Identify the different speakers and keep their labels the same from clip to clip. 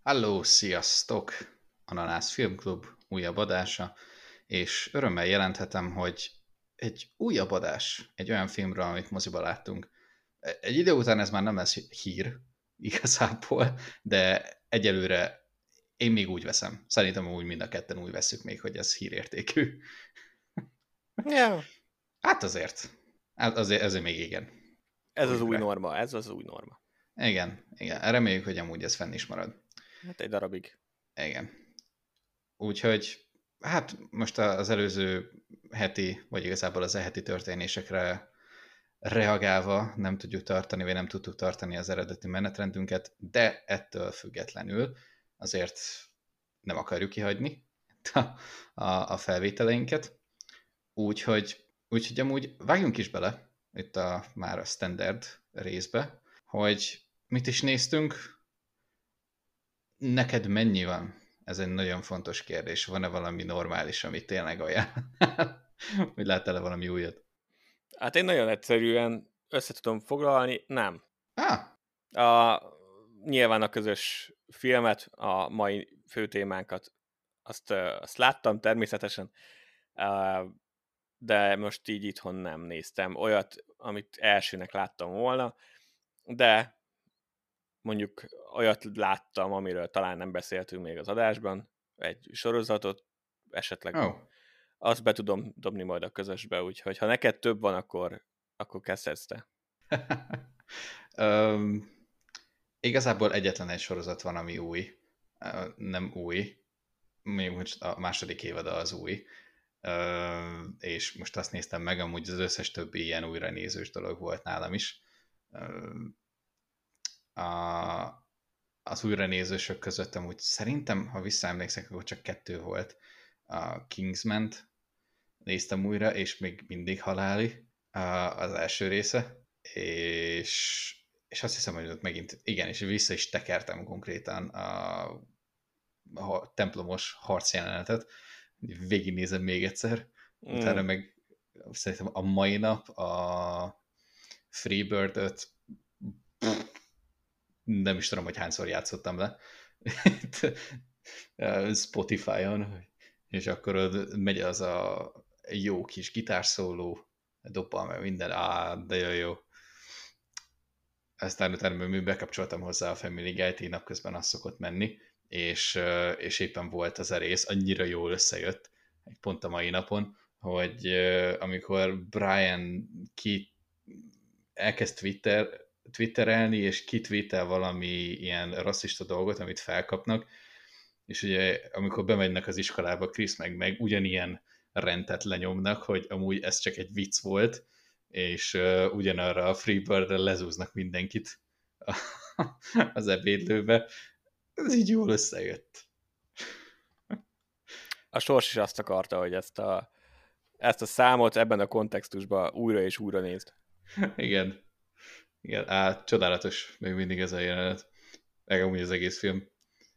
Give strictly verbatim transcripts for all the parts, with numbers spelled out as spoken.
Speaker 1: Halló, sziasztok! Ananász Filmklub újabb adása, és örömmel jelenthetem, hogy egy újabb adás egy olyan filmről, amit moziba láttunk. Egy idő után ez már nem lesz hír igazából, de egyelőre én még úgy veszem. Szerintem úgy mind a ketten úgy veszük még, hogy ez hírértékű.
Speaker 2: Ja,
Speaker 1: Hát azért. Hát azért, azért még igen.
Speaker 2: ez az új
Speaker 1: Újra.
Speaker 2: norma, ez az új norma.
Speaker 1: Igen, igen. Reméljük, hogy amúgy ez fenn is marad.
Speaker 2: Hát egy darabig.
Speaker 1: Igen. Úgyhogy, hát most az előző heti, vagy igazából az e-heti történésekre reagálva nem tudjuk tartani, vagy nem tudtuk tartani az eredeti menetrendünket, de ettől függetlenül azért nem akarjuk kihagyni a, a, a felvételeinket. Úgyhogy, úgyhogy amúgy vágjunk is bele itt a már a standard részbe, hogy mit is néztünk, neked mennyi van? Ez egy nagyon fontos kérdés. Van-e valami normális, amit tényleg ajánlál? Vagy láttál-e valami újat?
Speaker 2: Hát én nagyon egyszerűen össze tudom foglalni, nem.
Speaker 1: Ah,
Speaker 2: A, nyilván a közös filmet, a mai főtémánkat, azt, ö, azt láttam természetesen, ö, de most így itthon nem néztem olyat, amit elsőnek láttam volna, de mondjuk olyat láttam, amiről talán nem beszéltünk még az adásban, egy sorozatot, esetleg
Speaker 1: oh.
Speaker 2: azt be tudom dobni majd a közösbe, úgyhogy ha neked több van, akkor, akkor kezdhetsz te.
Speaker 1: um, igazából egyetlen egy sorozat van, ami új. Uh, nem új. Még most a második évada az új. Uh, és most azt néztem meg, amúgy az összes többi ilyen újranézős dolog volt nálam is. Uh, a, az újranézősök között amúgy szerintem, ha visszaemlékszek, akkor csak kettő volt. A Kingsman-t néztem újra, és még mindig haláli az első része, és, és azt hiszem, hogy ott megint, igen, és vissza is tekertem konkrétan a, a templomos harcjelenetet, végignézem még egyszer,
Speaker 2: Mm.
Speaker 1: utána meg szerintem a mai nap a Freebird-öt nem is tudom, hogy hányszor játszottam le Spotify-on, és akkor ott megy az a jó kis gitárszóló, dobbal meg minden, á, de jó, jó. Aztán utána még bekapcsoltam hozzá a Family Guy-t, így napközben az szokott menni, és, és éppen volt az a rész, annyira jól összejött, pont a mai napon, hogy amikor Brian ki elkezd Twitter, twitterelni, és kitweetel valami ilyen rasszista dolgot, amit felkapnak, és ugye amikor bemegynek az iskolába, Chris meg meg ugyanilyen rendet lenyomnak, hogy amúgy ez csak egy vicc volt, és uh, ugyanarra a Freebird-re lezúznak mindenkit az ebédlőbe. Ez így jól összejött.
Speaker 2: A sors is azt akarta, hogy ezt a, ezt a számot ebben a kontextusban újra és újra nézd.
Speaker 1: Igen. Igen, á, csodálatos még mindig ez a jelenet. Meg amúgy az egész film.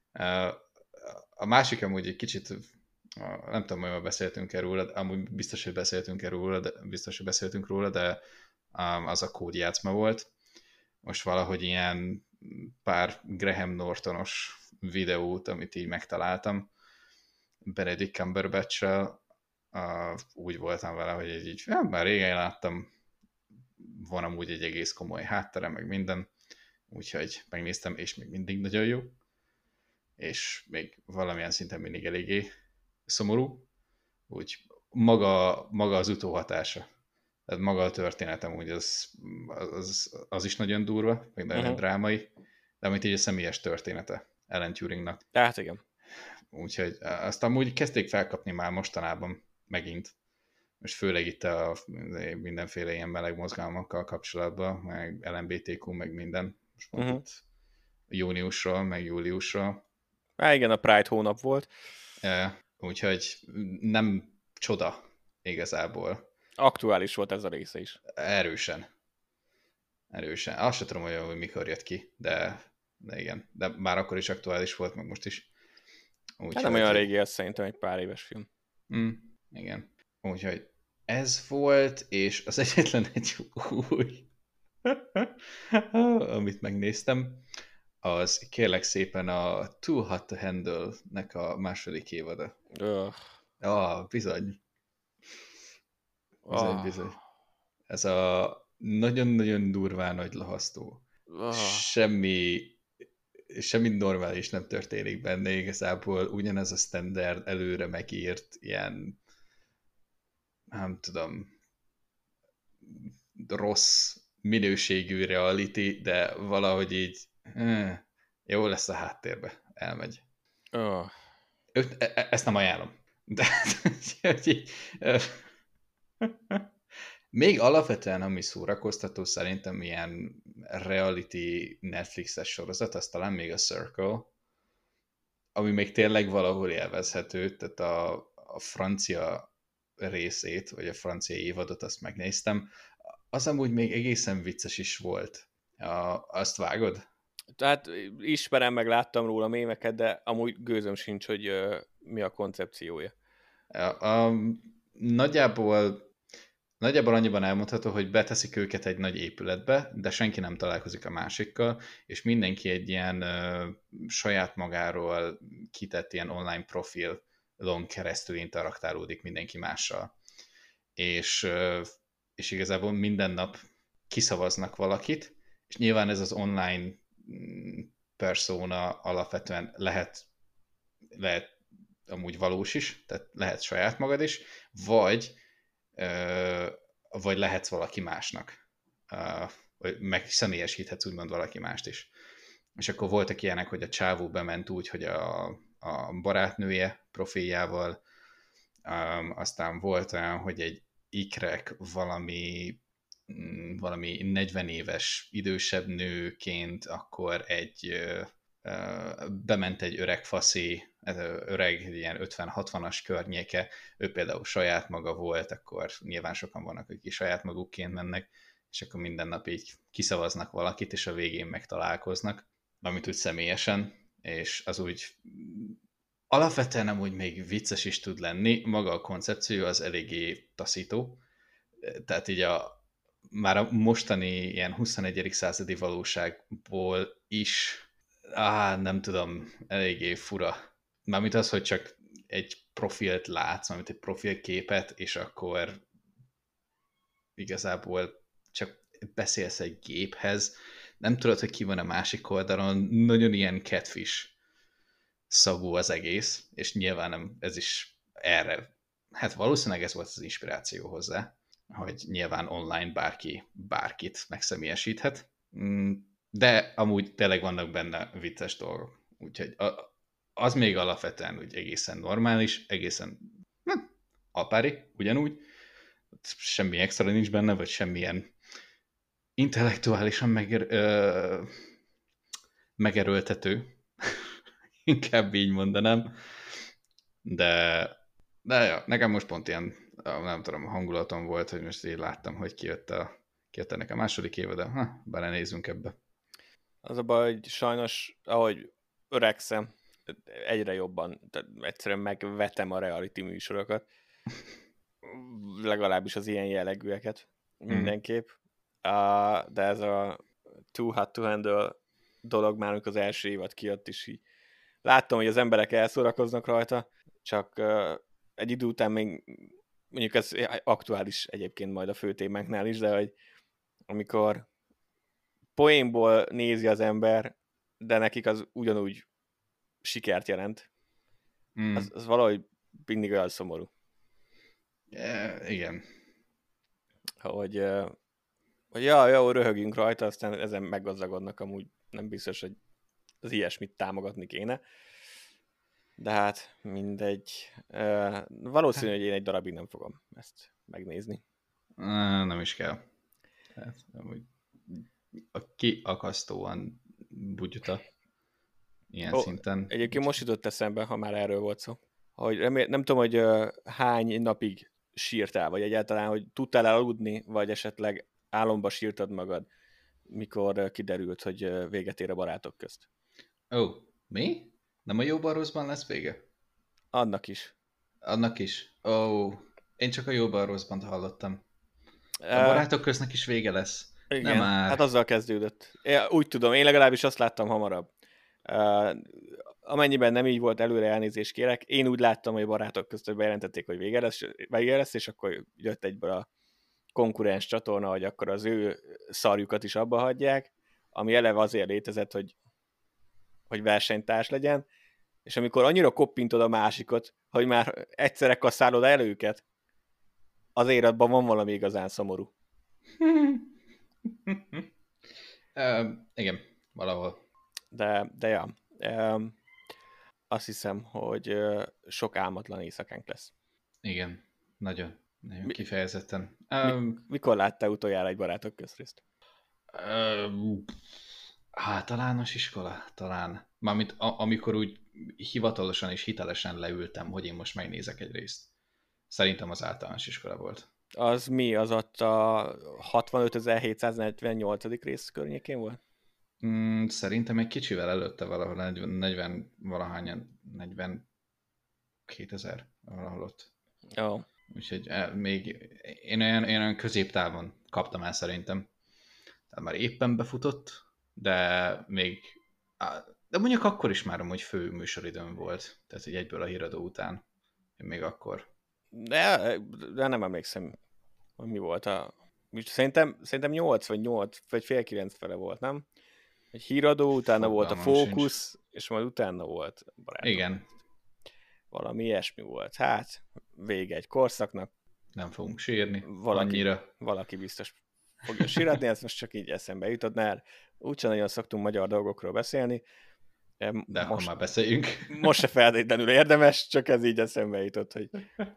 Speaker 1: A másik amúgy egy kicsit, nem tudom, hogy ma beszéltünk-e róla, amúgy biztos, hogy beszéltünk-e róla, de, biztos, hogy beszéltünk róla, de az a kódjátszma volt. Most valahogy ilyen pár Graham Nortonos videót, amit így megtaláltam, Benedict Cumberbatch-rel, úgy voltam vele, hogy így, így ja, már régen láttam, van amúgy egy egész komoly háttere, meg minden, úgyhogy megnéztem, és még mindig nagyon jó, és még valamilyen szinten mindig eléggé szomorú, úgy maga, maga az utóhatása, tehát maga a történetem, úgy az, az, az is nagyon durva, meg nagyon uh-huh. drámai, de amit így a személyes története Alan Turingnak.
Speaker 2: Tehát igen.
Speaker 1: Úgyhogy azt amúgy kezdték felkapni már mostanában megint, most főleg itt a mindenféle ilyen meleg mozgalmakkal kapcsolatban, meg el em bé té kú, meg minden. Most uh-huh. itt júniusról, meg júliusról.
Speaker 2: Há, igen, a Pride hónap volt.
Speaker 1: E, úgyhogy nem csoda igazából.
Speaker 2: Aktuális volt ez a része is.
Speaker 1: Erősen. Erősen. Azt sem tudom, hogy mikor jött ki, de, de igen. De már akkor is aktuális volt, meg most is.
Speaker 2: Úgy, hát nem olyan régi, ez szerintem egy pár éves film.
Speaker 1: Mm, igen. Úgyhogy ez volt, és az egyetlen egy új, amit megnéztem, az kérlek szépen a Too Hot to Handle-nek a második évada.
Speaker 2: Öh.
Speaker 1: Ah, bizony. Bizony,
Speaker 2: Ah.
Speaker 1: bizony. Ez a nagyon-nagyon durván nagy lahasztó.
Speaker 2: Ah.
Speaker 1: Semmi, semmi normális nem történik benne, igazából ugyanez a standard előre megírt ilyen, nem tudom, rossz minőségű reality, de valahogy így eh, jó lesz a háttérbe, elmegy.
Speaker 2: Ah.
Speaker 1: Öt, e, e, ezt nem ajánlom. De, így, még alapvetően ami szórakoztató szerintem ilyen reality Netflixes sorozat, az talán még a Circle, ami még tényleg valahol élvezhető, tehát a, a francia részét, vagy a francia évadot azt megnéztem, az amúgy még egészen vicces is volt. A, azt vágod?
Speaker 2: Tehát ismerem, meg láttam róla mémeket, de amúgy gőzöm sincs, hogy uh, mi a koncepciója.
Speaker 1: A, a, nagyjából Nagyjából annyiban elmondható, hogy beteszik őket egy nagy épületbe, de senki nem találkozik a másikkal, és mindenki egy ilyen ö, saját magáról kitett ilyen online profilon keresztül interaktálódik mindenki mással. És, ö, és igazából minden nap kiszavaznak valakit, és nyilván ez az online persona alapvetően lehet, lehet amúgy valós is, tehát lehet saját magad is, vagy vagy lehetsz valaki másnak. Vagy meg személyesíthetsz úgymond valaki mást is. És akkor voltak ilyenek, hogy a csávó bement úgy, hogy a, a barátnője profiljával, aztán volt olyan, hogy egy ikrek valami valami negyven éves idősebb nőként, akkor egy bement egy öreg faszi, öreg, ilyen ötven-hatvanas környéke, ő például saját maga volt, akkor nyilván sokan vannak, akik saját magukként mennek, és akkor minden nap így kiszavaznak valakit, és a végén megtalálkoznak, amit úgy személyesen, és az úgy alapvetően nem úgy még vicces is tud lenni, maga a koncepció az eléggé taszító, tehát így a már a mostani ilyen huszonegyedik századi valóságból is Á, nem tudom, eléggé fura. Mármint az, hogy csak egy profilt látsz, mármint egy profilképet, és akkor igazából csak beszélsz egy géphez, nem tudod, hogy ki van a másik oldalon, nagyon ilyen catfish szagú az egész, és nyilván nem, ez is erre, hát valószínűleg ez volt az inspiráció hozzá, hogy nyilván online bárki bárkit megszemélyesíthet. De amúgy tényleg vannak benne vicces dolgok. Úgyhogy az még alapvetően úgy egészen normális, egészen hm, alpári, ugyanúgy. Semmi extra nincs benne, vagy semmilyen intellektuálisan meger, ö, megerőltető. Inkább így mondanám. De, de ja, nekem most pont ilyen, nem tudom, hangulatom volt, hogy most így láttam, hogy kijött, a, kijött ennek a második éve, de ha, belenézzünk ebbe.
Speaker 2: Az a baj, hogy sajnos, ahogy öregszem, egyre jobban, tehát egyszerűen megvetem a reality műsorokat. Legalábbis az ilyen jellegűeket. Mindenképp. Mm. Uh, de ez a Too Hot to Handle dolog már az első évad kijött is így. Láttam, hogy az emberek elszórakoznak rajta, csak uh, egy idő után még, mondjuk ez aktuális egyébként majd a fő témánknál is, de hogy amikor poénból nézi az ember, de nekik az ugyanúgy sikert jelent. Mm. Az, az valahogy mindig olyan szomorú.
Speaker 1: Yeah, igen.
Speaker 2: Hogy, hogy ja, jó, röhögjünk rajta, aztán ezen meggazdagodnak, amúgy nem biztos, hogy az ilyesmit támogatni kéne. De hát mindegy. Valószínű, hogy én egy darabig nem fogom ezt megnézni.
Speaker 1: Nem is kell. Hát, amúgy a kiakasztóan bugyuta ilyen oh, szinten.
Speaker 2: Egyébként most jutott eszembe, ha már erről volt szó, hogy remél, nem tudom, hogy uh, hány napig sírtál, vagy egyáltalán, hogy tudtál aludni, vagy esetleg álomba sírtad magad, mikor uh, kiderült, hogy uh, véget ér a Barátok közt.
Speaker 1: Ó, oh, mi? Nem a Jóban Rosszban lesz vége?
Speaker 2: Annak is.
Speaker 1: Annak is? Ó, oh, én csak a Jóban Rosszban hallottam. A Barátok köznek is vége lesz.
Speaker 2: Igen,
Speaker 1: nem már.
Speaker 2: Hát azzal kezdődött. Én úgy tudom, én legalábbis azt láttam hamarabb. Uh, amennyiben nem így volt, előre elnézést kérek. Én úgy láttam, hogy a barátok között bejelentették, hogy vége lesz, vége lesz, és akkor jött egyből a konkurens csatorna, hogy akkor az ő szarjukat is abba hagyják, ami eleve azért létezett, hogy, hogy versenytárs legyen, és amikor annyira koppintod a másikat, hogy már egyszerre kasszálod el őket, az életben van valami igazán szomorú.
Speaker 1: uh, igen, valahol.
Speaker 2: De, de ja, um, azt hiszem, hogy uh, sok álmatlan éjszakánk lesz.
Speaker 1: Igen, nagyon, nagyon
Speaker 2: Mi,
Speaker 1: kifejezetten.
Speaker 2: Mi,
Speaker 1: Um,
Speaker 2: mikor láttál utoljára egy barátok közrészt?
Speaker 1: um, általános iskola, talán. Mármint a, amikor úgy hivatalosan és hitelesen leültem, hogy én most megnézek egy részt. Szerintem az általános iskola volt.
Speaker 2: Az mi? Az ott a hatvanötezer-hétszáznegyvennyolcadik rész környékén volt?
Speaker 1: Mm, szerintem egy kicsivel előtte valahol negyven, negyven valahányan, negyvenkétezer valahol ott.
Speaker 2: Oh.
Speaker 1: Úgyhogy eh, még én olyan, én olyan középtávon kaptam el szerintem. Tehát már éppen befutott, de még, de mondjuk akkor is már amúgy fő műsoridőm volt. Tehát, hogy egyből a híradó után. Én még akkor.
Speaker 2: De, de nem emlékszem, hogy mi volt a... Szerintem, szerintem nyolc vagy nyolc, vagy fél kilenc fele volt, nem? Egy híradó, utána volt a fókusz, és majd utána volt barátok.
Speaker 1: Igen.
Speaker 2: Valami ilyesmi volt. Hát, vége egy korszaknak.
Speaker 1: Nem fogunk sírni
Speaker 2: valaki,
Speaker 1: annyira.
Speaker 2: Valaki biztos fogja síratni, ez most csak így eszembe jutott, mert úgyse nagyon szoktunk magyar dolgokról beszélni.
Speaker 1: De
Speaker 2: most,
Speaker 1: akkor már beszéljünk.
Speaker 2: Most se feltétlenül érdemes, csak ez így eszembe jutott, hogy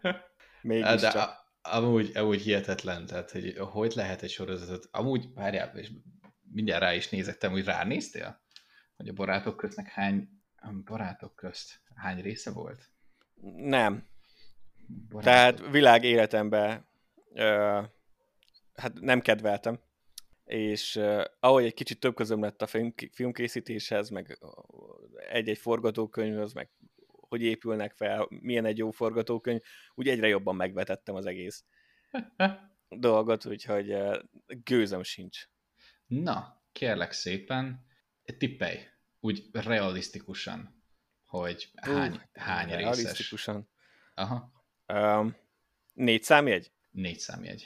Speaker 2: mégis
Speaker 1: De
Speaker 2: csak.
Speaker 1: amúgy, amúgy hihetetlen, tehát hogy hogy lehet egy sorozatot, amúgy, várjál, és mindjárt rá is nézettem, hogy ránéztél? Hogy a barátok köztnek hány, barátok közt hány része volt?
Speaker 2: Nem.
Speaker 1: Barátok.
Speaker 2: Tehát világ életemben ö, hát nem kedveltem, és uh, ahogy egy kicsit több közöm lett a film, filmkészítéshez, meg egy-egy forgatókönyvhöz, meg hogy épülnek fel, milyen egy jó forgatókönyv, úgy egyre jobban megvetettem az egész dolgot, úgyhogy uh, gőzöm sincs.
Speaker 1: Na, kérlek szépen, tippelj, úgy realisztikusan, hogy hány, uh, hány részes.
Speaker 2: Realisztikusan.
Speaker 1: Aha.
Speaker 2: Um, négy számjegy?
Speaker 1: Négy számjegy.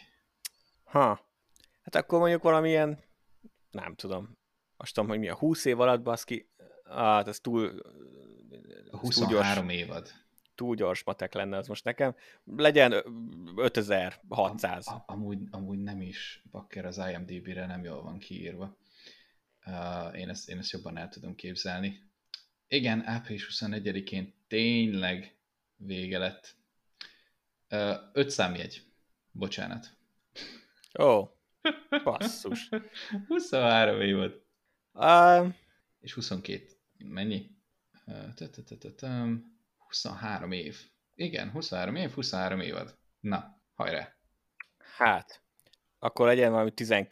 Speaker 2: Ha. Hát akkor mondjuk valamilyen, nem tudom, azt tudom, hogy mi a húsz év alatt, baszki, hát ez túl...
Speaker 1: huszonhárom évad.
Speaker 2: Túl gyors matek lenne az most nekem. Legyen ötezer-hatszáz.
Speaker 1: Am, amúgy, amúgy nem is, bakker, az I M D B-re nem jól van kiírva. Uh, én, ezt, én ezt jobban el tudom képzelni. Igen, április huszonegyedikén tényleg vége lett. Uh, öt számjegy. Bocsánat.
Speaker 2: Ó, oh, basszus.
Speaker 1: huszonhárom évad.
Speaker 2: Uh,
Speaker 1: És huszonkét. Mennyi? Uh, huszonhárom év. Igen, huszonhárom év, huszonhárom évad. Na, hajrá.
Speaker 2: Hát, akkor legyen valami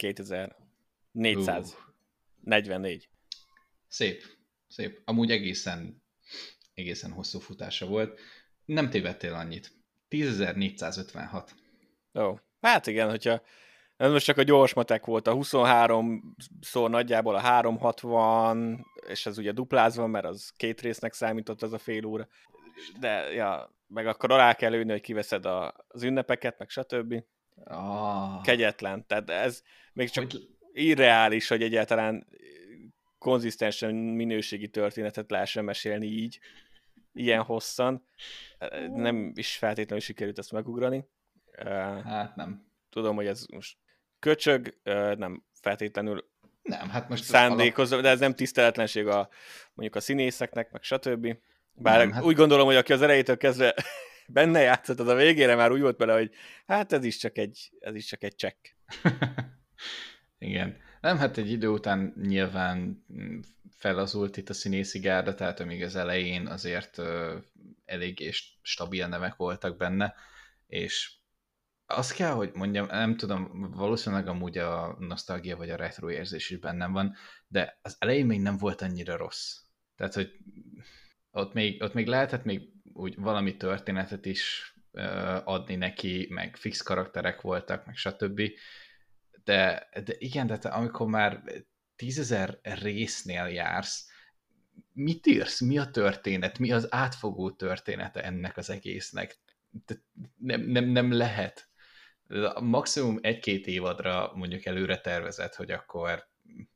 Speaker 2: tizenkétezer-négyszáznegyvennégy. Uh.
Speaker 1: Szép, szép. Amúgy egészen, egészen hosszú futása volt. Nem tévedtél annyit. tízezer-négyszázötvenhat.
Speaker 2: Ó, hát igen, hogyha ez most csak a gyors matek volt, a huszonháromszor nagyjából a háromszázhatvan, és ez ugye duplázva, mert az két résznek számított az a fél óra. De, ja, meg akkor alá kell lőni, hogy kiveszed a, az ünnepeket, meg stb.
Speaker 1: Ah,
Speaker 2: Kegyetlen. Tehát ez még csak
Speaker 1: hogy...
Speaker 2: irreális, hogy egyáltalán konzisztensen minőségi történetet lehessen mesélni így, ilyen hosszan. Nem is feltétlenül sikerült ezt megugrani.
Speaker 1: Hát nem.
Speaker 2: Tudom, hogy ez most köcsög, nem feltétlenül
Speaker 1: nem, hát most
Speaker 2: szándékozva, alap... de ez nem tiszteletlenség a, mondjuk a színészeknek, meg stb. Bár nem, hát... úgy gondolom, hogy aki az elejétől kezdve benne játszott, az a végére már úgy volt bele, hogy hát ez is csak egy, ez is csak egy csekk.
Speaker 1: Igen. Nem, hát egy idő után nyilván felazult itt a színészi gárda, tehát amíg az elején azért uh, eléggé stabil nevek voltak benne, és azt kell, hogy mondjam, nem tudom, valószínűleg amúgy a nosztalgia vagy a retro érzés is bennem van, de az elején még nem volt annyira rossz. Tehát, hogy ott még, ott még lehetett még úgy valami történetet is uh, adni neki, meg fix karakterek voltak, meg stb. De, de igen, de te, amikor már tízezer résznél jársz, mit írsz? Mi a történet? Mi az átfogó története ennek az egésznek? Nem, nem, nem lehet. Maximum egy-két évadra mondjuk előre tervezett, hogy akkor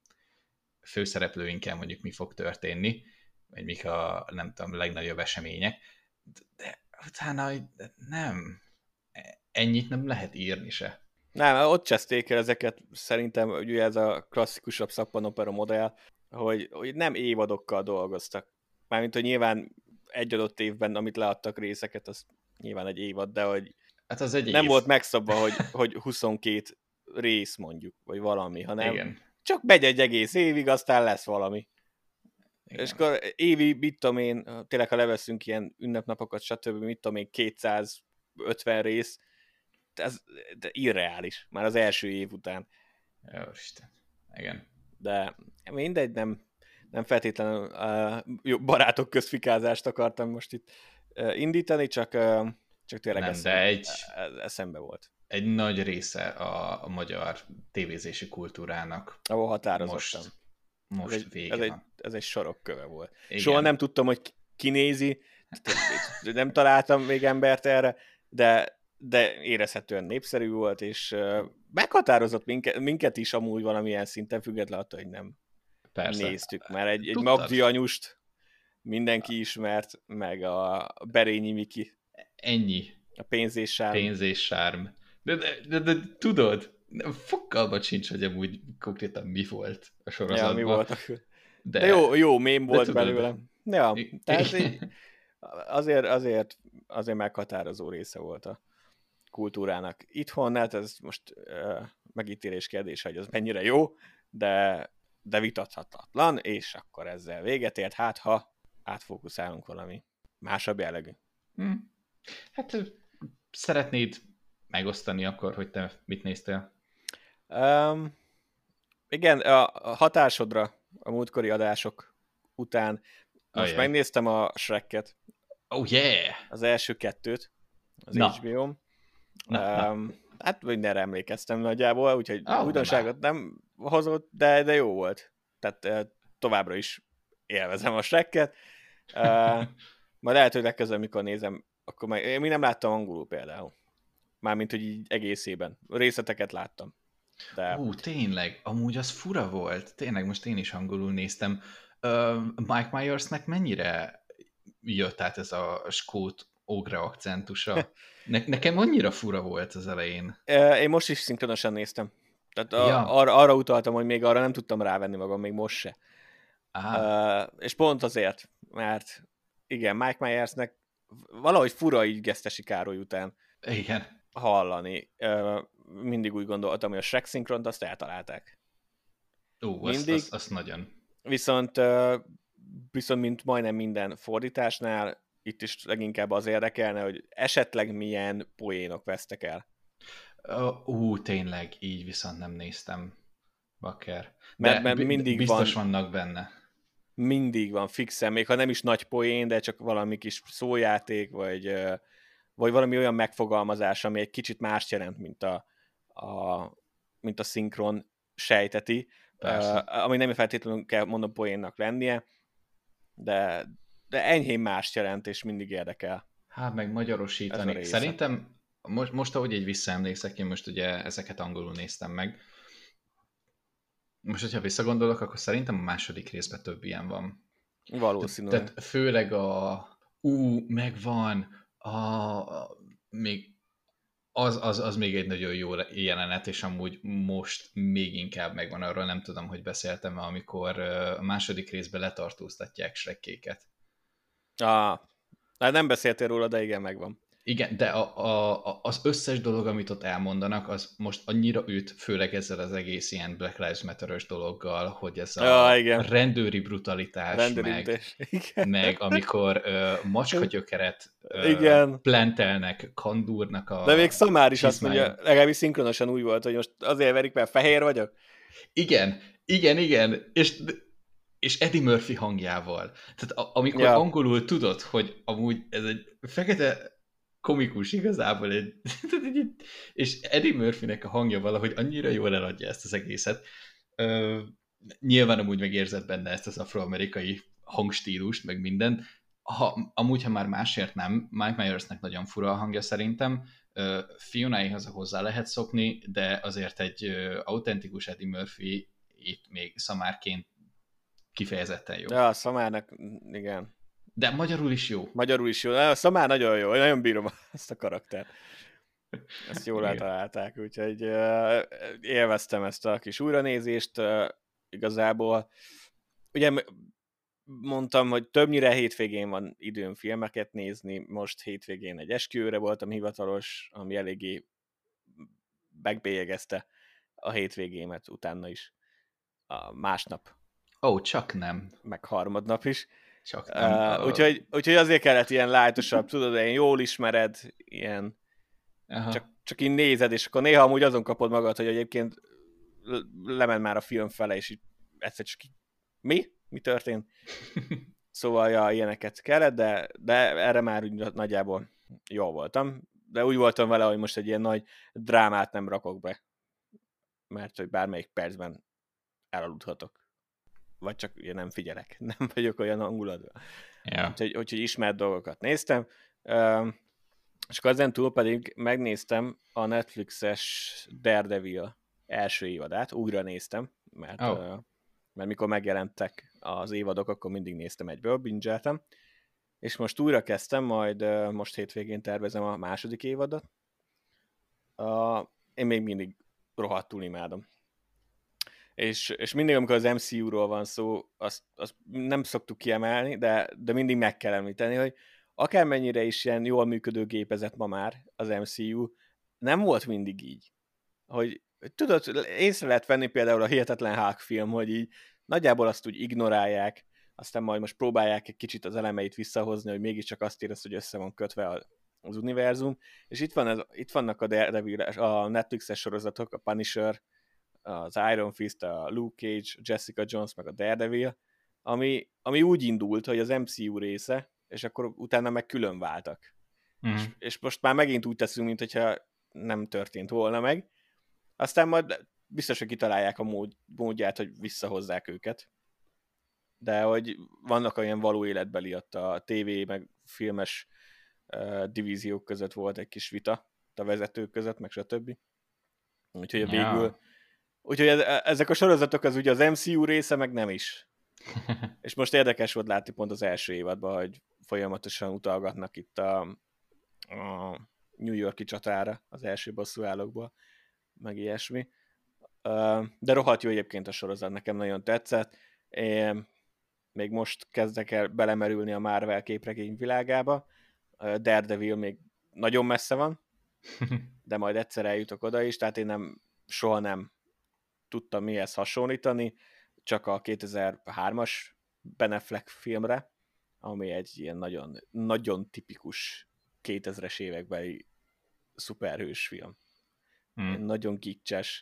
Speaker 1: főszereplőinkkel mondjuk mi fog történni, vagy mik a, nem tudom, legnagyobb események, de utána nem. Ennyit nem lehet írni se.
Speaker 2: Nem, ott cseszték el ezeket, szerintem ugye ez a klasszikusabb szappanopera modell, hogy, hogy nem évadokkal dolgoztak. Mármint, hogy nyilván egy adott évben, amit leadtak részeket, az nyilván egy évad, de hogy
Speaker 1: hát az egy
Speaker 2: nem
Speaker 1: év.
Speaker 2: volt megszabva, hogy, hogy huszonkét rész mondjuk, vagy valami, hanem
Speaker 1: Igen.
Speaker 2: csak megy egy egész évig, aztán lesz valami.
Speaker 1: Igen.
Speaker 2: És akkor évi, mit tudom én, tényleg ha leveszünk ilyen ünnepnapokat, stb., mit tudom én, kétszázötven rész, ez de irreális, már az első év után.
Speaker 1: Jó, Isten. Igen.
Speaker 2: De mindegy, nem, nem feltétlenül uh, barátok közfikázást akartam most itt uh, indítani, csak, uh, csak tényleg
Speaker 1: nem,
Speaker 2: eszembe,
Speaker 1: de egy,
Speaker 2: eszembe volt.
Speaker 1: Egy nagy része a, a magyar tévézési kultúrának.
Speaker 2: Ahol határozottan.
Speaker 1: Most, most
Speaker 2: ez egy,
Speaker 1: vége
Speaker 2: ez egy,
Speaker 1: van.
Speaker 2: ez egy sarokköve volt.
Speaker 1: Igen.
Speaker 2: Soha nem tudtam, hogy ki nézi, nem találtam még embert erre, de de érezhetően népszerű volt, és uh, meghatározott minket, minket is amúgy valamilyen szinten, függetlenül attól, hogy nem
Speaker 1: Persze.
Speaker 2: néztük. Mert egy, egy Magdi anyust mindenki ismert, meg a Berényi Miki.
Speaker 1: Ennyi.
Speaker 2: A pénz és sárm.
Speaker 1: Pénz és sárm. De, de, de, de tudod, fogalmat sincs, hogy amúgy konkrétan mi volt a sorozatban.
Speaker 2: Ja, mi volt.
Speaker 1: De,
Speaker 2: de jó, jó mém volt
Speaker 1: tudod,
Speaker 2: belőle. Ja, tehát így, azért, azért, azért meghatározó része volt a kultúrának. Itthon, hát ez most uh, megítélés kérdés, hogy az mennyire jó, de, de vitathatatlan, és akkor ezzel véget ért, hát ha átfókuszálunk valami másabb jellegű.
Speaker 1: Hmm. Hát szeretnéd megosztani akkor, hogy te mit néztél?
Speaker 2: Um, igen, a hatásodra a múltkori adások után most oh, megnéztem a Shrek-et.
Speaker 1: Oh yeah!
Speaker 2: Az első kettőt, az
Speaker 1: Na.
Speaker 2: há bé ó-n.
Speaker 1: Na,
Speaker 2: um, hát mindenre emlékeztem nagyjából, úgyhogy
Speaker 1: oh,
Speaker 2: újdonságot nem hozott, de, de jó volt. Tehát uh, továbbra is élvezem a Shrek-et. Uh, majd lehet, hogy legközelebb, mikor nézem, akkor meg, én még nem láttam angolul például. Mármint, hogy így egészében. Részleteket láttam. De...
Speaker 1: Ú, tényleg, amúgy az fura volt. Tényleg, most én is angolul néztem. Uh, Mike Myersnek mennyire jött át ez a skót ógra akcentusa? Ne- nekem annyira fura volt az elején.
Speaker 2: Én most is szinkronosan néztem. Tehát a,
Speaker 1: Ja.
Speaker 2: arra, arra utaltam, hogy még arra nem tudtam rávenni magam, még most se.
Speaker 1: Ah.
Speaker 2: Uh, és pont azért, mert igen, Mike Myersnek valahogy fura így Gesztesi Károly után
Speaker 1: Igen.
Speaker 2: hallani. Uh, mindig úgy gondoltam, hogy a Shrek szinkront azt eltalálták.
Speaker 1: Ó, azt, azt, azt nagyon.
Speaker 2: Viszont, uh, viszont mint majdnem minden fordításnál, itt is leginkább az érdekelne, hogy esetleg milyen poénok vesztek el.
Speaker 1: Ú, uh, tényleg, így viszont nem néztem, bakker.
Speaker 2: Mert, mert mindig
Speaker 1: biztos
Speaker 2: van,
Speaker 1: vannak benne.
Speaker 2: Mindig van fixen, még ha nem is nagy poén, de csak valami kis szójáték, vagy, vagy valami olyan megfogalmazás, ami egy kicsit más jelent, mint a, a, mint a szinkron sejteti. Uh, ami nem feltétlenül kell mondom poénnak lennie, de, de enyhén más jelent, és mindig érdekel.
Speaker 1: Hát meg magyarosítani. Szerintem most, most ahogy így visszaemlékszek, én most ugye ezeket angolul néztem meg. Most, hogyha visszagondolok, akkor szerintem a második részben több ilyen van.
Speaker 2: Valószínűleg.
Speaker 1: Tehát főleg a ú, megvan, a, a még az, az, az még egy nagyon jó jelenet, és amúgy most még inkább megvan, arról nem tudom, hogy beszéltem, amikor a második részben letartóztatják Shrekkéket.
Speaker 2: Ah, hát nem beszéltél róla, de igen, megvan.
Speaker 1: Igen, de a, a, az összes dolog, amit ott elmondanak, az most annyira üt, főleg ezzel az egész ilyen Black Lives Matter-ös dologgal, hogy ez a
Speaker 2: ah, igen.
Speaker 1: rendőri brutalitás, rendőri meg, meg amikor uh, macskagyökeret uh, plantelnek Kandúrnak a...
Speaker 2: De még Szamár is azt mondja, legalábbis szinkronosan úgy volt, hogy most azért verik, mert fehér vagyok.
Speaker 1: Igen, igen, igen, és... és Eddie Murphy hangjával. Tehát a, amikor ja. angolul tudod, hogy amúgy ez egy fekete komikus igazából, egy, és Eddie Murphynek a hangja valahogy annyira jól eladja ezt az egészet. Uh, nyilván amúgy megérzed benne ezt az afroamerikai hangstílust, meg mindent. Ha, amúgy, ha már másért nem, Mike Myersnek nagyon fura a hangja szerintem, Fionáihoz hozzá lehet szokni, de azért egy autentikus Eddie Murphy itt még szamárként kifejezetten jó.
Speaker 2: De a Szamárnak, igen.
Speaker 1: De magyarul is jó.
Speaker 2: Magyarul is jó. A Szamár nagyon jó, én nagyon bírom ezt a karaktert. Ezt jól eltalálták, úgyhogy uh, élveztem ezt a kis újranézést uh, igazából. Ugye mondtam, hogy többnyire hétvégén van időm filmeket nézni, most hétvégén egy esküvőre voltam hivatalos, ami eléggé megbélyegezte a hétvégémet utána is. A másnap.
Speaker 1: Ó, oh, csak nem.
Speaker 2: Meg harmadnap is.
Speaker 1: Csak nem.
Speaker 2: Uh, úgyhogy, úgyhogy azért kellett ilyen lightosabb, tudod, ilyen jól ismered, ilyen csak, csak így nézed, és akkor néha amúgy azon kapod magad, hogy egyébként lement már a film fele, és így egyszer csak így, mi? Mi történt? Szóval, ja, ilyeneket kellett, de, de erre már úgy nagyjából jól voltam. De úgy voltam vele, hogy most egy ilyen nagy drámát nem rakok be. Mert hogy bármelyik percben elaludhatok. Vagy csak ugye nem figyelek. Nem vagyok olyan hangulatban.
Speaker 1: Yeah.
Speaker 2: Úgyhogy, úgyhogy ismert dolgokat néztem. Uh, és akkor ezen túl pedig megnéztem a Netflixes Daredevil első évadát. Újra néztem, mert, oh. uh, mert mikor megjelentek az évadok, akkor mindig néztem egyből, binge-eltem. És most újra kezdtem, majd uh, most hétvégén tervezem a második évadot. Uh, én még mindig rohadtul imádom. És, és mindig, amikor az em cé u-ról van szó, azt, azt nem szoktuk kiemelni, de, de mindig meg kell említeni, hogy akármennyire is ilyen jól működő gépezet ma már az em cé u, nem volt mindig így. Hogy tudod, észre lehet venni például a Hihetetlen Hulk film, hogy így nagyjából azt úgy ignorálják, aztán majd most próbálják egy kicsit az elemeit visszahozni, hogy mégiscsak azt érez, hogy össze van kötve az univerzum, és itt, van ez, itt vannak a, Daredevil, a Netflixes sorozatok, a Punisher, az Iron Fist, a Luke Cage, a Jessica Jones, meg a Daredevil, ami, ami úgy indult, hogy az em cé u része, és akkor utána meg külön váltak. Mm. És, és most már megint úgy teszünk, mintha nem történt volna meg. Aztán majd biztos, hogy kitalálják a mód, módját, hogy visszahozzák őket. De hogy vannak olyan való életbeli, ott a tévé meg filmes uh, divíziók között volt egy kis vita, a vezetők között, meg stb. Úgyhogy a végül yeah. Úgyhogy ezek a sorozatok az ugye az em cé u része, meg nem is. És most érdekes volt látni pont az első évadban, hogy folyamatosan utalgatnak itt a, a New York-i csatára az első bosszúállókból, meg ilyesmi. De rohadt jó egyébként a sorozat, nekem nagyon tetszett. Én még most kezdek el belemerülni a Marvel képregény világába. Daredevil még nagyon messze van, de majd egyszer eljutok oda is, tehát én nem, soha nem tudtam mihez hasonlítani, csak a kétezer-hármas Ben Affleck filmre, ami egy ilyen nagyon, nagyon tipikus kétezres évekbeli szuperhős film. Hmm. Nagyon kicses.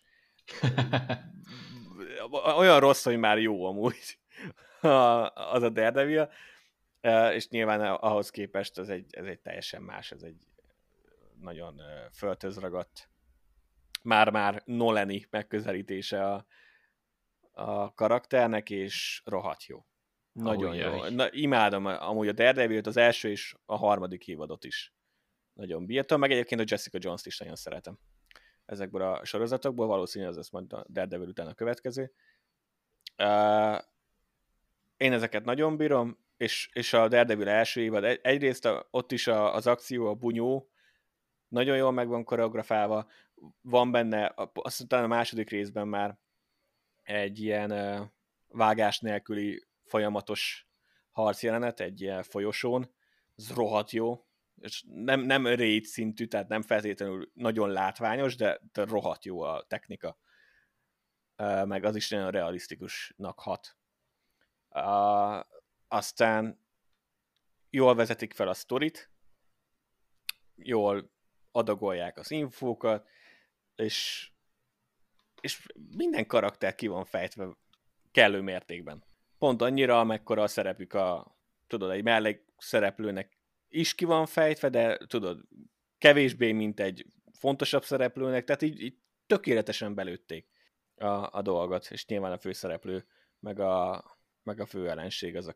Speaker 2: Olyan rossz, hogy már jó amúgy az a Daredevil, és nyilván ahhoz képest ez egy, ez egy teljesen más, ez egy nagyon földhöz ragadt, már-már Nolani megközelítése a, a karakternek, és rohadt jó. Nagyon oh, jó. Na, imádom amúgy a Daredevilt, az első és a harmadik évadot is nagyon bírtam, meg egyébként a Jessica Jones-t is nagyon szeretem. Ezekből a sorozatokból, valószínűleg az lesz majd a Daredevil után a következő. Uh, én ezeket nagyon bírom, és, és a Daredevil első évad, egy, egyrészt a, ott is a, az akció, a bunyó, nagyon jól meg van koreografálva, van benne, azt utána a második részben már egy ilyen uh, vágás nélküli folyamatos harcjelenet, egy ilyen folyosón, ez rohadt jó, és nem, nem raid szintű, tehát nem feltétlenül nagyon látványos, de, de rohadt jó a technika. Uh, meg az is nagyon realisztikusnak hat. Uh, aztán jól vezetik fel a sztorit, jól adagolják az infókat, és, és minden karakter ki van fejtve kellő mértékben. Pont annyira, amekkora a szerepük a, tudod, egy mellékszereplőnek is ki van fejtve, de tudod, kevésbé, mint egy fontosabb szereplőnek, tehát így, így tökéletesen belőtték a, a dolgot, és nyilván a főszereplő, meg a, meg a fő ellenség az, aki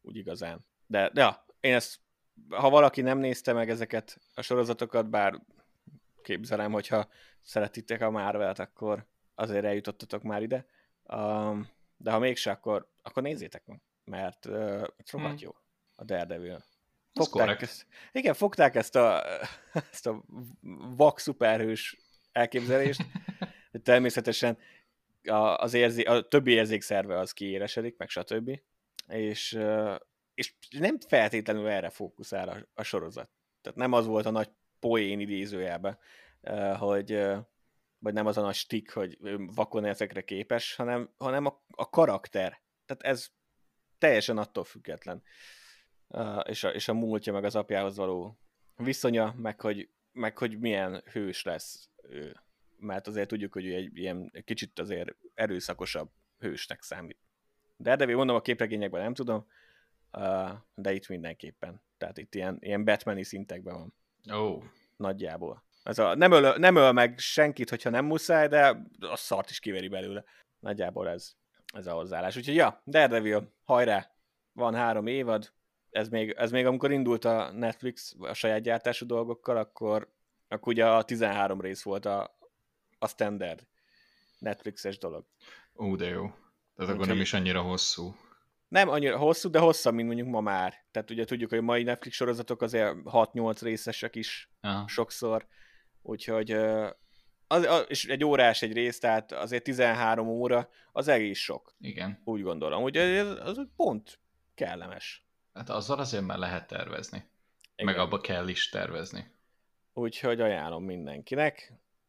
Speaker 2: úgy igazán. De, de ja, én ezt, ha valaki nem nézte meg ezeket a sorozatokat, bár képzelem, hogyha szeretitek a Marvelt, akkor azért eljutottatok már ide. Um, de ha mégse, akkor, akkor nézzétek meg, mert uh, rohadt jó a Daredevil.
Speaker 1: Az
Speaker 2: Fogták
Speaker 1: korrekt.
Speaker 2: ezt, igen, fogták ezt a, ezt a vak szuperhős elképzelést, de természetesen a, az érzé, a többi érzékszerve az kiéresedik, meg stb. És, uh, és nem feltétlenül erre fókuszál a, a sorozat. Tehát nem az volt a nagy poén idézőjelben, uh, hogy uh, vagy nem az a nagy stick, hogy vakon ezekre képes, hanem, hanem a, a karakter. Tehát ez teljesen attól független. Uh, és, a, és a múltja, meg az apjához való viszonya, meg hogy, meg hogy milyen hős lesz ő. Mert azért tudjuk, hogy ő egy ilyen kicsit azért erőszakosabb hősnek számít. De Daredevil, mondom, a képregényekben nem tudom, uh, de itt mindenképpen. Tehát itt ilyen, ilyen Batman-i szintekben van.
Speaker 1: Ó. Oh.
Speaker 2: Nagyjából. Ez a, nem, öl, nem öl meg senkit, hogyha nem muszáj, de a szart is kiveri belőle. Nagyjából ez, ez a hozzáállás. Úgyhogy ja, Daredevil, hajrá! Van három évad. Ez még, ez még amikor indult a Netflix a saját gyártású dolgokkal, akkor, akkor ugye a tizenhárom rész volt a, a standard Netflixes dolog.
Speaker 1: Ó, de jó. Tehát akkor nem is annyira hosszú.
Speaker 2: Nem annyira hosszú, de hosszabb, mint mondjuk ma már. Tehát ugye tudjuk, hogy a mai Netflix sorozatok azért hat-nyolc részesek is Aha. sokszor. Úgyhogy az, az, és egy órás egy rész, tehát azért tizenhárom óra, az egész sok.
Speaker 1: Igen.
Speaker 2: Úgy gondolom. Úgyhogy az, az pont kellemes.
Speaker 1: Hát azzal azért már lehet tervezni. Igen. Meg abba kell is tervezni.
Speaker 2: Úgyhogy ajánlom mindenkinek,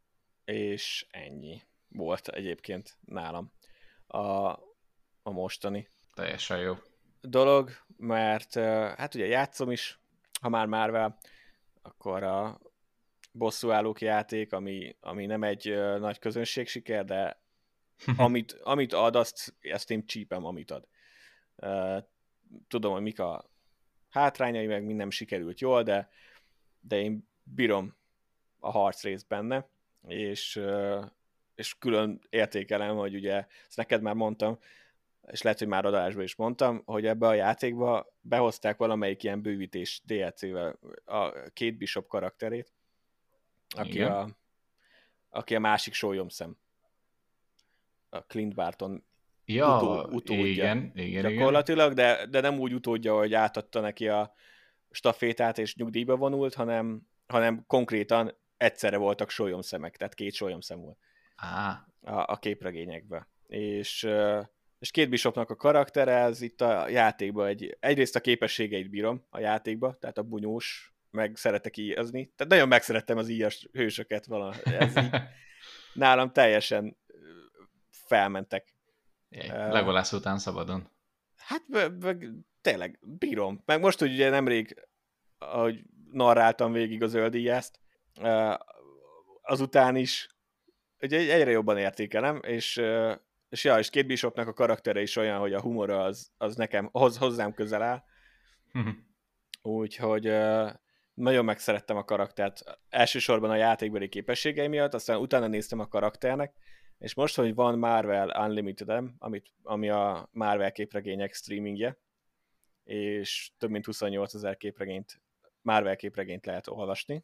Speaker 2: és ennyi volt egyébként nálam a, a mostani
Speaker 1: teljesen jó
Speaker 2: dolog, mert hát ugye játszom is, ha már Marvel, akkor a bosszúállók játék, ami, ami nem egy uh, nagy közönségsiker, de amit, amit ad, azt, azt én csípem, amit ad. Uh, tudom, hogy mik a hátrányai, meg minden sikerült jól, de, de én bírom a harc részt benne, és, uh, és külön értékelem, hogy ugye, ezt neked már mondtam, és lehet, hogy már adásban is mondtam, hogy ebbe a játékba behozták valamelyik ilyen bővítés dé el cé-vel a Kate Bishop karakterét, aki a, aki a másik sólyomszem. A Clint Barton
Speaker 1: ja,
Speaker 2: utó, utódja.
Speaker 1: Igen, igen,
Speaker 2: gyakorlatilag, igen. De, de nem úgy utódja, hogy átadta neki a stafétát és nyugdíjba vonult, hanem, hanem konkrétan egyszerre voltak sólyomszemek, tehát két sólyomszem volt
Speaker 1: ah.
Speaker 2: a, a képregényekben. És, és Kate Bishopnak a karaktere, ez itt a játékban egy, egyrészt a képességeit bírom a játékba, tehát a bunyós, meg szeretek íjazni. Tehát nagyon megszerettem az íjas hősöket valahogy. Ez így nálam teljesen felmentek.
Speaker 1: Legolász uh, után szabadon.
Speaker 2: Hát meg tényleg bírom. Meg most, hogy ugye nemrég, ahogy narráltam végig a zöldíjászt, uh, azután is ugye egyre jobban értékelem, és, uh, és ja, és Kate Bishopnak a karaktere is olyan, hogy a humora az, az nekem, hoz, hozzám közel áll. Úgyhogy uh, nagyon megszerettem a karaktert. Elsősorban a játékbeli képességei miatt, aztán utána néztem a karakternek, és most, hogy van Marvel Unlimited-em, amit, ami a Marvel képregények streamingje, és több mint huszonnyolcezer képregényt, Marvel képregényt lehet olvasni,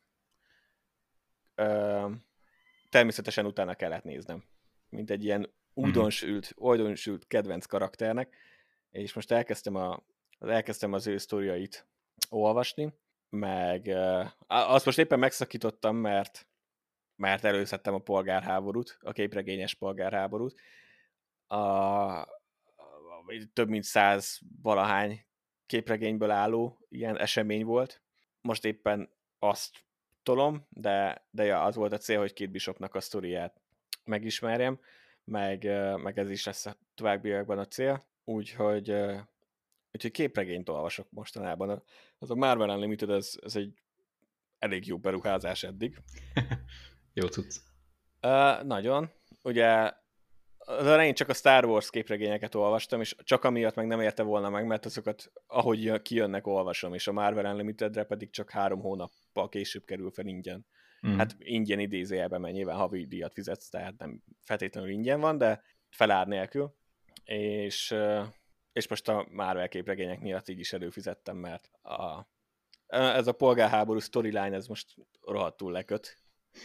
Speaker 2: uh, természetesen utána kellett néznem, mint egy ilyen újdonsült, újdonsült kedvenc karakternek, és most elkezdtem, a, elkezdtem az ő sztoriait olvasni, meg uh, azt most éppen megszakítottam, mert mert előszedtem a polgárháborút, a képregényes polgárháborút. A, a, több mint száz valahány képregényből álló ilyen esemény volt. Most éppen azt tolom, de, de ja, az volt a cél, hogy Kate Bishopnak a sztoriát megismerjem, meg, meg ez is lesz a továbbiakban a cél. Úgyhogy, úgyhogy képregényt olvasok mostanában. Az a Marvel Unlimited, ez, ez egy elég jó beruházás eddig.
Speaker 1: Jó tudsz.
Speaker 2: Uh, nagyon. Ugye az elején csak a Star Wars képregényeket olvastam, és csak amiatt meg nem érte volna meg, mert azokat, ahogy kijönnek, olvasom, és a Marvel Unlimitedre pedig csak három hónappal később kerül fel ingyen. Mm. Hát ingyen idézőjelben, mert nyilván havi díjat fizetsz, tehát nem feltétlenül ingyen van, de felár nélkül. És, és most a Marvel képregények miatt így is előfizettem, mert a, ez a polgárháború storyline, ez most rohadtul leköt.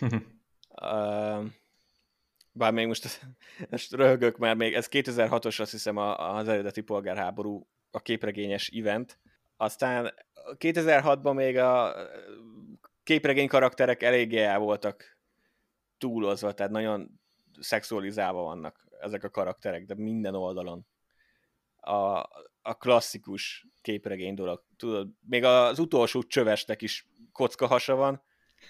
Speaker 2: Bár még most, most röhögök, mert még ez kétezer-hatos, azt hiszem az eredeti polgárháború, a képregényes event. Aztán kétezer-hatban még a képregény karakterek eléggé el voltak túlozva, tehát nagyon szexualizálva vannak ezek a karakterek, de minden oldalon. A, a klasszikus képregény dolog. Tudod, még az utolsó csövesnek is kockahasa van.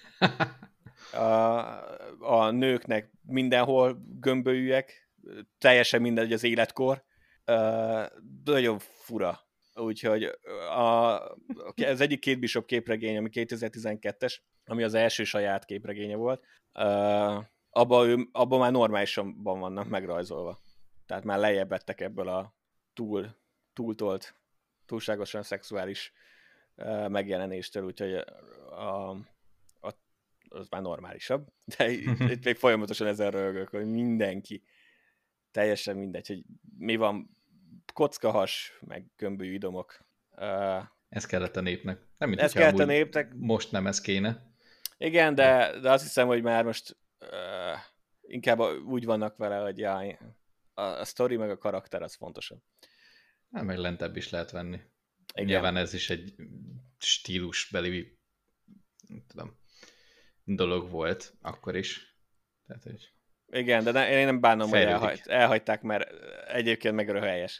Speaker 2: A, a nőknek mindenhol gömbölyűek, teljesen mindegy az életkor. Uh, nagyon fura. Úgyhogy a, az egyik Kate Bishop képregény, ami kétezer-tizenkettes, ami az első saját képregénye volt, uh, abban ő, abba már normálisan vannak megrajzolva. Tehát már lejjebb vettek ebből a túl, túltolt, túlságosan szexuális uh, megjelenéstől, úgyhogy a, a, az már normálisabb. De itt, itt még folyamatosan ezen röhögök, hogy mindenki, teljesen mindegy, hogy mi van, kockahas, meg gömbölyű idomok. Uh,
Speaker 1: ez kellett a népnek. Nem, mint
Speaker 2: ez kellett a népnek.
Speaker 1: Most nem ez kéne.
Speaker 2: Igen, de, de azt hiszem, hogy már most uh, inkább úgy vannak vele, hogy ja, a, a sztori meg a karakter az fontosabb.
Speaker 1: Hát meg lentebb is lehet venni.
Speaker 2: Igen.
Speaker 1: Nyilván ez is egy stílusbeli, nem tudom, dolog volt akkor is. Tehát, hogy
Speaker 2: igen, de ne, én nem bánom,
Speaker 1: fejlődik.
Speaker 2: hogy elhagy, elhagyták, mert egyébként meg röhelyes.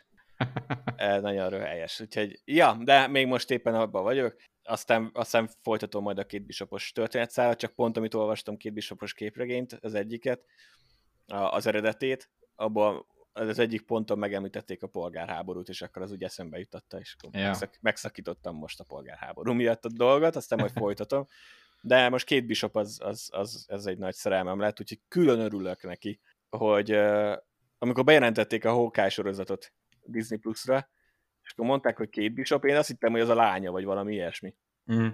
Speaker 2: Nagyon röhelyes. Úgyhogy, ja, de még most éppen abban vagyok. Aztán, aztán folytatom majd a Kate Bishopos történetszálat, csak pont amit olvastam Kate Bishopos képregényt, az egyiket, az eredetét, abban az egyik ponton megemlítették a polgárháborút, és akkor az úgy eszembe jutotta, és akkor ja. megszak, megszakítottam most a polgárháború miatt a dolgot, aztán majd folytatom. De most Kate Bishop az, az, az, ez egy nagy szerelmem lett, úgyhogy külön örülök neki, hogy uh, amikor bejelentették a Hawkeye sorozatot Disney Plus-ra, és akkor mondták, hogy Kate Bishop, én azt hittem, hogy az a lánya, vagy valami ilyesmi.
Speaker 1: Mm.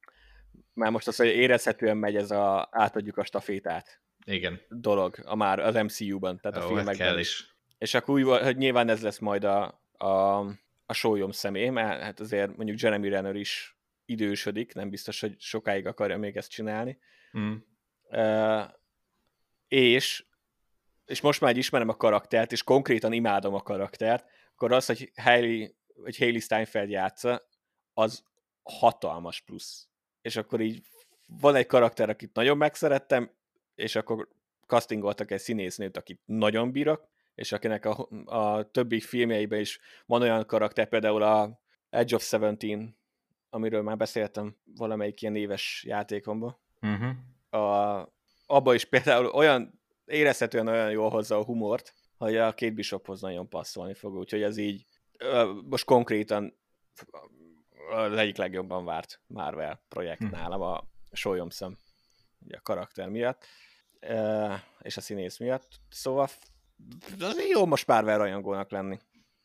Speaker 2: Már most az, hogy érezhetően megy ez a átadjuk a stafétát
Speaker 1: igen.
Speaker 2: dolog a már az em cé u-ban, tehát
Speaker 1: Ó,
Speaker 2: a filmekben
Speaker 1: kell
Speaker 2: is.
Speaker 1: is.
Speaker 2: És akkor úgy, hogy nyilván ez lesz majd a, a, a sólyom személy, mert hát azért mondjuk Jeremy Renner is idősödik, nem biztos, hogy sokáig akarja még ezt csinálni.
Speaker 1: Mm.
Speaker 2: Uh, és, és most már ismerem a karaktert, és konkrétan imádom a karaktert, akkor az, hogy Hailey, hogy Hailey Steinfeld játsza, az hatalmas plusz. És akkor így van egy karakter, akit nagyon megszerettem, és akkor castingoltak egy színésznőt, akit nagyon bírok, és akinek a, a többi filmjeiben is van olyan karakter, például a Edge of Seventeen, amiről már beszéltem valamelyik ilyen éves játékomban.
Speaker 1: Uh-huh.
Speaker 2: A, abba is például olyan érezhetően olyan jól hozza a humort, hogy a Kate Bishophoz nagyon passzolni fog, úgyhogy ez így most konkrétan az egyik legjobban várt Marvel projekt hmm. nálam a sólyomszem, ugye a karakter miatt, és a színész miatt. Szóval azért jó most Marvel rajongónak lenni.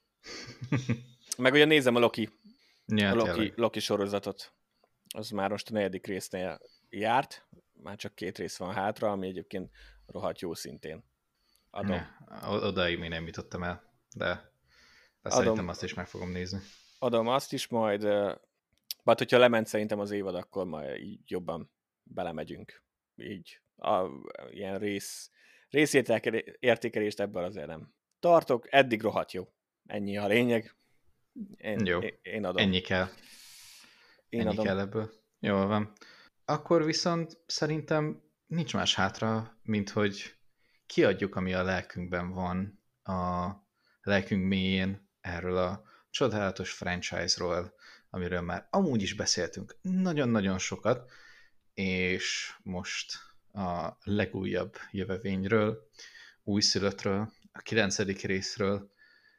Speaker 2: Meg ugye nézem a Loki,
Speaker 1: ja,
Speaker 2: a Loki, Loki sorozatot. Az már most a negyedik résznél járt, már csak két rész van hátra, ami egyébként rohadt jó szintén. Adom.
Speaker 1: Ne, odaig még nem jutottam el, de, de szerintem azt is meg fogom nézni.
Speaker 2: Adom azt is, majd, hát hogyha lement szerintem az évad, akkor majd így jobban belemegyünk. Így a ilyen rész, részértékelést ebből azért nem tartok. Eddig rohadt jó. Ennyi a lényeg. Én,
Speaker 1: jó,
Speaker 2: én, én adom.
Speaker 1: Ennyi kell.
Speaker 2: Én
Speaker 1: Ennyi
Speaker 2: adom.
Speaker 1: kell ebből. Jól van. Akkor viszont szerintem nincs más hátra, mint hogy kiadjuk, ami a lelkünkben van, a lelkünk mélyén erről a csodálatos franchise-ról, amiről már amúgy is beszéltünk nagyon-nagyon sokat, és most a legújabb jövevényről, újszülöttről, a kilencedik részről,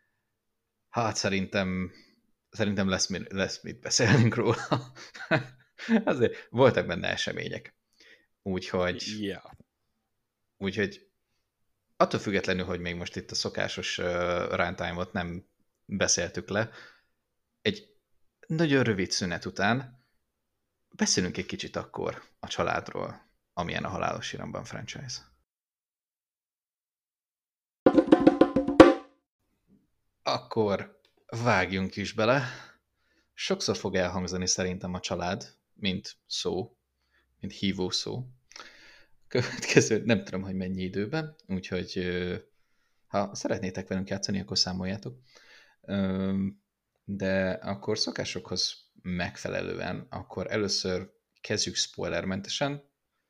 Speaker 1: hát szerintem, szerintem lesz, lesz mit beszélnünk róla. Azért voltak benne események. Úgyhogy,
Speaker 2: yeah.
Speaker 1: úgyhogy attól függetlenül, hogy még most itt a szokásos uh, runtime-ot nem beszéltük le, egy nagyon rövid szünet után beszélünk egy kicsit akkor a családról, amilyen a Halálos Iramban franchise. Akkor vágjunk is bele. Sokszor fog elhangzani szerintem a család, mint szó, mint hívó szó. Következő, nem tudom, hogy mennyi időben, úgyhogy ha szeretnétek velünk játszani, akkor számoljátok. De akkor szokásokhoz megfelelően, akkor először kezdjük spoilermentesen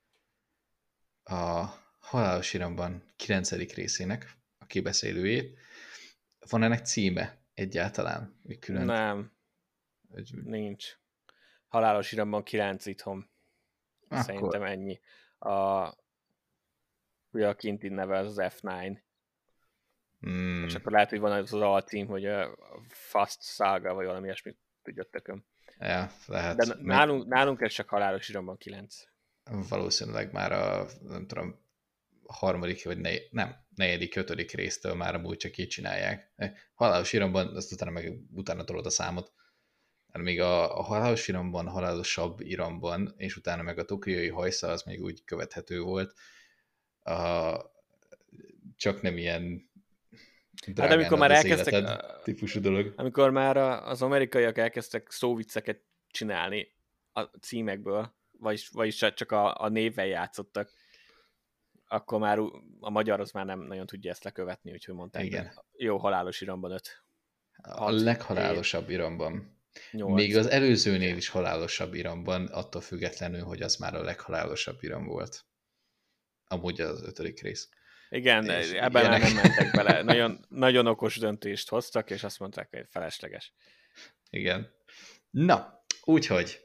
Speaker 1: a Halálos Iramban kilencedik részének a kibeszélőjét. Van ennek címe egyáltalán? Külön?
Speaker 2: Nem, hogy... nincs. Halálos Iramban kilenc itthon. Akkor... Szerintem ennyi. A, ugye a kinti neve az az ef kilenc. Hmm. És akkor lehet, hogy van az az alcím, hogy a Fast Saga, vagy valami ilyesmit tudja tököm.
Speaker 1: Ja, lehet.
Speaker 2: De nálunk, nálunk ez csak Halálos Iramban kilenc.
Speaker 1: Valószínűleg már a, nem tudom, a harmadik, vagy ne, nem, negyedik, ötödik résztől már amúgy csak így csinálják. Halálos Iramban, azt utána meg utána tolod a számot. Még a, a Halálos Iramban, Halálosabb Iramban, és utána meg a Tokiói Hajsza, az még úgy követhető volt. A, csak nem ilyen
Speaker 2: hát amikor már elkezdtek,
Speaker 1: életed, típusú dolog.
Speaker 2: Amikor már az amerikaiak elkezdtek szóvicceket csinálni a címekből, vagyis, vagyis csak a, a névvel játszottak, akkor már a magyar az már nem nagyon tudja ezt lekövetni, úgyhogy mondták, igen. Jó, Halálos Iramban öt.
Speaker 1: A leghalálosabb Iramban. nyolc. Még az előzőnél is halálosabb Iramban, attól függetlenül, hogy az már a leghalálosabb Iram volt. Amúgy az ötödik rész.
Speaker 2: Igen, és ebben ilyenek... nem mentek bele. Nagyon, nagyon okos döntést hoztak, és azt mondták, hogy felesleges.
Speaker 1: Igen. Na, úgyhogy.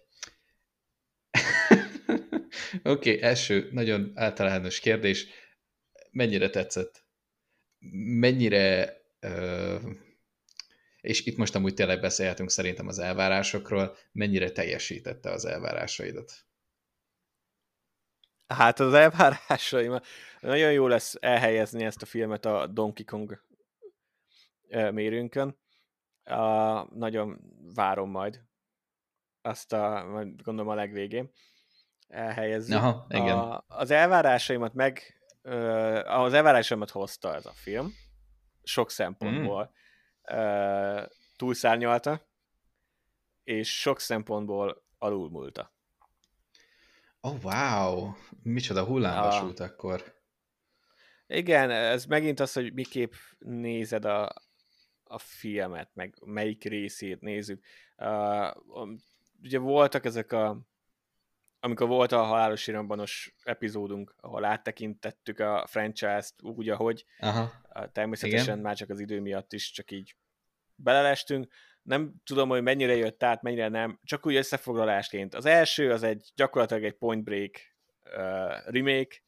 Speaker 1: Oké, okay, első nagyon általános kérdés. Mennyire tetszett? Mennyire... Uh, és itt most amúgy tényleg beszélhetünk szerintem az elvárásokról. Mennyire teljesítette az elvárásaidat?
Speaker 2: Hát az elvárásaim, nagyon jó lesz elhelyezni ezt a filmet a Donkey Kong mérőnkön. Uh, nagyon várom majd. Azt a, majd gondolom a legvégén elhelyezni.
Speaker 1: Aha, igen.
Speaker 2: A, az elvárásaimat meg uh, az elvárásaimat hozta ez a film. Sok szempontból mm. uh, túlszárnyalta, és sok szempontból alulmúlta.
Speaker 1: Oh, wow! Micsoda hullámvasút akkor.
Speaker 2: Igen, ez megint az, hogy miképp nézed a, a filmet, meg melyik részét nézzük. Uh, ugye voltak ezek a... Amikor volt a Halálos Irambanos epizódunk, ahol áttekintettük a franchise-t úgy, ahogy
Speaker 1: aha.
Speaker 2: Természetesen igen. Már csak az idő miatt is csak így belelestünk. Nem tudom, hogy mennyire jött át, mennyire nem. Csak úgy összefoglalásként. Az első az egy gyakorlatilag egy Point Break uh, remake.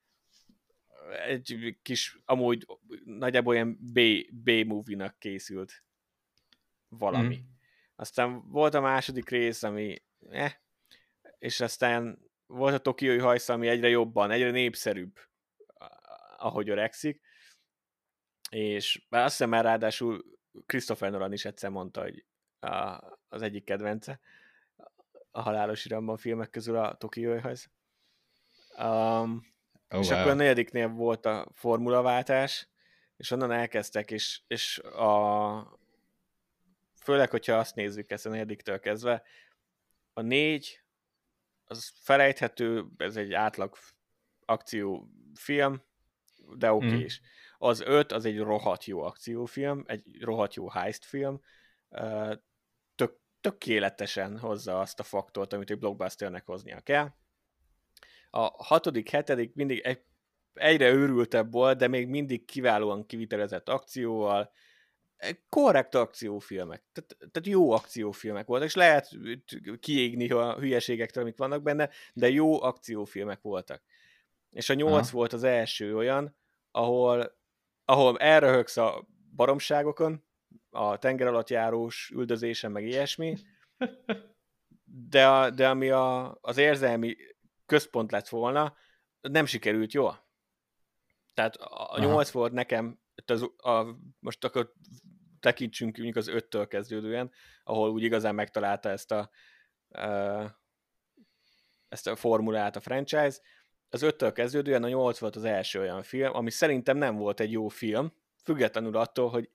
Speaker 2: Egy kis, amúgy nagyjából ilyen B, B-movie-nak készült valami. Mm. Aztán volt a második rész, ami eh, és aztán volt a Tokiói Hajsza, ami egyre jobban, egyre népszerűbb, ahogy öregszik. És azt hiszem már ráadásul Christopher Nolan is egyszer mondta, hogy a, az egyik kedvence a Halálos Iramban filmek közül a Tokiói Hajsza. Um, oh, és wow. Akkor a negyediknél volt a formulaváltás, és onnan elkezdtek, és, és a, főleg, hogyha azt nézzük ezt a negyediktől kezdve, a négy az felejthető, ez egy átlag akciófilm, de oké okay is. Mm. Az öt, az egy rohadt jó akciófilm, egy rohadt jó heist film, tök, tökéletesen hozza azt a faktort, amit egy blockbusternek hoznia kell. A hatodik, hetedik mindig egy, egyre őrültebb volt, de még mindig kiválóan kivitelezett akcióval, korrekt akciófilmek, tehát, tehát jó akciófilmek voltak, és lehet kiégni a hülyeségektől, amik vannak benne, de jó akciófilmek voltak. És a nyolc aha. volt az első olyan, ahol, ahol elröhögsz a baromságokon, a tengeralattjárós üldözésen, meg ilyesmi, de, a, de ami a, az érzelmi központ lett volna, nem sikerült jól. Tehát a nyolc volt nekem, az, a, most akkor tekintsünk mondjuk az öttől kezdődően, ahol úgy igazán megtalálta ezt a, uh, ezt a formulát a franchise. Az öttől kezdődően a nyolc volt az első olyan film, ami szerintem nem volt egy jó film, függetlenül attól, hogy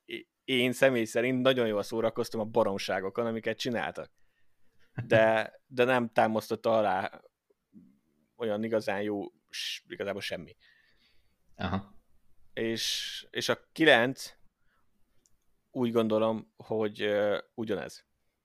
Speaker 2: én személy szerint nagyon jól szórakoztam a baromságokon, amiket csináltak. De, de nem támasztotta alá olyan igazán jó, igazából semmi.
Speaker 1: Aha.
Speaker 2: És, és a kilenc úgy gondolom, hogy uh, ugyanez.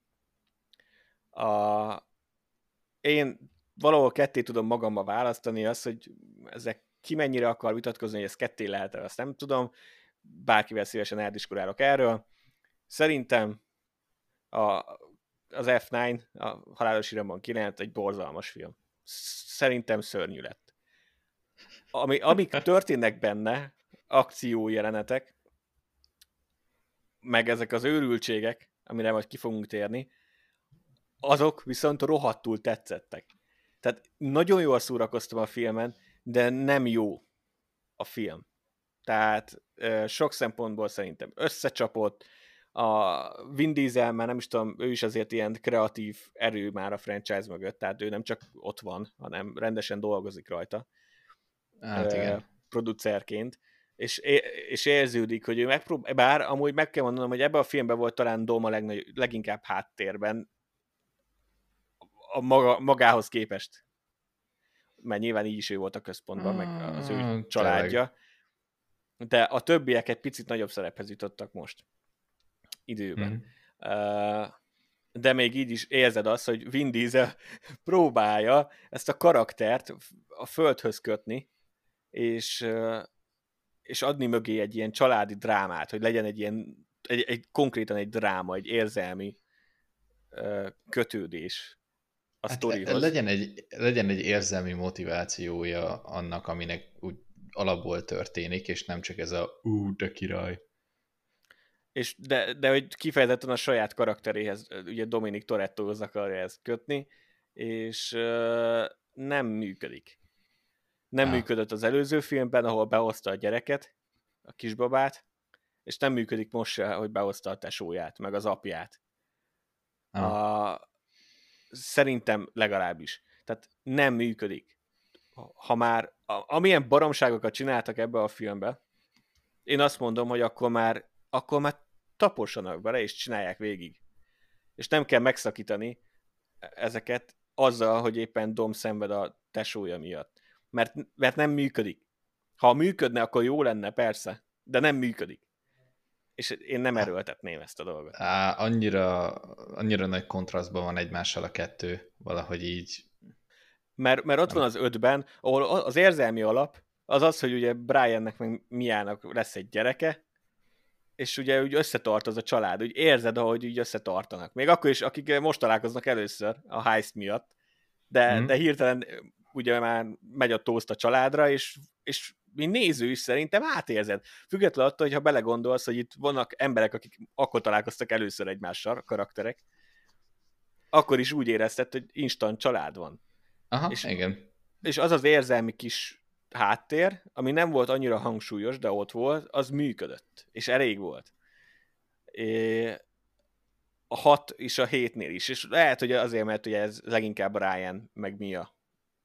Speaker 2: A, én valahol ketté tudom magamba választani azt, hogy ezek ki mennyire akar vitatkozni, hogy ez ketté lehet-e, azt nem tudom. Bárkivel szívesen eldiskurálok erről. Szerintem a, az ef kilenc, a Halálos Iramban kilenc egy borzalmas film. Szerintem szörnyű lett. Ami, amik történnek benne, akciójelenetek, meg ezek az őrültségek, amire majd ki fogunk térni, azok viszont rohadtul tetszettek. Tehát nagyon jól szórakoztam a filmen, de nem jó a film. Tehát sok szempontból szerintem összecsapott, a Vin Diesel már nem is tudom, ő is azért ilyen kreatív erő már a franchise mögött, tehát ő nem csak ott van, hanem rendesen dolgozik rajta.
Speaker 1: Hát igen.
Speaker 2: Producerként, és, és érződik, hogy ő megpróbál, bár amúgy meg kell mondanom, hogy ebben a filmben volt talán Dom a legnagy, leginkább háttérben a maga, magához képest. Mert nyilván így is ő volt a központban, meg az ő családja. De a többiek egy picit nagyobb szerephez jutottak most időben. Mm. De még így is érzed azt, hogy Vin Diesel próbálja ezt a karaktert a földhöz kötni, és, és adni mögé egy ilyen családi drámát, hogy legyen egy ilyen, egy, egy konkrétan egy dráma, egy érzelmi kötődés a hát sztorihoz.
Speaker 1: Legyen egy, legyen egy érzelmi motivációja annak, aminek úgy alapból történik, és nem csak ez a ú, de király.
Speaker 2: És de, de hogy kifejezetten a saját karakteréhez, ugye Dominic Torettohoz akarja ezt kötni, és uh, nem működik. Nem ah. működött az előző filmben, ahol behozta a gyereket, a kisbabát, és nem működik most se, hogy behozta a tesóját, meg az apját. Ah. A, szerintem legalábbis. Tehát nem működik. Ha már, a, amilyen baromságokat csináltak ebbe a filmbe, én azt mondom, hogy akkor már, akkor már tapossanak bele, és csinálják végig. És nem kell megszakítani ezeket azzal, hogy éppen Dom szenved a tesója miatt. Mert, mert nem működik. Ha működne, akkor jó lenne, persze, de nem működik. És én nem erőltetném ezt a dolgot.
Speaker 1: Á, annyira, annyira nagy kontrasztban van egymással a kettő, valahogy így.
Speaker 2: Mert, mert ott van az ötben, ahol az érzelmi alap az az, hogy ugye Briannek meg Miának lesz egy gyereke, és ugye úgy összetart az a család, úgy érzed, ahogy úgy összetartanak. Még akkor is, akik most találkoznak először a heist miatt, de, mm. de hirtelen ugye már megy a tószt a családra, és, és mint néző is szerintem átérzed. Függetlenül attól, hogy ha belegondolsz, hogy itt vannak emberek, akik akkor találkoztak először egymással, a karakterek, akkor is úgy érezted, hogy instant család van.
Speaker 1: Aha,
Speaker 2: és,
Speaker 1: igen.
Speaker 2: És az az érzelmi kis háttér, ami nem volt annyira hangsúlyos, de ott volt, az működött, és elég volt. É, a hat és a hétnél is, és lehet, hogy azért, mert ugye ez leginkább Ryan meg Mia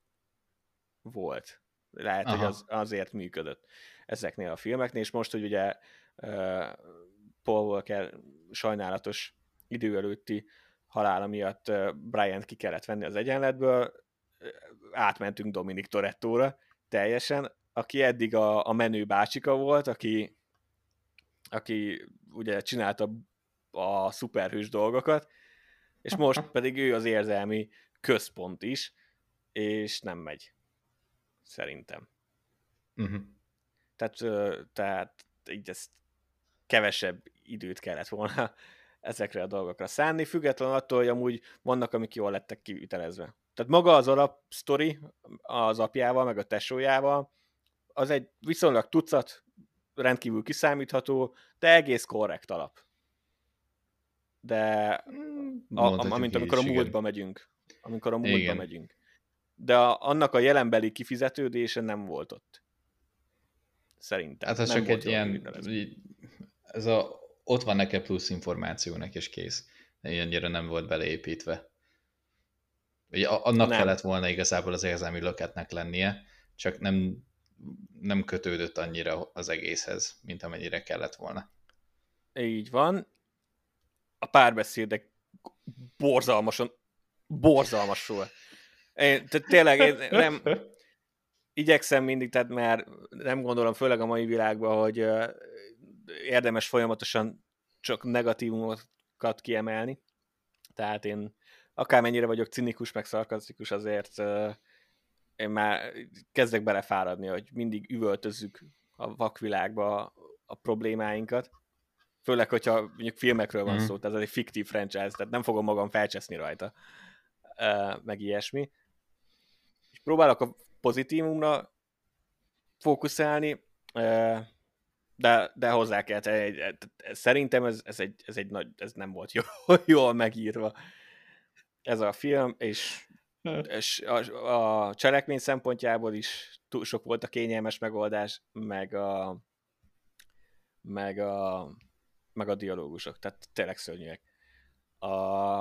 Speaker 2: volt. Lehet, Aha. hogy az, azért működött ezeknél a filmeknél, és most, hogy ugye uh, Paul Walker sajnálatos idő előtti halála miatt uh, Brian-t ki kellett venni az egyenletből, átmentünk Dominic Torettóra teljesen, aki eddig a, a menő bácsika volt, aki, aki ugye csinálta a szuperhős dolgokat, és most pedig ő az érzelmi központ is, és nem megy. Szerintem.
Speaker 1: Uh-huh.
Speaker 2: Tehát, tehát így ezt kevesebb időt kellett volna ezekre a dolgokra szánni, függetlenül attól, hogy amúgy vannak, amik jól lettek kivitelezve. Tehát maga az alapsztori az apjával, meg a tesójával, az egy viszonylag tucat, rendkívül kiszámítható, de egész korrekt alap. De a, a, amint amikor a múltba megyünk. Amikor a múltba igen. megyünk. De a, annak a jelenbeli kifizetődése nem volt ott. Szerintem.
Speaker 1: Hát ez
Speaker 2: nem
Speaker 1: csak egy ilyen, ez a, ott van nekem plusz információnak, és kész. Ilyennyire nem volt beleépítve. Ugye annak nem. kellett volna igazából az érzelmi löketnek lennie, csak nem, nem kötődött annyira az egészhez, mint amennyire kellett volna.
Speaker 2: így van. A párbeszédek borzalmasan, borzalmasul. Én, tehát tényleg én nem igyekszem mindig, tehát már nem gondolom, főleg a mai világban, hogy érdemes folyamatosan csak negatívumokat kiemelni. Tehát én akármennyire vagyok cinikus, meg szarkasztikus, azért én már kezdek belefáradni, hogy mindig üvöltözzük a vakvilágba a problémáinkat. Főleg, hogyha mondjuk filmekről van mm. szó, tehát ez egy fiktív franchise, tehát nem fogom magam felcseszni rajta, meg ilyesmi. És próbálok a pozitívumra fókuszálni, de, de hozzá kell tenni. Szerintem ez, ez, egy, ez, egy nagy, ez nem volt jól, jól megírva ez a film, és, és a, a cselekmény szempontjából is túl sok volt a kényelmes megoldás, meg a meg a, meg a dialógusok, tehát tényleg szörnyűek. A...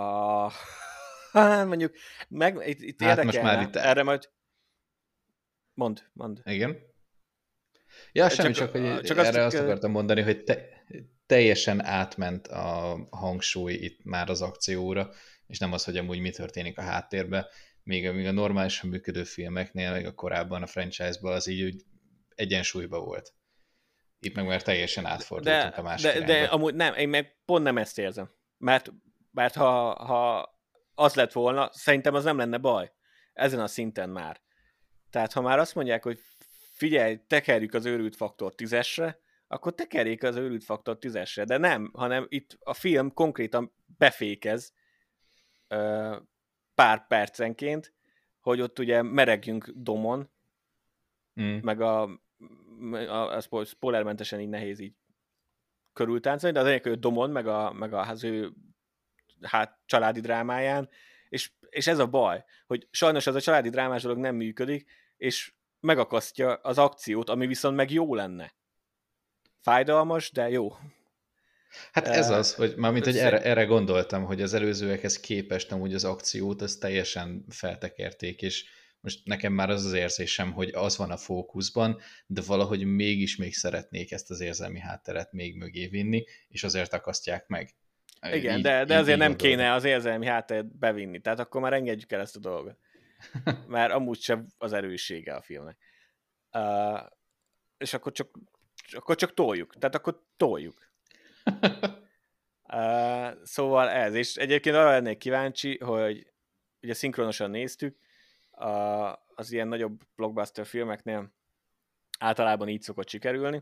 Speaker 2: Hát mondjuk, meg, itt, itt hát érdekelne, itt... erre majd mondd, mondd.
Speaker 1: Igen. Ja, semmi, csak, csak, hogy csak erre azt, azt akartam mondani, hogy te, teljesen átment a hangsúly itt már az akcióra, és nem az, hogy amúgy mi történik a háttérben, még, még a normálisan működő filmeknél, még a korábban a franchise-ban az így úgy egyensúlyban volt. Itt meg már teljesen átfordultunk de, a másik
Speaker 2: de, de amúgy nem, én meg pont nem ezt érzem. Mert, mert ha, ha az lett volna, szerintem az nem lenne baj. Ezen a szinten már. Tehát ha már azt mondják, hogy figyelj, tekerjük az őrült faktor tízesre, akkor tekerjék az őrült faktor tízesre. De nem, hanem itt a film konkrétan befékez ö, pár percenként, hogy ott ugye meregjünk domon, mm. meg a, a, a spoilermentesen így nehéz így körültáncolni, de az egyik, hogy domon, meg, a, meg a, az ő hát, családi drámáján, és, és ez a baj, hogy sajnos ez a családi drámás dolog nem működik, és megakasztja az akciót, ami viszont meg jó lenne. Fájdalmas, de jó.
Speaker 1: Hát ez az, hogy mármint, hogy erre, erre gondoltam, hogy az előzőekhez képest amúgy az akciót, az teljesen feltekerték, és most nekem már az az érzésem, hogy az van a fókuszban, de valahogy mégis még szeretnék ezt az érzelmi hátteret még mögé vinni, és azért akasztják meg.
Speaker 2: Igen, így, de, de így, azért így nem gondolom. Kéne az érzelmi hátteret bevinni, tehát akkor már engedjük el ezt a dolgot. Mert amúgy sem az erőssége a filmnek. Uh, és akkor csak, akkor csak toljuk. Tehát akkor toljuk. Uh, szóval ez. És egyébként arra lennék kíváncsi, hogy ugye szinkronosan néztük, uh, az ilyen nagyobb blockbuster filmeknél általában így szokott sikerülni.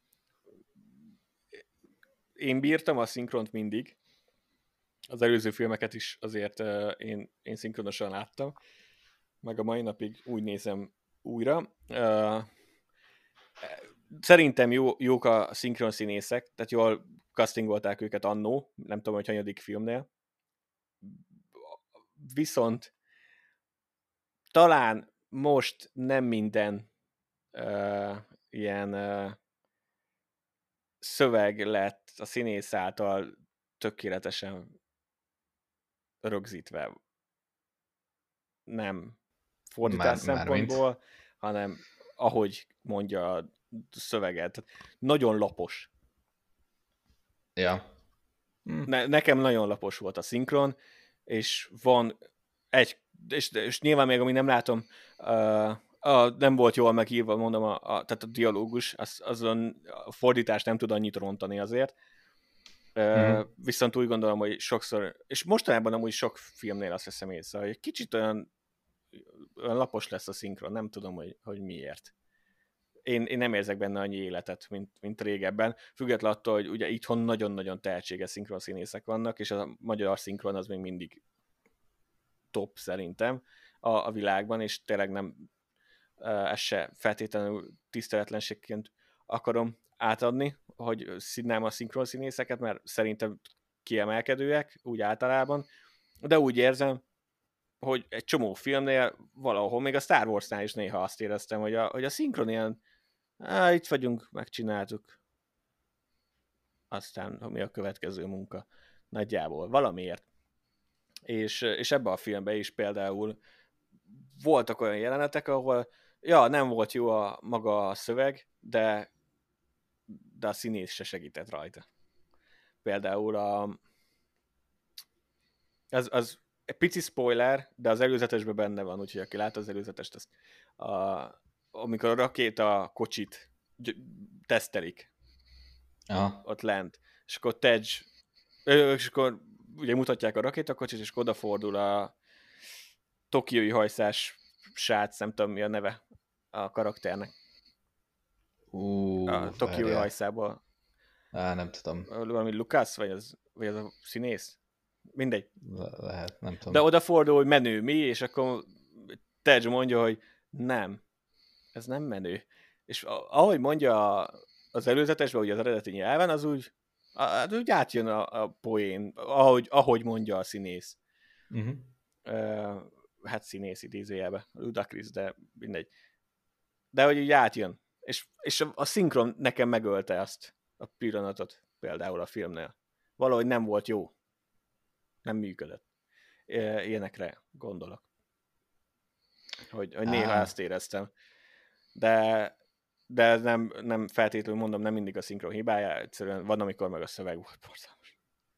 Speaker 2: Én bírtam a szinkront mindig. Az előző filmeket is azért uh, én, én szinkronosan láttam. Meg a mai napig úgy nézem újra. Uh, szerintem jó, jók a szinkron színészek, tehát jól castingolták őket annó, nem tudom, hogy hanyadik filmnél. Viszont talán most nem minden uh, ilyen uh, szöveg lett a színész által tökéletesen rögzítve. Nem fordítás már, szempontból, már hanem ahogy mondja a szöveget. Nagyon lapos.
Speaker 1: Ja.
Speaker 2: Hm. Ne, nekem nagyon lapos volt a szinkron, és van egy, és, és nyilván még, ami nem látom, uh, a, nem volt jól megírva, mondom, a, a, tehát a dialógus, az, azon a fordítás nem tud annyit rontani azért. Uh, mm. Viszont úgy gondolom, hogy sokszor, és mostanában amúgy sok filmnél azt veszem észre, hogy kicsit olyan olyan lapos lesz a szinkron, nem tudom, hogy, hogy miért. Én, én nem érzek benne annyi életet, mint, mint régebben, függetlenül attól, hogy ugye itthon nagyon-nagyon tehetséges szinkronszínészek vannak, és a magyar szinkron az még mindig top szerintem a, a világban, és tényleg nem ez se feltétlenül tiszteletlenségként akarom átadni, hogy szidnám a szinkronszínészeket, mert szerintem kiemelkedőek, úgy általában, de úgy érzem, hogy egy csomó filmnél valahol, még a Star Warsnál is néha azt éreztem, hogy a, hogy a szinkron ilyen, á, itt vagyunk, megcsináltuk. Aztán mi a következő munka? Nagyjából, valamiért. És, és ebben a filmben is például voltak olyan jelenetek, ahol ja, nem volt jó a maga a szöveg, de, de a színész se segített rajta. például a... Az, az egy pici spoiler, de az előzetesben benne van, úgyhogy aki látta az előzetest, azt, a, amikor a rakéta kocsit gy- tesztelik
Speaker 1: Aha.
Speaker 2: ott lent, és akkor Tej, és akkor ugye mutatják a rakétakocsit, és akkor odafordul a tokiói hajszás srác, nem tudom mi a neve a karakternek.
Speaker 1: Ú,
Speaker 2: A tokiói
Speaker 1: várjál.
Speaker 2: hajszából.
Speaker 1: Á, nem tudom.
Speaker 2: Valami Lucas, vagy az, vagy az a színész? Mindegy.
Speaker 1: Le- lehet, nem tudom.
Speaker 2: De odafordul, hogy menő mi, és akkor Tej mondja, hogy nem, ez nem menő. És ahogy mondja az előzetesben, ugye az eredeti nyelven, az úgy, az úgy átjön a, a poén, ahogy, ahogy mondja a színész.
Speaker 1: Uh-huh.
Speaker 2: Uh, hát színész idézőjelben, Ludacris, de mindegy. De hogy így átjön. És, és a, a szinkron nekem megölte azt a pillanatot, például a filmnél. Valahogy nem volt jó. Nem működött. Ilyenekre gondolok. Hogy, hogy néha
Speaker 1: Á.
Speaker 2: ezt éreztem. De, de ez nem, nem feltétlenül mondom, nem mindig a szinkron hibája, egyszerűen van, amikor meg a szöveg volt borzalmas.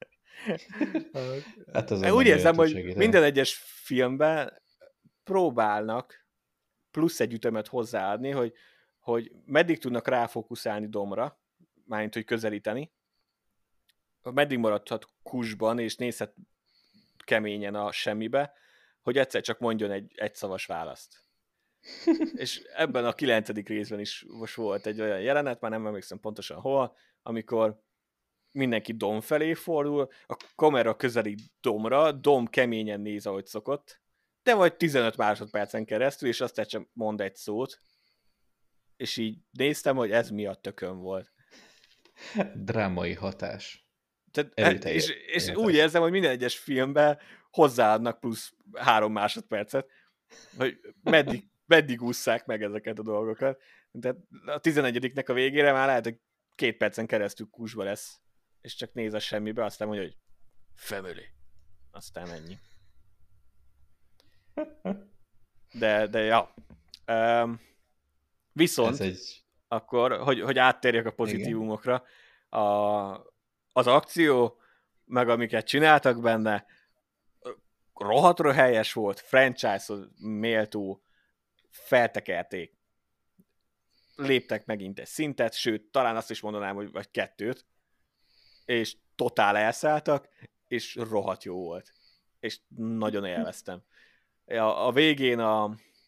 Speaker 1: Hát az
Speaker 2: Úgy érzem, hogy minden egyes filmben próbálnak plusz egy ütemet hozzáadni, hogy, hogy meddig tudnak ráfókuszálni Domra, mármint, hogy közelíteni, meddig maradhat kusban, és nézhet keményen a semmibe, hogy egyszer csak mondjon egy egyszavas választ. És ebben a kilencedik részben is most volt egy olyan jelenet, már nem emlékszem pontosan hol, amikor mindenki Dom felé fordul, a kamera közelít Domra, Dom keményen néz, ahogy szokott, de vagy tizenöt másodpercen keresztül, és aztán csak mond egy szót, és így néztem, hogy ez mi a tökön volt.
Speaker 1: Drámai hatás.
Speaker 2: Tehát, és, és úgy érzem, hogy minden egyes filmben hozzáadnak plusz három másodpercet, hogy meddig, meddig ússzák meg ezeket a dolgokat. Tehát a tizenegyediknek a végére már lehet, hogy két percen keresztül kusba lesz, és csak néz a semmibe, aztán mondja, hogy family. Aztán ennyi. De, de ja. Um, viszont egy... akkor, hogy, hogy áttérjek a pozitívumokra, a, az akció, meg amiket csináltak benne, rohadtra helyes volt, franchise-hoz méltó, feltekerték. Léptek megint egy szintet, sőt, talán azt is mondanám, hogy vagy kettőt, és totál elszálltak, és rohadt jó volt. És nagyon élveztem. A, a végén a,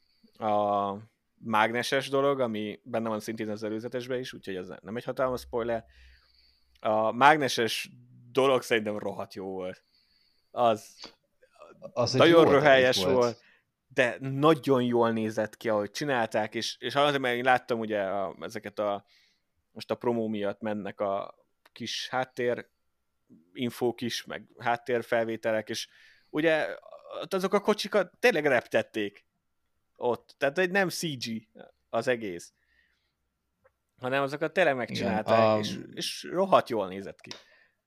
Speaker 2: a mágneses dolog, ami benne van szintén az előzetesben is, úgyhogy ez nem egy hatalmas spoiler. A mágneses dolog szerintem rohadt jó volt. Az, az nagyon röhelyes volt. volt, de nagyon jól nézett ki, ahogy csinálták, és, és azért, mert én láttam ugye a, ezeket a most a promó miatt mennek a kis háttér infók is, meg háttérfelvételek, és ugye azok a kocsikat tényleg reptették ott, tehát egy nem cé gé az egész, hanem azokat tényleg megcsinálták, igen, a... és, és rohadt jól nézett ki.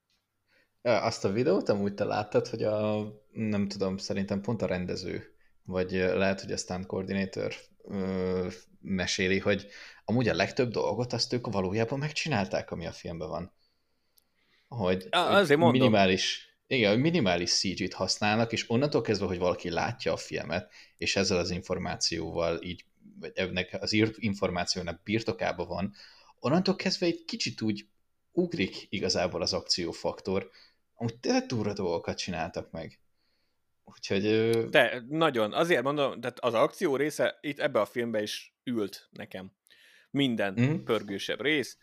Speaker 1: Azt a videót amúgy te láttad, hogy a, nem tudom, szerintem pont a rendező, vagy lehet, hogy a stunt coordinator ö, meséli, hogy amúgy a legtöbb dolgot azt ők valójában megcsinálták, ami a filmben van. Hogy,
Speaker 2: a, hogy
Speaker 1: minimális, igen, hogy minimális cé gét használnak, és onnantól kezdve, hogy valaki látja a filmet, és ezzel az információval így, vagy ennek az információnak birtokában van, onnantól kezdve egy kicsit úgy ugrik igazából az akciófaktor, amúgy tényleg túra dolgokat csináltak meg. Úgyhogy...
Speaker 2: De nagyon, azért mondom, de az akció része itt ebbe a filmbe is ült nekem. Minden mm. pörgősebb rész.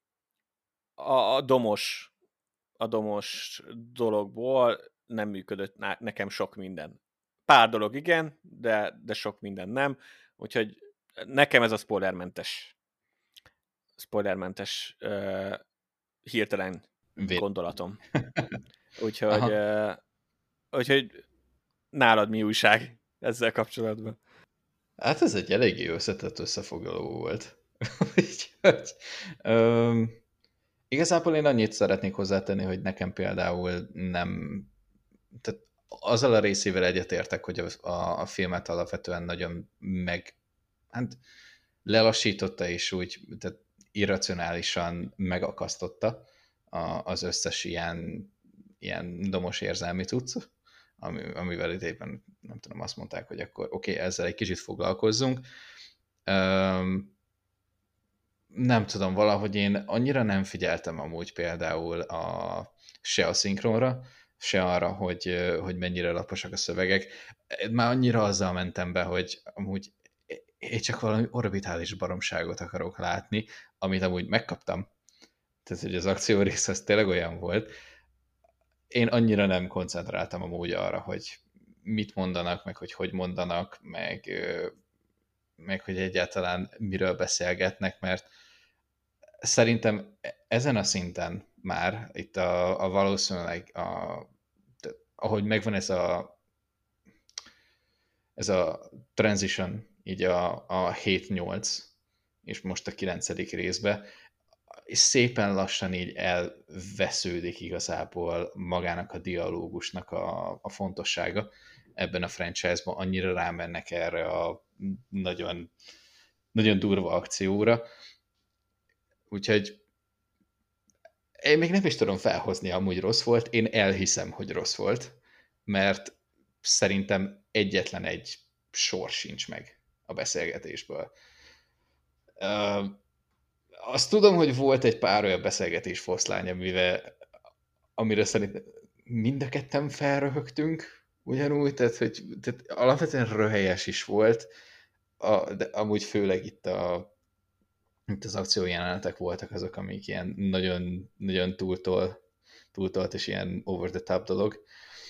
Speaker 2: A, a domos a domos dologból nem működött nekem sok minden. Pár dolog igen, de, de sok minden nem. Úgyhogy nekem ez a spoilermentes spoilermentes uh, hirtelen Vét. gondolatom. Úgyhogy, uh, úgyhogy nálad mi újság ezzel kapcsolatban?
Speaker 1: Hát ez egy eléggé összetett összefoglaló volt. Úgyhogy, um, igazából én annyit szeretnék hozzátenni, hogy nekem például nem... Tehát azzal a részével egyetértek, hogy a, a, a filmet alapvetően nagyon meg... Hát lelassította és úgy tehát irracionálisan megakasztotta, a, az összes ilyen, ilyen domos érzelmi cucc, ami, amivel itt éppen, nem tudom, azt mondták, hogy akkor oké, okay, ezzel egy kicsit foglalkozzunk. Um, nem tudom, valahogy én annyira nem figyeltem amúgy például a, se a szinkronra, se arra, hogy, hogy mennyire laposak a szövegek. Már annyira azzal mentem be, hogy amúgy én csak valami orbitális baromságot akarok látni, amit amúgy megkaptam. Tehát, hogy az akció rész az tényleg olyan volt. Én annyira nem koncentráltam amúgy arra, hogy mit mondanak, meg hogy hogy mondanak, meg, meg hogy egyáltalán miről beszélgetnek, mert szerintem ezen a szinten már itt a, a valószínűleg a, ahogy megvan ez a ez a transition így a, a hét nyolc és most a kilencedik részbe, és szépen lassan így elvesződik igazából magának a dialógusnak a, a fontossága ebben a franchise-ban, annyira rámennek erre a nagyon, nagyon durva akcióra. Úgyhogy én még nem is tudom felhozni, amúgy rossz volt, én elhiszem, hogy rossz volt, mert szerintem egyetlen egy sor sincs meg a beszélgetésből. Uh, azt tudom, hogy volt egy pár olyan beszélgetés foszlány, amivel, amire szerintem mind a ketten felröhögtünk, ugyanúgy, tehát, hogy tehát alapvetően röhelyes is volt, a, de amúgy főleg itt, a, itt az akciójelenetek voltak azok, amik ilyen nagyon, nagyon túltol, túltolt és ilyen over the top dolog.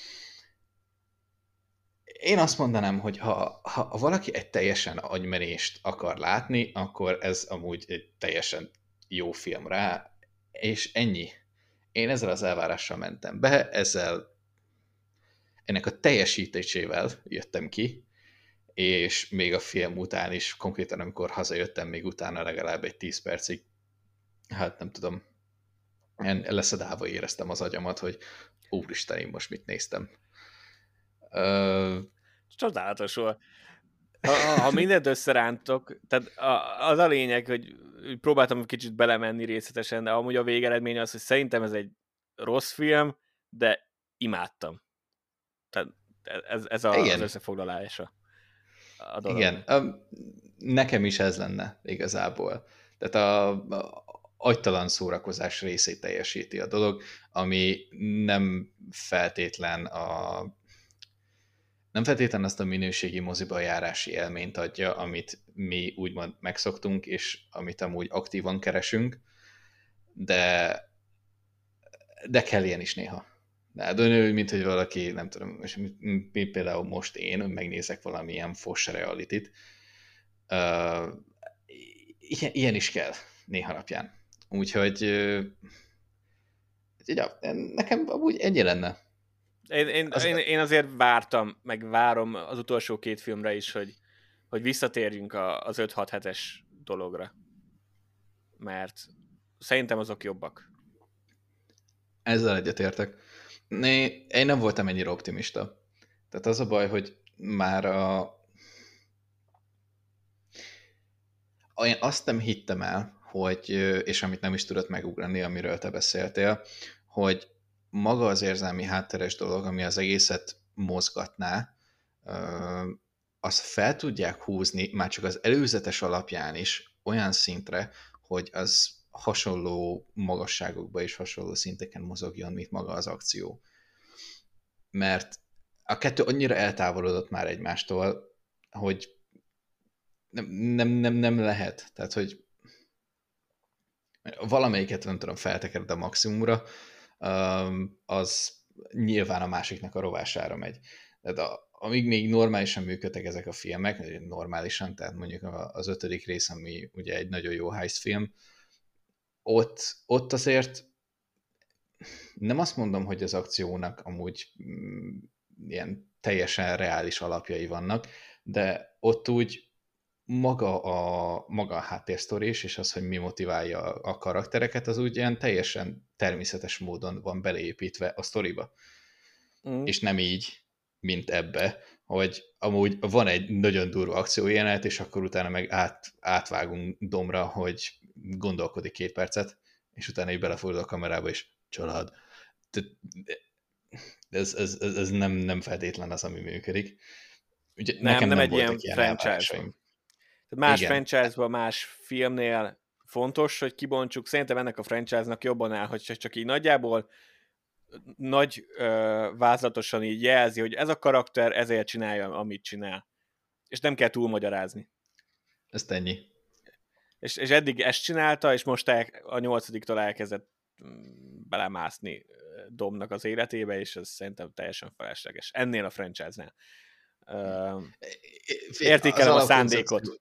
Speaker 1: Én azt mondanám, hogy ha, ha valaki egy teljesen agymenést akar látni, akkor ez amúgy egy teljesen jó film rá, és ennyi. Én ezzel az elvárással mentem be, ezzel ennek a teljesítésével jöttem ki, és még a film után is, konkrétan amikor hazajöttem, még utána legalább egy tíz percig, hát nem tudom, leszedálva éreztem az agyamat, hogy úristen, én most mit néztem. Uh,
Speaker 2: Csodálatos volt. Ha, ha mindent összerántok, tehát a, az a lényeg, hogy próbáltam kicsit belemenni részletesen, de amúgy a végeredmény az, hogy szerintem ez egy rossz film, de imádtam. Tehát ez, ez a, az
Speaker 1: igen,
Speaker 2: összefoglalása a
Speaker 1: igen.
Speaker 2: dolognak.
Speaker 1: Um, nekem is ez lenne igazából. Tehát a, a agytalan szórakozás részét teljesíti a dolog, ami nem feltétlen a nem feltétlen azt a minőségi moziba járási élményt adja, amit mi úgymond megszoktunk, és amit amúgy aktívan keresünk, de, de kell ilyen is néha. De hát olyan, mint hogy valaki, nem tudom, most, például most én megnézek valamilyen fos realitit, uh, ilyen, ilyen is kell néha napján. Úgyhogy uh, ja, nekem amúgy ennyi lenne.
Speaker 2: Én, én,
Speaker 1: Az,
Speaker 2: én, én azért vártam, meg várom az utolsó két filmre is, hogy, hogy visszatérjünk a, az öt hat hetes dologra. Mert szerintem azok jobbak.
Speaker 1: Ezzel egyetértek. Né, én nem voltam ennyire optimista. Tehát az a baj, hogy már a... Én azt nem hittem el, hogy, és amit nem is tudott megugrani, amiről te beszéltél, hogy maga az érzelmi hátteres dolog, ami az egészet mozgatná, azt fel tudják húzni már csak az előzetes alapján is olyan szintre, hogy az hasonló magasságokba és hasonló szinteken mozogjon, mint maga az akció. Mert a kettő annyira eltávolodott már egymástól, hogy nem, nem, nem, nem lehet. Tehát, hogy valamelyiket nem tudom, feltekered a maximumra, az nyilván a másiknak a rovására megy. Tehát a, amíg még normálisan működtek ezek a filmek, normálisan, tehát mondjuk az ötödik rész, ami ugye egy nagyon jó heist film, ott, ott azért nem azt mondom, hogy az akciónak amúgy mm, ilyen teljesen reális alapjai vannak, de ott úgy maga a, maga a háttérsztori is, és az, hogy mi motiválja a karaktereket, az úgy ilyen teljesen természetes módon van beleépítve a sztoriba. Mm. És nem így, mint ebbe, hogy amúgy van egy nagyon durva akciójelenet, és akkor utána meg át, átvágunk domra, hogy gondolkodik két percet, és utána így belefordul a kamerába, és család. Ez, ez, ez, ez nem, nem feltétlen az, ami működik. Ugye
Speaker 2: Nem,
Speaker 1: nekem
Speaker 2: nem
Speaker 1: nem
Speaker 2: egy
Speaker 1: voltak
Speaker 2: ilyen
Speaker 1: ilyen
Speaker 2: franchise-ban.
Speaker 1: elvárásaim.
Speaker 2: Tehát más
Speaker 1: Igen.
Speaker 2: franchise-ban, más filmnél fontos, hogy kibontsuk. Szerintem ennek a franchise-nak jobban áll, hogy csak így nagyjából nagy ö, vázlatosan így jelzi, hogy ez a karakter ezért csinálja, amit csinál. És nem kell túlmagyarázni.
Speaker 1: Ezt ennyi.
Speaker 2: És, és eddig ezt csinálta, és most el, a nyolcadiktól elkezdett belemászni Domnak az életébe, és ez szerintem teljesen felesleges. Ennél a franchise-nál. Uh, értékelem a szándékot.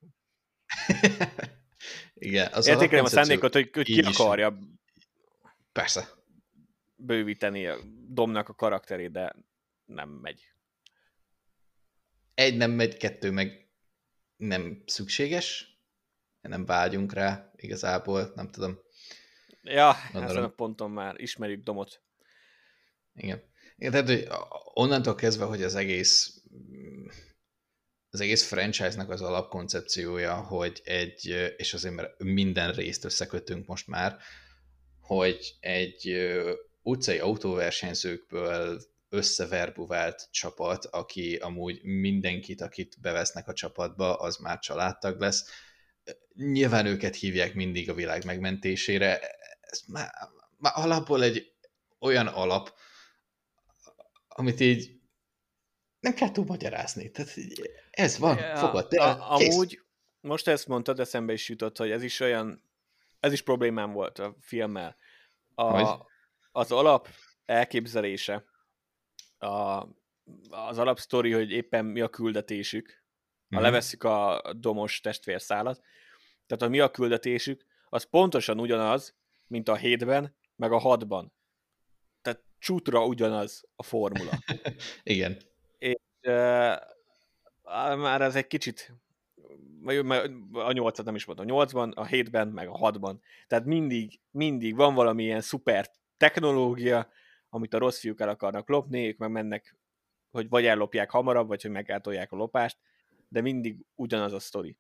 Speaker 1: Igen, az
Speaker 2: értékelem a szándékot, hogy, hogy ki akarja
Speaker 1: persze
Speaker 2: bővíteni a Domnak a karakterét, de nem megy.
Speaker 1: Egy nem megy, kettő meg nem szükséges, nem vágyunk rá igazából, nem tudom.
Speaker 2: Ja, ezen a ponton már ismerjük Domot.
Speaker 1: Igen. Igen, tehát, hogy onnantól kezdve, hogy az egész az egész franchise-nak az alapkoncepciója, hogy egy, és azért mert minden részt összekötünk most már, hogy egy utcai autóversenyzőkből összeverbuvált csapat, aki amúgy mindenkit, akit bevesznek a csapatba, az már családtag lesz. Nyilván őket hívják mindig a világ megmentésére. Ez már, már alapból egy olyan alap, amit így nem kell túl magyarázni. Tehát ez van, ja, fogad el,
Speaker 2: amúgy most ezt mondtad, eszembe is jutott, hogy ez is olyan, ez is problémám volt a filmmel. A, az alap elképzelése, a, az alapsztori, hogy éppen mi a küldetésük, ha mm-hmm. levesszük a Domos testvérszálat, tehát a mi a küldetésük, az pontosan ugyanaz, mint a hétben, meg a hatban. Tehát csútra ugyanaz a formula.
Speaker 1: Igen.
Speaker 2: És uh, már ez egy kicsit, a nyolcat nem is mondom, a nyolcban, a hétben, meg a hatban. Tehát mindig, mindig van valami ilyen szuper technológia, amit a rossz fiúk el akarnak lopni, ők meg mennek, hogy vagy ellopják hamarabb, vagy hogy megáltolják a lopást, de mindig ugyanaz a sztori.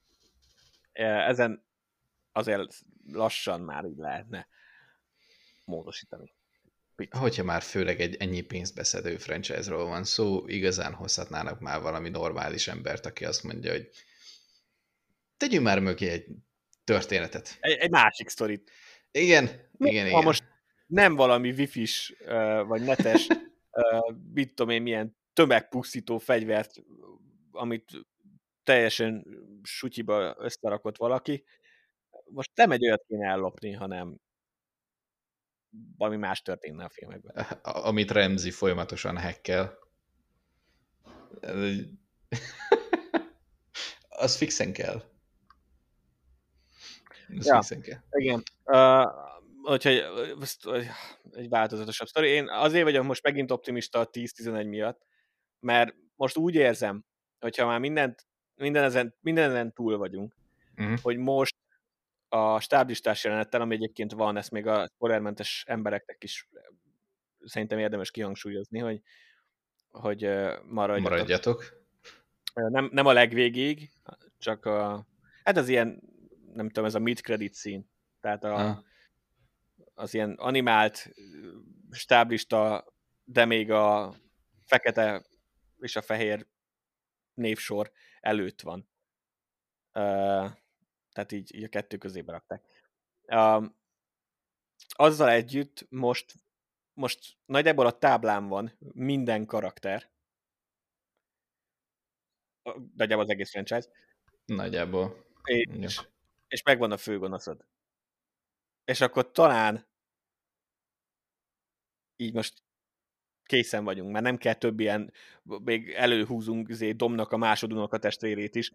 Speaker 2: Ezen azért lassan már így lehetne módosítani.
Speaker 1: Picit. Hogyha már főleg egy ennyi pénzt beszedő franchise-ról van szó, igazán hozhatnának már valami normális embert, aki azt mondja, hogy tegyünk már mögé egy történetet.
Speaker 2: Egy, egy másik sztorit.
Speaker 1: Igen, Mi, igen,
Speaker 2: ha
Speaker 1: igen.
Speaker 2: most nem valami wifi-s, vagy netes, mit tudom én, milyen tömegpusztító fegyvert, amit teljesen sutyiba összerakott valaki, most nem egy olyat kéne ellopni, hanem valami más történne a filmekben.
Speaker 1: Amit Ramsey folyamatosan hackkel. Az fixen kell. Az
Speaker 2: ja,
Speaker 1: fixen kell.
Speaker 2: Igen. Uh, úgyhogy egy változatosabb sztori. Én azért vagyok most megint optimista a tíz tizenegy miatt, mert most úgy érzem, hogyha már mindent, minden, ezen, minden ezen túl vagyunk, uh-huh. hogy most a stáblistás jelenettel, ami egyébként van, ezt még a spoilermentes embereknek is szerintem érdemes kihangsúlyozni, hogy, hogy maradjatok.
Speaker 1: maradjatok.
Speaker 2: Nem, nem a legvégig, csak a, hát az ilyen, nem tudom, ez a mid-credit szín. Tehát a, ha. az ilyen animált stáblista, de még a fekete és a fehér névsor előtt van. Uh, tehát így, így a kettő közébe rakták. Uh, azzal együtt most, most nagyjából a táblán van minden karakter. Nagyjából az egész franchise.
Speaker 1: Nagyjából.
Speaker 2: És, és megvan a főgonoszod. És akkor talán így most készen vagyunk, mert nem kell több ilyen, még előhúzunk zé, Domnak a másodunok a testvérét is,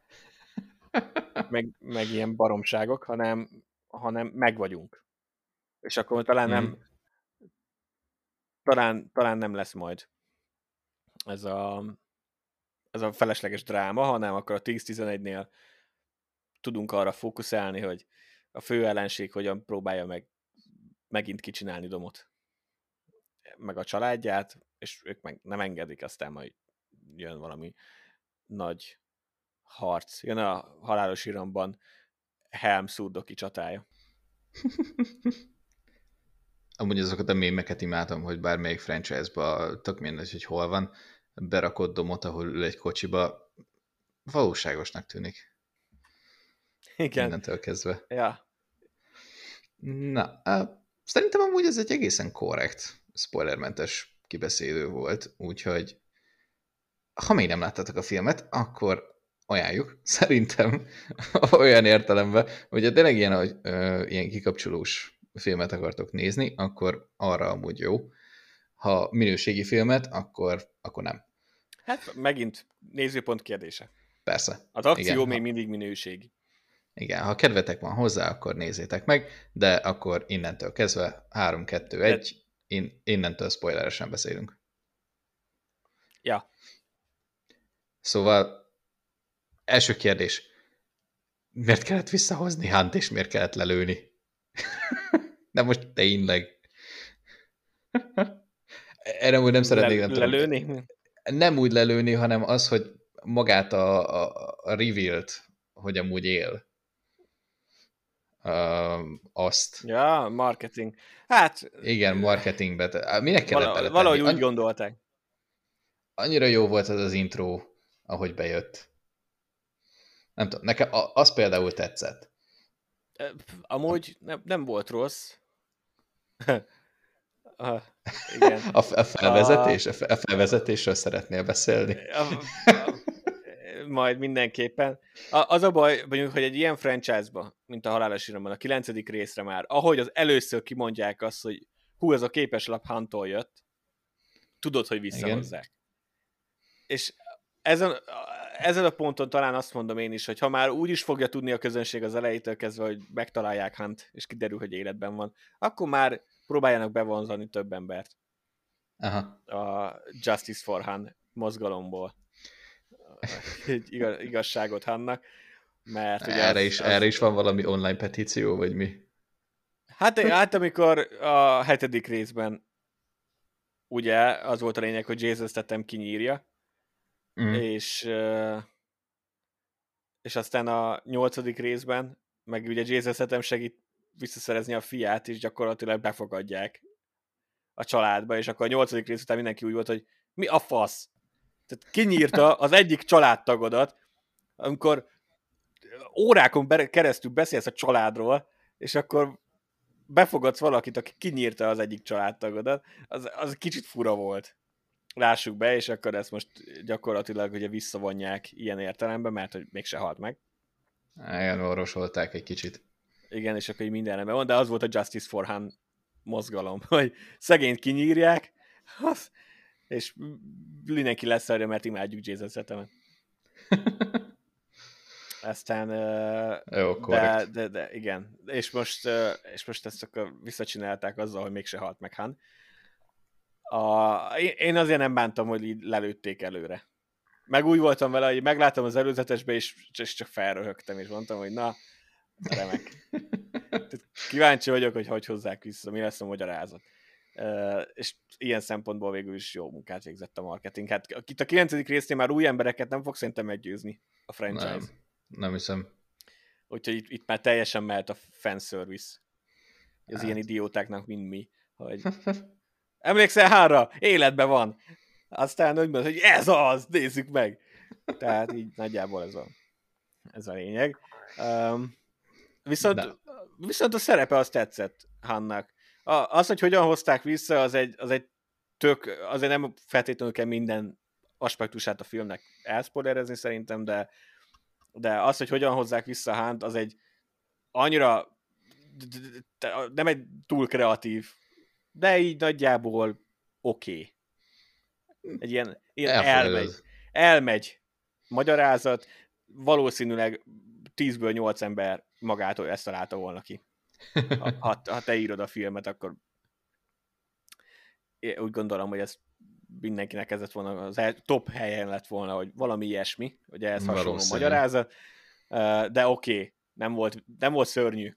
Speaker 2: meg, meg ilyen baromságok, hanem, hanem meg vagyunk. És akkor talán nem mm. talán, talán nem lesz majd ez a, ez a felesleges dráma, hanem akkor a tíz tizenegynél tudunk arra fókuszálni, hogy a fő ellenség hogyan próbálja meg megint kicsinálni Domot. Meg a családját, és ők meg nem engedik, aztán majd jön valami nagy harc. Jön a halálos iramban Helm Szurdoki csatája.
Speaker 1: Amúgy azokat a mémeket imádom, hogy bármelyik franchise-ba, tök mindegy, hogy hol van, berakott domot, ahol ül egy kocsiba, valóságosnak tűnik.
Speaker 2: Igen.
Speaker 1: Innentől kezdve.
Speaker 2: Ja.
Speaker 1: Na, á, szerintem amúgy ez egy egészen korrekt, spoilermentes kibeszélő volt, úgyhogy ha még nem láttatok a filmet, akkor ajánljuk, szerintem olyan értelemben, hogyha tényleg ilyen, hogy, ö, ilyen kikapcsolós filmet akartok nézni, akkor arra amúgy jó. Ha minőségi filmet, akkor, akkor nem.
Speaker 2: Hát megint nézőpont kérdése.
Speaker 1: Persze.
Speaker 2: Az akció
Speaker 1: Igen,
Speaker 2: még
Speaker 1: ha,
Speaker 2: mindig minőségi.
Speaker 1: igen, ha kedvetek van hozzá, akkor nézzétek meg, de akkor innentől kezdve három, kettő,
Speaker 2: De,
Speaker 1: egy, in, innentől spoileresen beszélünk.
Speaker 2: ja.
Speaker 1: Szóval első kérdés. Miért kellett visszahozni Hunt, és miért kellett lelőni? De most tényleg. Erre úgy nem szeretnék,
Speaker 2: Le,
Speaker 1: nem tudom.
Speaker 2: lelőni?
Speaker 1: Nem úgy lelőni, hanem az, hogy magát a, a, a reveal-t, hogy amúgy él. Uh, azt.
Speaker 2: Ja, marketing. Hát...
Speaker 1: Igen, marketingbe. Minek kellett
Speaker 2: vala,
Speaker 1: beletenni?
Speaker 2: valahogy úgy
Speaker 1: Annyi,
Speaker 2: gondolták.
Speaker 1: annyira jó volt az az intro, ahogy bejött. Nem tudom, nekem az például tetszett.
Speaker 2: Amúgy nem, nem volt rossz. Ah, igen.
Speaker 1: A, a felvezetés? A, a felvezetésről szeretnél beszélni?
Speaker 2: A, a, majd mindenképpen. A, az a baj, mondjuk, hogy egy ilyen franchise-ba, mint a Halálos Iramban, a kilencedik részre már, ahogy az először kimondják azt, hogy hú, ez a képeslap Huntól jött, tudod, hogy visszahozzák. Igen. És ezen, ezen a ponton talán azt mondom én is, hogy ha már úgy is fogja tudni a közönség az elejétől kezdve, hogy megtalálják Hunt, és kiderül, hogy életben van, akkor már próbáljanak bevonzani több embert.
Speaker 1: Aha.
Speaker 2: A Justice for Han mozgalomból. Igaz, igazságot Hannak. Mert ugye
Speaker 1: erre,
Speaker 2: az,
Speaker 1: is,
Speaker 2: az...
Speaker 1: erre is van valami online petíció, vagy mi?
Speaker 2: Hát, hát amikor a hetedik részben ugye az volt a lényeg, hogy Jason Statham kinyírja, mm. és és aztán a nyolcadik részben meg ugye Jason Statham segít visszaszerezni a fiát, és gyakorlatilag befogadják a családba, és akkor a nyolcadik rész után mindenki úgy volt, hogy mi a fasz? Tehát kinyírta az egyik családtagodat, amikor órákon keresztül beszélsz a családról, és akkor befogadsz valakit, aki kinyírta az egyik családtagodat, az, az kicsit fura volt. Lássuk be, és akkor ezt most gyakorlatilag ugye visszavonják ilyen értelemben, mert hogy mégse halt meg.
Speaker 1: Igen, orvosolták egy kicsit.
Speaker 2: Igen, és akkor így minden rendben van, de az volt a Justice for Han mozgalom, hogy szegényt kinyírják, az, és mindenki lesz arra, mert imádjuk Jason Stathamet. Aztán,
Speaker 1: Jó,
Speaker 2: de, de, de, igen, és most, és most ezt akkor visszacsinálták azzal, hogy mégse halt meg Han. A, én azért nem bántam, hogy így lelőtték előre. Meg úgy voltam vele, hogy megláttam az előzetesbe, és, és csak felröhögtem, és mondtam, hogy na, remek. Kíváncsi vagyok, hogy hogy hozzák vissza, mi lesz a magyarázat. Uh, és ilyen szempontból végül is jó munkát végzett a marketing. Hát itt a kilencedik résznél már új embereket nem fog szerintem meggyőzni a franchise.
Speaker 1: Nem, nem hiszem.
Speaker 2: Úgyhogy itt, itt már teljesen mehet a fanservice. Az hát. Ilyen idiótáknak, mint mi. Hogy... Emlékszel Hanra? Életben van. Aztán úgy mondod, hogy ez az, nézzük meg. Tehát így nagyjából ez a, ez a lényeg. Um, viszont, viszont a szerepe az tetszett Hannak. A, az, hogy hogyan hozták vissza, az egy, az egy tök, azért nem feltétlenül kell minden aspektusát a filmnek elszpoilerezni szerintem, de, de az, hogy hogyan hozzák vissza Hunt, az egy annyira nem egy túl kreatív, de így nagyjából oké. Okay. Egy ilyen, ilyen elmegy. Elmegy magyarázat, valószínűleg tízből nyolc ember magától ezt találta volna ki. Ha, ha, ha te írod a filmet, akkor én úgy gondolom, hogy ez mindenkinek ez lett volna, az top helyen lett volna, hogy valami ilyesmi, hogy ehhez hasonló magyarázat, de oké, okay, nem volt, nem volt szörnyű.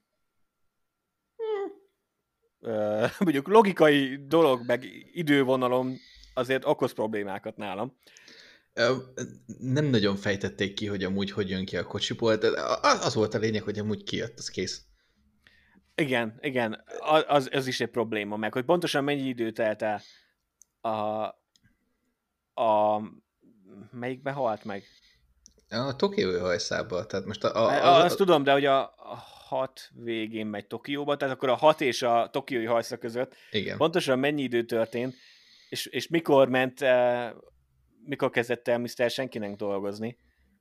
Speaker 2: Uh, mondjuk logikai dolog, meg idővonalom azért okoz problémákat nálam.
Speaker 1: Nem nagyon fejtették ki, hogy amúgy hogy jön ki a kocsiból, de az volt a lényeg, hogy amúgy kijött, az kész.
Speaker 2: Igen, igen, az, az is egy probléma meg, hogy pontosan mennyi idő telt el a, a melyikbe halt meg?
Speaker 1: A Tokiói hajszába, tehát most a, a,
Speaker 2: A,
Speaker 1: az,
Speaker 2: azt
Speaker 1: a,
Speaker 2: tudom, de hogy a, a hat végén megy Tokióba, tehát akkor a hat és a tokiói hajsza között
Speaker 1: igen.
Speaker 2: pontosan mennyi idő történt, és, és mikor ment, eh, mikor kezdett el miszter Senkinek dolgozni,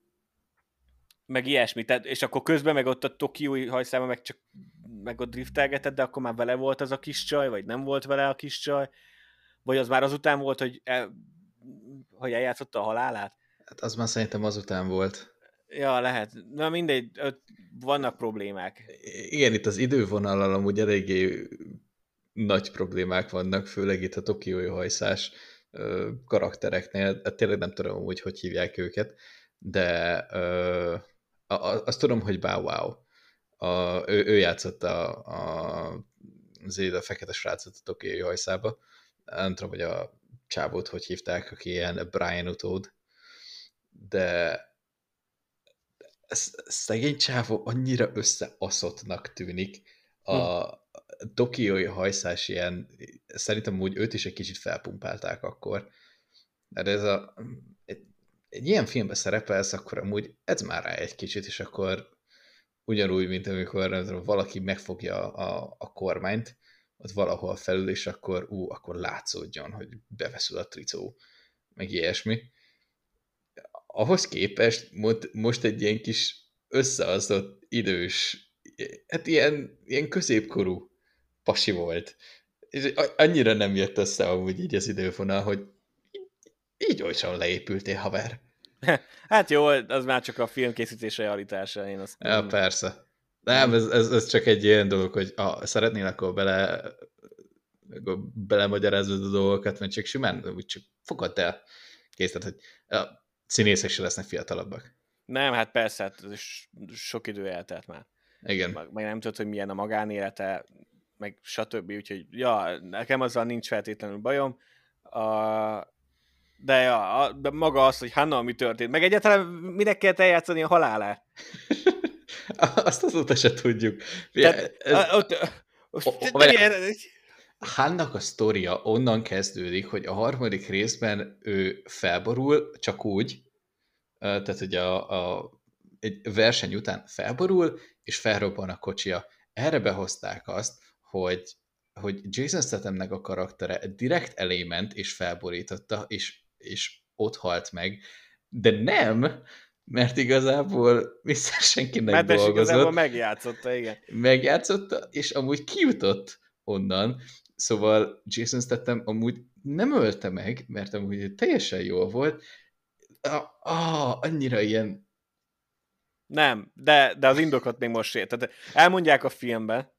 Speaker 2: meg ilyesmi, tehát, és akkor közben meg ott a tokiói hajszában meg csak meg ott driftelgetett, de akkor már vele volt az a kis csaj, vagy nem volt vele a kis csaj, vagy az már azután volt, hogy, el, hogy eljátszotta a halálát?
Speaker 1: Hát az már szerintem azután volt.
Speaker 2: Ja, lehet. Na mindegy, ott vannak problémák.
Speaker 1: Igen, itt az idővonallal amúgy eléggé nagy problémák vannak, főleg itt a tokiói hajszás ö, karaktereknél. Hát tényleg nem tudom, hogy hogy hívják őket, de ö, a, a, azt tudom, hogy Bow Wow. A, ő, ő játszott a, a, azért a fekete srácot a tokiói hajszába. Nem tudom, hogy a csávót hogy hívták, aki ilyen Brian utód, de ez, szegény csávó annyira összeaszottnak tűnik. A
Speaker 2: Hm.
Speaker 1: tokiói hajszás ilyen, szerintem úgy őt is egy kicsit felpumpálták akkor. De ez a, egy, egy ilyen filmben szerepelsz, akkor amúgy edz már rá egy kicsit, és akkor ugyanúgy, mint amikor nem tudom, valaki megfogja a, a kormányt, ott valahol felül, és akkor ú, akkor látszódjon, hogy beveszül a tricó, meg ilyesmi. Ahhoz képest most egy ilyen kis összeazott, idős, hát ilyen, ilyen középkorú pasi volt. És annyira nem jött össze amúgy így az idővonal, hogy így gyorsan leépültél, haver.
Speaker 2: Hát jó, az már csak a filmkészítés realitása, én azt
Speaker 1: Ja,
Speaker 2: nem...
Speaker 1: persze. Nem, ez, ez, ez csak egy ilyen dolog, hogy ha szeretnél, akkor bele akkor belemagyarázzad a dolgokat, mert csak simán, úgy csak fogadd el. Kész, tehát, hogy a színészek se lesznek fiatalabbak.
Speaker 2: Nem, hát persze, hát sok idő eltelt már.
Speaker 1: Igen.
Speaker 2: Meg, meg nem tudod, hogy milyen a magánélete, meg stb. Úgyhogy, ja, nekem azzal nincs feltétlenül bajom. A, de, ja, a, de maga az, hogy Hanna, mi történt. Meg egyáltalán minek kellett eljátszani a halálát?
Speaker 1: Azt azóta se tudjuk.
Speaker 2: Tehát,
Speaker 1: Ez,
Speaker 2: ott, ott,
Speaker 1: o, o, Hannak a sztoria onnan kezdődik, hogy a harmadik részben ő felborul, csak úgy, tehát hogy a, a, egy verseny után felborul, és felrobban a kocsia. Erre behozták azt, hogy, hogy Jason Stathamnek a karaktere direkt elé ment, és felborította, és, és ott halt meg, de nem, mert igazából vissza senkinek
Speaker 2: mert
Speaker 1: dolgozott.
Speaker 2: igazából megjátszotta, igen.
Speaker 1: Megjátszotta, és amúgy kijutott onnan, szóval Jason Statham amúgy nem ölte meg, mert amúgy teljesen jól volt. Ah, ah, annyira ilyen...
Speaker 2: Nem, de, de az indokot még most ért. Tehát elmondják a filmbe,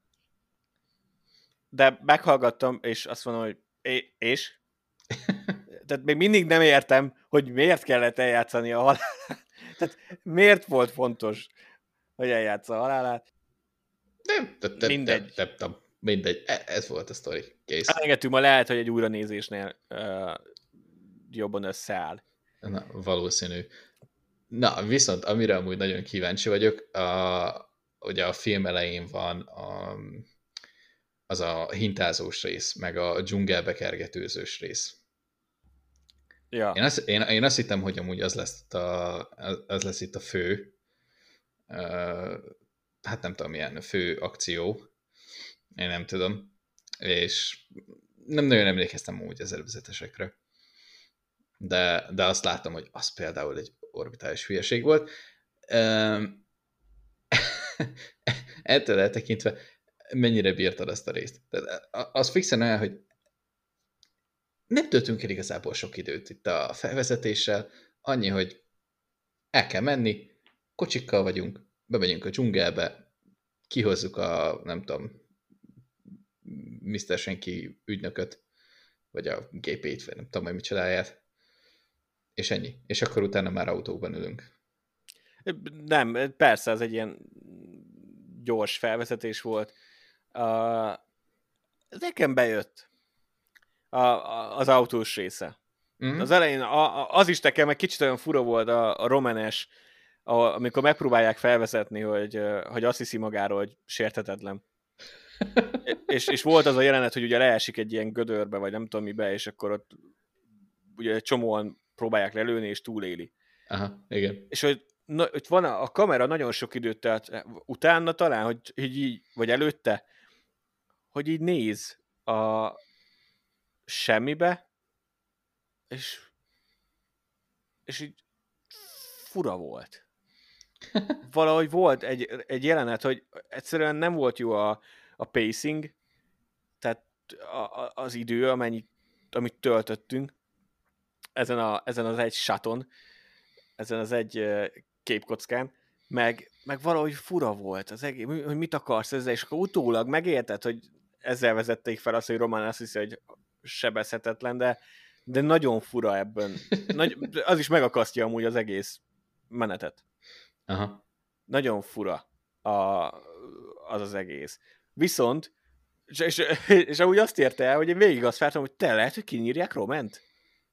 Speaker 2: de meghallgattam, és azt mondom, hogy é- és? Tehát még mindig nem értem, hogy miért kellett eljátszani a halálát. Tehát miért volt fontos, hogy eljátsza a halálát?
Speaker 1: Nem, nem, nem,
Speaker 2: Mindegy.
Speaker 1: nem, nem, mindegy. Ez volt a sztori. Kész.
Speaker 2: Elengedtünk, ma lehet, hogy egy újranézésnél uh, jobban összeáll.
Speaker 1: Na, valószínű. Na, viszont amire amúgy nagyon kíváncsi vagyok, a, ugye a film elején van a, az a hintázós rész, meg a dzsungelbe kergetőzős rész.
Speaker 2: Ja.
Speaker 1: Én azt, én, én azt hittem, hogy amúgy az lesz, a, az lesz itt a fő, hát nem tudom, milyen fő akció, én nem tudom, és nem nagyon emlékeztem amúgy az előzetesekre. De, de azt láttam, hogy az például egy orbitális hülyeség volt. Ettől eltekintve, mennyire bírtad azt a részt? Tehát az fixen olyan, hogy nem töltünk el igazából sok időt itt a felvezetéssel, annyi, hogy el kell menni, kocsikkal vagyunk, bemegyünk a dzsungelbe, kihozzuk a, nem tudom, miszter Senki ügynököt, vagy a gépét, vagy nem tudom, hogy mit csinálják, és ennyi. És akkor utána már autókban ülünk.
Speaker 2: Nem, persze, ez egy ilyen gyors felvezetés volt. Uh, nekem bejött a, a, az autós része. Mm-hmm. Az elején a, a, az is nekem egy kicsit olyan fura volt a, a romanes, a, amikor megpróbálják felvezetni, hogy, hogy azt hiszi magáról, hogy sérthetetlen. és, és volt az a jelenet, hogy ugye leesik egy ilyen gödörbe, vagy nem tudom mibe, és akkor ott ugye egy csomóan próbálják lelőni, és túléli.
Speaker 1: Aha, igen.
Speaker 2: És hogy na, ott van a, a kamera nagyon sok időt, tehát utána talán, hogy, hogy így, vagy előtte, hogy így néz a semmibe, és, és így fura volt. Valahogy volt egy, egy jelenet, hogy egyszerűen nem volt jó a, a pacing, tehát a, a, az idő, amennyi, amit töltöttünk ezen, a, ezen az egy shoton, ezen az egy képkockán, meg, meg valahogy fura volt az egész, hogy mit akarsz ezzel, és akkor utólag megérted, hogy ezzel vezették fel azt, hogy Roman azt hiszi, hogy sebezhetetlen, de, de nagyon fura ebben. Nagy, az is megakasztja amúgy az egész menetet.
Speaker 1: Aha.
Speaker 2: Nagyon fura a, az az egész. Viszont, és, és, és amúgy azt érte el, hogy én végig azt vártam, hogy te lehet, hogy kinyírják Roment?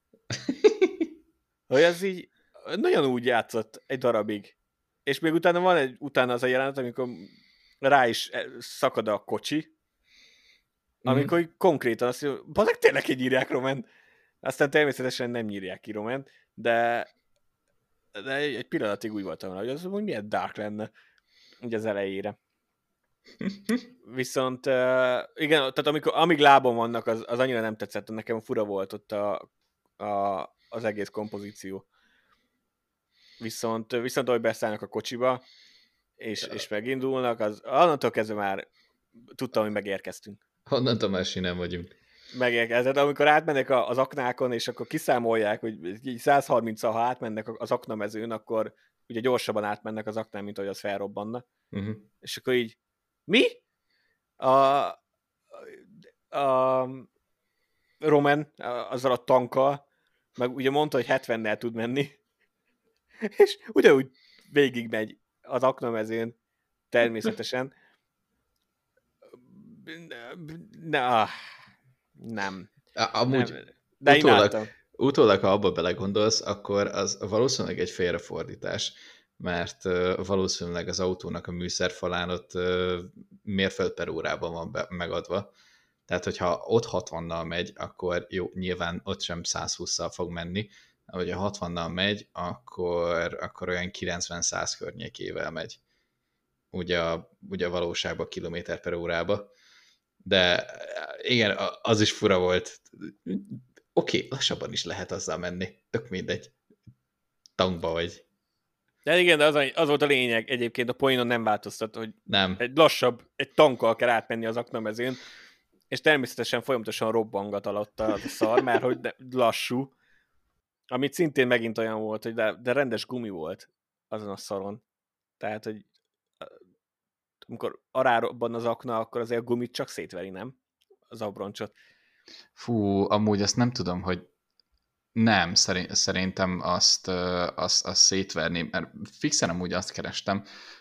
Speaker 2: Hogy ez így nagyon úgy játszott egy darabig. És még utána van egy, utána az a jelenet, amikor rá is szakad a kocsi, amikor mm. konkrétan azt mondja, bazeg tényleg kinyírják Roment. Aztán természetesen nem nyírják ki Roment, de, de egy, egy pillanatig úgy voltam hogy az hogy milyen dark lenne ugye az elejére. Viszont uh, igen, tehát amikor, amíg lábon vannak, az, az annyira nem tetszett, nekem fura volt ott a, a, az egész kompozíció. Viszont, viszont ahogy beszállnak a kocsiba, és, és megindulnak, az annantól kezdve már tudtam, hogy megérkeztünk.
Speaker 1: Honnantól már nem vagyunk.
Speaker 2: Megérkezett, amikor átmennek az aknákon, és akkor kiszámolják, hogy száz harminccal, ha átmennek az aknamezőn, akkor ugye gyorsabban átmennek az aknán, mint ahogy az felrobbanna. Uh-huh. És akkor így, mi? A, a Roman azzal a tankkal, meg ugye mondta, hogy hetvennel tud menni, és ugyanúgy végig megy az aknamezőn, természetesen. Na, nem.
Speaker 1: Amúgy
Speaker 2: nem. De
Speaker 1: utólag, utólag, ha abba belegondolsz, akkor az valószínűleg egy félrefordítás, mert uh, valószínűleg az autónak a műszerfalán ott uh, mérföld per órában van be, megadva. Tehát, hogyha ott hatvannal megy, akkor jó, nyilván ott sem száz hússzal fog menni, ahogy a hatvannal megy, akkor, akkor olyan kilencven-száz környékével megy. Ugye a, ugye a valóságban kilométer per órába. De igen, az is fura volt. Oké, okay, lassabban is lehet azzal menni. Tök mindegy. Tankba vagy.
Speaker 2: De igen, de az, az volt a lényeg. Egyébként a poénon nem változtat, hogy
Speaker 1: nem.
Speaker 2: egy lassabb, egy tankkal kell átmenni az aknamezőn, és természetesen folyamatosan robbangat alatta az a szar, mert hogy lassú. Amit szintén megint olyan volt, hogy de, de rendes gumi volt azon a szaron. Tehát, hogy amikor arárobban az akna, akkor azért a gumit csak szétveri, nem? Az abroncsot.
Speaker 1: Fú, amúgy azt nem tudom, hogy nem, szerintem azt, azt, azt szétverni, mert fixen amúgy azt kerestem,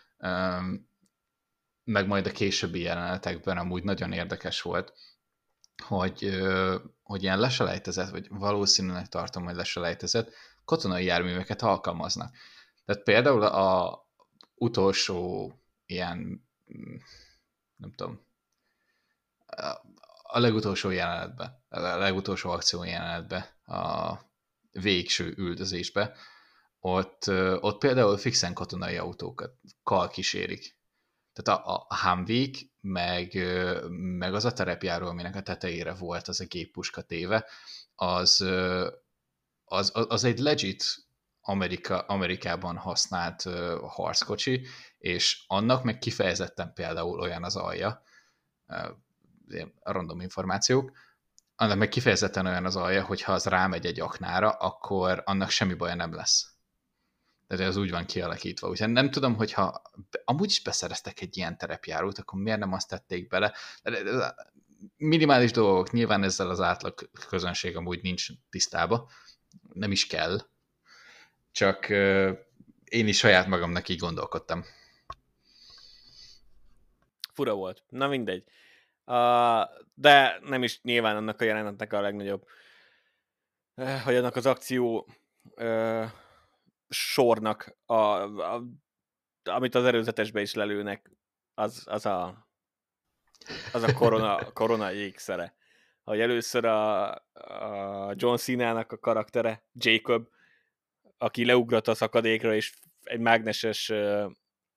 Speaker 1: meg majd a későbbi jelenetekben amúgy nagyon érdekes volt, hogy, hogy ilyen leselejtezett, vagy valószínűleg tartom, hogy leselejtezett katonai járműveket alkalmaznak. Tehát például a utolsó ilyen, nem tudom, a legutolsó jelenetben, a legutolsó akció jelenetben, a végső üldözésbe, ott, ott például fixen katonai autókat kal kísérik. Tehát a, a Humvee, meg, meg az a terepjáró, aminek a tetejére volt az a géppuska téve, az, az, az egy legit Amerika, Amerikában használt harckocsi, és annak meg kifejezetten például olyan az alja, random információk, annak meg kifejezetten olyan az alja, hogy ha az rámegy egy aknára, akkor annak semmi baja nem lesz. Tehát ez úgy van kialakítva. Úgyhogy nem tudom, hogyha amúgy is beszereztek egy ilyen terepjárót, akkor miért nem azt tették bele. Minimális dolgok, nyilván ezzel az átlag közönség amúgy nincs tisztába. Nem is kell. Csak én is saját magamnak így gondolkodtam.
Speaker 2: Fura volt. Na mindegy. Uh, de nem is nyilván annak a jelenetnek a legnagyobb, uh, hogy annak az akció uh, sornak, a, a, amit az előzetesbe is lelőnek, az, az a az a korona, korona ékszere. Hogy először a, a John Cena-nak a karaktere, Jacob, aki leugrott a szakadékra, és egy mágneses uh,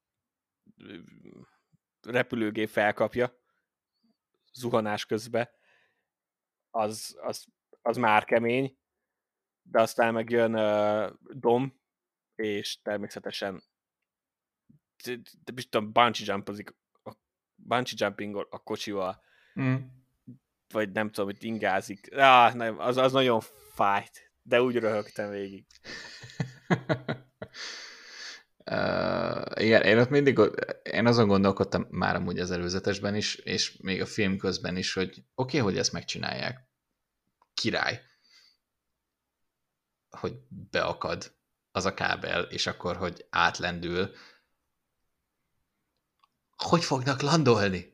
Speaker 2: repülőgép felkapja zuhanás közben, az, az, az már kemény, de aztán megjön uh, Dom, és természetesen de tudom, bungee jumpozik, a bungee jumping a kocsival,
Speaker 1: Mm.
Speaker 2: vagy nem tudom, hogy ingázik. Ah, nem, az, az nagyon fájt, de úgy röhögtem végig.
Speaker 1: Uh, igen, én ott mindig, én azon gondolkodtam már amúgy az előzetesben is, és még a film közben is, hogy oké, okay, hogy ezt megcsinálják. Király. Hogy beakad az a kábel, és akkor, hogy átlendül. Hogy fognak landolni?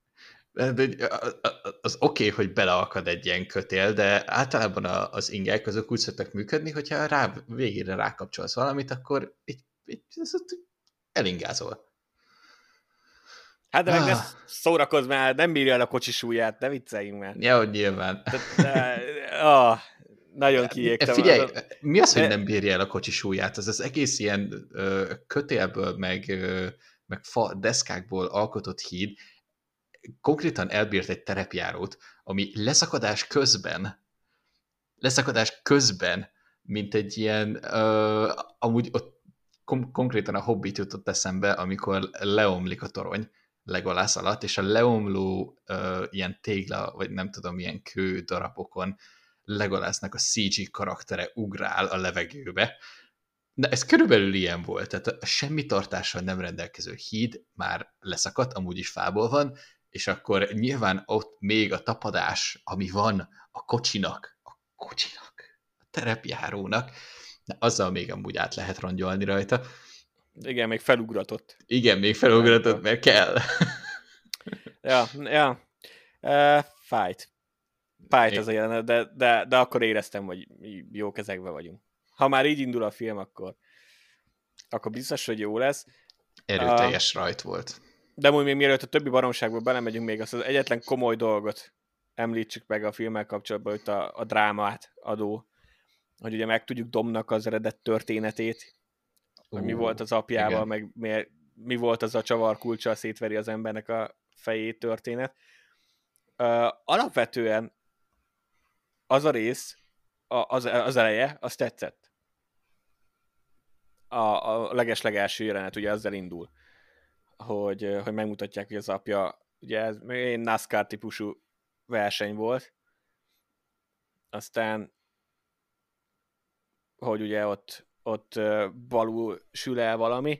Speaker 1: Az oké, okay, hogy beleakad egy ilyen kötél, de általában az ingek azok úgy szoktak működni, hogyha rá, végére rákapcsolsz valamit, akkor így, így, elingázol.
Speaker 2: Hát de meg
Speaker 1: Ah.
Speaker 2: ne szórakozz már, nem bírja el a kocsi súlyát, ne vicceljünk már.
Speaker 1: Ja, hogy nyilván.
Speaker 2: De, de, ah, nagyon kiégtem.
Speaker 1: Figyelj,
Speaker 2: azon.
Speaker 1: mi az, hogy
Speaker 2: de...
Speaker 1: nem bírja el a kocsi súlyát? Az az egész ilyen ö, kötélből, meg, ö, meg fa, deszkákból alkotott híd konkrétan elbírt egy terepjárót, ami leszakadás közben, leszakadás közben, mint egy ilyen, ö, amúgy ott kom- konkrétan a Hobbit jutott eszembe, amikor leomlik a torony Legolász alatt, és a leomló ö, ilyen tégla, vagy nem tudom, ilyen kő darabokon Legolásznak a cé gé karaktere ugrál a levegőbe. Na, ez körülbelül ilyen volt, tehát a semmi tartással nem rendelkező híd már leszakadt, amúgy is fából van, és akkor nyilván ott még a tapadás, ami van a kocsinak, a kocsinak, a terepjárónak, na, azzal még amúgy át lehet rongyolni rajta.
Speaker 2: Igen, még felugratott.
Speaker 1: Igen, még felugratott, mert kell.
Speaker 2: Ja, ja. Uh, fájt. Fájt az a jelenet, de, de, de akkor éreztem, hogy jó kezekben vagyunk. Ha már így indul a film, akkor, akkor biztos, hogy jó lesz.
Speaker 1: Erőteljes uh, rajt volt.
Speaker 2: De úgy még mielőtt a többi baromságból belemegyünk, még azt az egyetlen komoly dolgot említsük meg a filmmel kapcsolatban, hogy a, a drámát adó, hogy ugye megtudjuk Domnak az eredet történetét, hogy uh, mi volt az apjával, igen. Meg mi, mi volt az a csavarkulccsal szétveri az embernek a fejét történet. Uh, alapvetően az a rész, a, az, az eleje, az tetszett. A, a legeslegelső jelenet ugye ezzel indul, hogy, hogy megmutatják, hogy az apja, ugye ez egy NASCAR típusú verseny volt, aztán hogy ugye ott, ott balul sül el valami,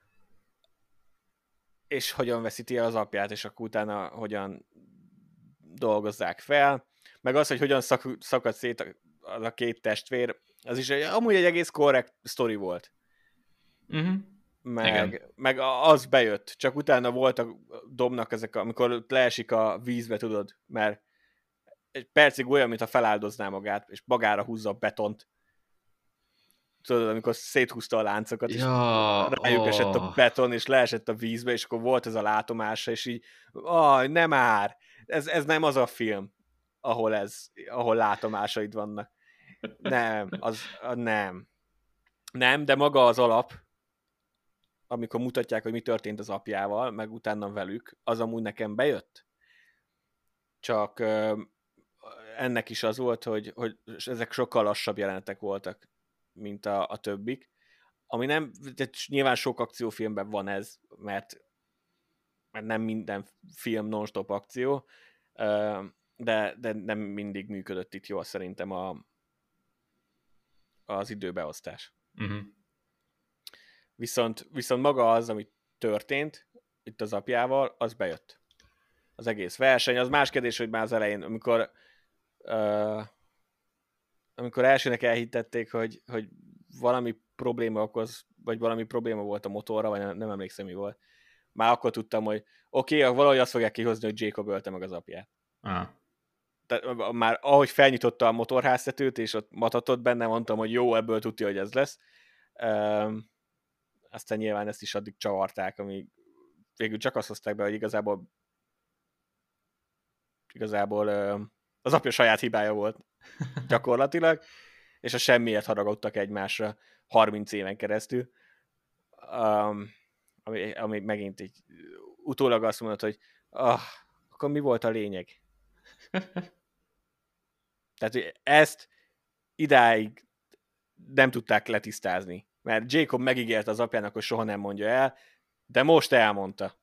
Speaker 2: és hogyan veszíti el az apját, és akkor utána hogyan dolgozzák fel, meg az, hogy hogyan szak, szakad szét a, a két testvér, az is egy, amúgy egy egész korrekt sztori volt.
Speaker 1: Uh-huh.
Speaker 2: Meg, meg az bejött, csak utána volt a Domnak ezek, amikor leesik a vízbe, tudod, mert egy percig olyan, mintha feláldozná magát, és magára húzza a betont. Tudod, amikor széthúzta a láncokat, és
Speaker 1: ja,
Speaker 2: rájuk oh. esett a beton, és leesett a vízbe, és akkor volt ez a látomása, és így, aj, nem már! Ez, ez nem az a film, ahol ez, ahol látomásaid vannak. Nem, az, nem. Nem, de maga az alap, amikor mutatják, hogy mi történt az apjával, meg utána velük, az amúgy nekem bejött. Csak euh, ennek is az volt, hogy, hogy ezek sokkal lassabb jelenetek voltak, mint a, a többik. Ami nem, nyilván sok akciófilmben van ez, mert, mert nem minden film non-stop akció, de, de nem mindig működött itt jól szerintem a, az időbeosztás. Uh-huh. Viszont, viszont maga az, ami történt itt az apjával, az bejött. Az egész verseny, az más kérdés, hogy már az elején, amikor uh, amikor elsőnek elhittették, hogy, hogy valami probléma okoz, vagy valami probléma volt a motorra, vagy nem, nem emlékszem, mi volt. Már akkor tudtam, hogy oké, okay, valahogy azt fogják kihozni, hogy Jacob ölte meg az apját.
Speaker 1: Ah.
Speaker 2: Tehát már ahogy felnyitotta a motorháztetőt, és ott matatott benne, mondtam, hogy jó, ebből tudja, hogy ez lesz. Um, aztán nyilván ezt is addig csavarták, amíg végül csak azt hozták be, hogy igazából igazából az apja saját hibája volt gyakorlatilag, és a semmiért haragudtak egymásra harminc éven keresztül. Um, ami, ami megint így utólag azt mondod, hogy ah, akkor mi volt a lényeg? Tehát, hogy ezt idáig nem tudták letisztázni. Mert Jacob megígért az apjának, hogy soha nem mondja el, de most elmondta.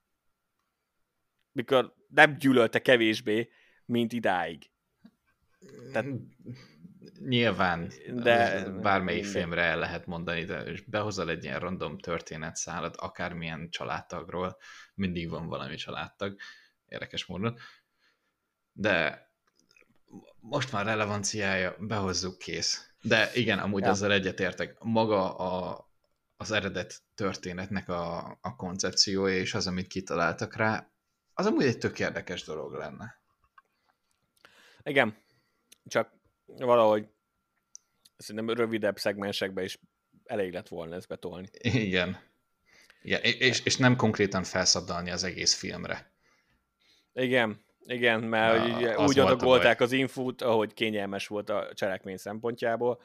Speaker 2: Mikor nem gyűlölte kevésbé, mint idáig.
Speaker 1: Tehát, nyilván
Speaker 2: de
Speaker 1: bármelyik minden. filmre el lehet mondani, de és behozol egy ilyen random történetszálat, akármilyen családtagról, mindig van valami családtag, érdekes módon. De most már relevanciája, behozzuk, kész. De igen, amúgy ja. azzal egyetértek. Maga a, az eredet történetnek a, a koncepciója, és az, amit kitaláltak rá, az amúgy egy tök érdekes dolog lenne.
Speaker 2: Igen, csak valahogy szerintem rövidebb szegmensekbe is elég lett volna ezt betolni.
Speaker 1: Igen. Igen. És, és nem konkrétan felszabdalni az egész filmre.
Speaker 2: Igen, igen, mert a, ugye, úgy adagolták az infót, ahogy kényelmes volt a cselekmény szempontjából.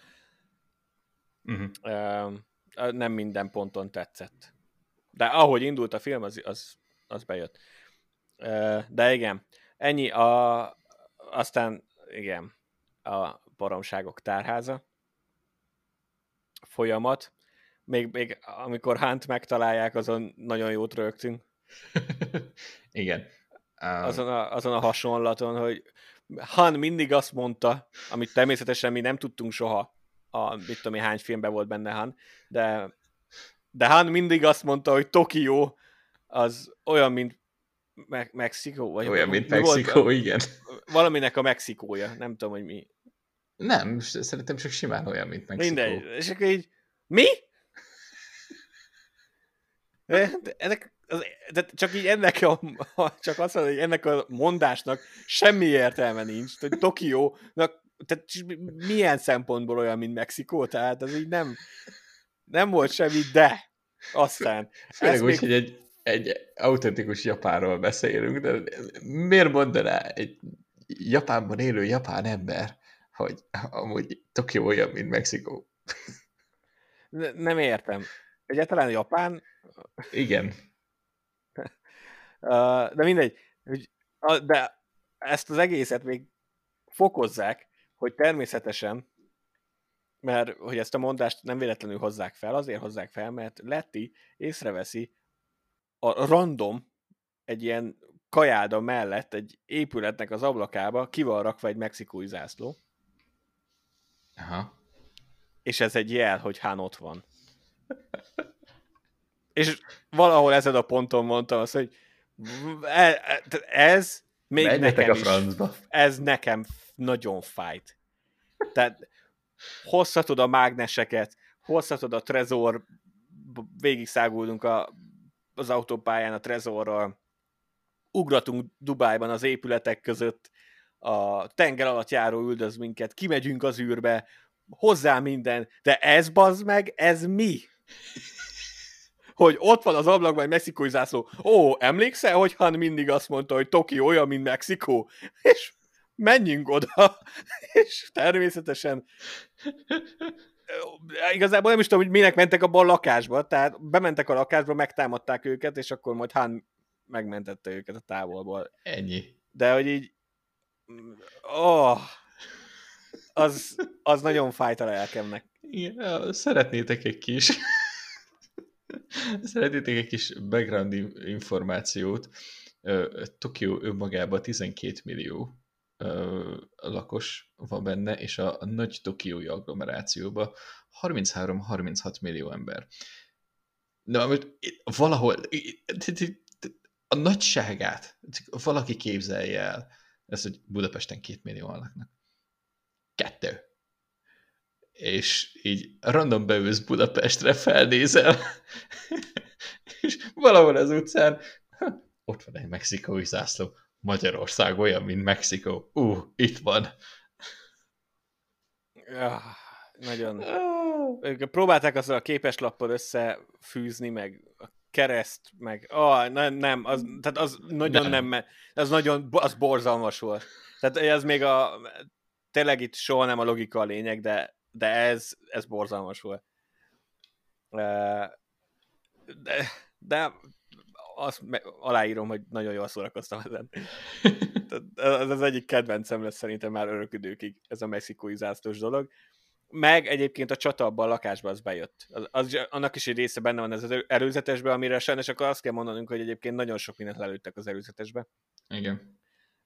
Speaker 2: Uh-huh. Nem minden ponton tetszett. De ahogy indult a film, az, az, az bejött. De igen, ennyi. A, aztán igen, a baromságok tárháza folyamat. Még, még amikor Hunt megtalálják, azon nagyon jót rögtünk.
Speaker 1: Igen. Um...
Speaker 2: Azon, a, azon a hasonlaton, hogy Han mindig azt mondta, amit természetesen mi nem tudtunk soha, a, mit tudom én, hány filmben volt benne Han, de, de Han mindig azt mondta, hogy Tokió az olyan, mint Me- Mexikó? Vagy
Speaker 1: olyan, mint Mexikó, volt, igen.
Speaker 2: Valaminek a Mexikója, nem tudom, hogy mi.
Speaker 1: Nem, szerintem csak simán olyan, mint Mexikó.
Speaker 2: Mindegy, és akkor így, mi? De, de, ennek, az, de csak így ennek a, csak azt mondom, hogy ennek a mondásnak semmi értelme nincs, hogy Tokiónak, tehát milyen szempontból olyan, mint Mexikó, tehát ez így nem, nem volt semmi, de aztán.
Speaker 1: Főleg úgy, még... hogy egy, egy autentikus japánról beszélünk, de miért mondaná egy Japánban élő japán ember, hogy amúgy Tokió olyan, mint Mexikó?
Speaker 2: Nem értem. Egyáltalán Japán?
Speaker 1: Igen.
Speaker 2: De mindegy. De ezt az egészet még fokozzák, hogy természetesen, mert hogy ezt a mondást nem véletlenül hozzák fel, azért hozzák fel, mert Letty észreveszi a random egy ilyen kajáda mellett egy épületnek az ablakába ki van rakva egy mexikói zászló.
Speaker 1: Aha.
Speaker 2: És ez egy jel, hogy Han ott van. És valahol ezen a ponton mondtam azt, hogy ez még
Speaker 1: Menjetek
Speaker 2: nekem
Speaker 1: a francba.
Speaker 2: Is, ez nekem nagyon fájt. Tehát hozhatod a mágneseket, hozhatod a trezor, végig száguldunk a, az autópályán a trezorral, ugratunk Dubájban az épületek között, a tenger alatt járó üldöz minket, kimegyünk az űrbe, hozzá minden, de ez bazd meg, ez mi? Hogy ott van az ablakban egy mexikói zászló. Ó, emlékszel, hogy Han mindig azt mondta, hogy Tokió olyan, mint Mexikó? És menjünk oda. És természetesen igazából nem is tudom, hogy minek mentek abba a lakásba. Tehát bementek a lakásba, megtámadták őket, és akkor majd Han megmentette őket a távolból.
Speaker 1: Ennyi.
Speaker 2: De hogy így oh, az, az nagyon fájt a lelkemnek.
Speaker 1: Igen, szeretnétek egy kis Szeretnétek egy kis background információt. Tokió önmagában tizenkét millió lakos van benne, és a nagy tokiói agglomerációban harminchárom-harminchat millió ember. Na, most valahol a nagyságát valaki képzelje el, ez, hogy Budapesten két millió laknak. Kettő. És így random beülsz Budapestre, felnézel, és valahol az utcán ott van egy mexikói zászló. Magyarország olyan, mint Mexikó. Ú, uh, itt van.
Speaker 2: Ja, nagyon. Ők próbálták azzal a képeslappal összefűzni, meg a kereszt, meg ah, nem, nem, az, tehát az nagyon nem, nem az nagyon, az borzalmas volt. Tehát ez még a, tényleg itt soha nem a logika a lényeg, de, de ez, ez borzalmas volt. De, de azt aláírom, hogy nagyon jól szórakoztam ezen. Ez az egyik kedvencem lesz szerintem már örök időkig, ez a mexikói zászlós dolog. Meg egyébként a csata abban a lakásban az bejött. Az, az, annak is egy része benne van ez az előzetesben, amire sajnos akkor azt kell mondanunk, hogy egyébként nagyon sok mindent lelőttek az előzetesbe.
Speaker 1: Igen.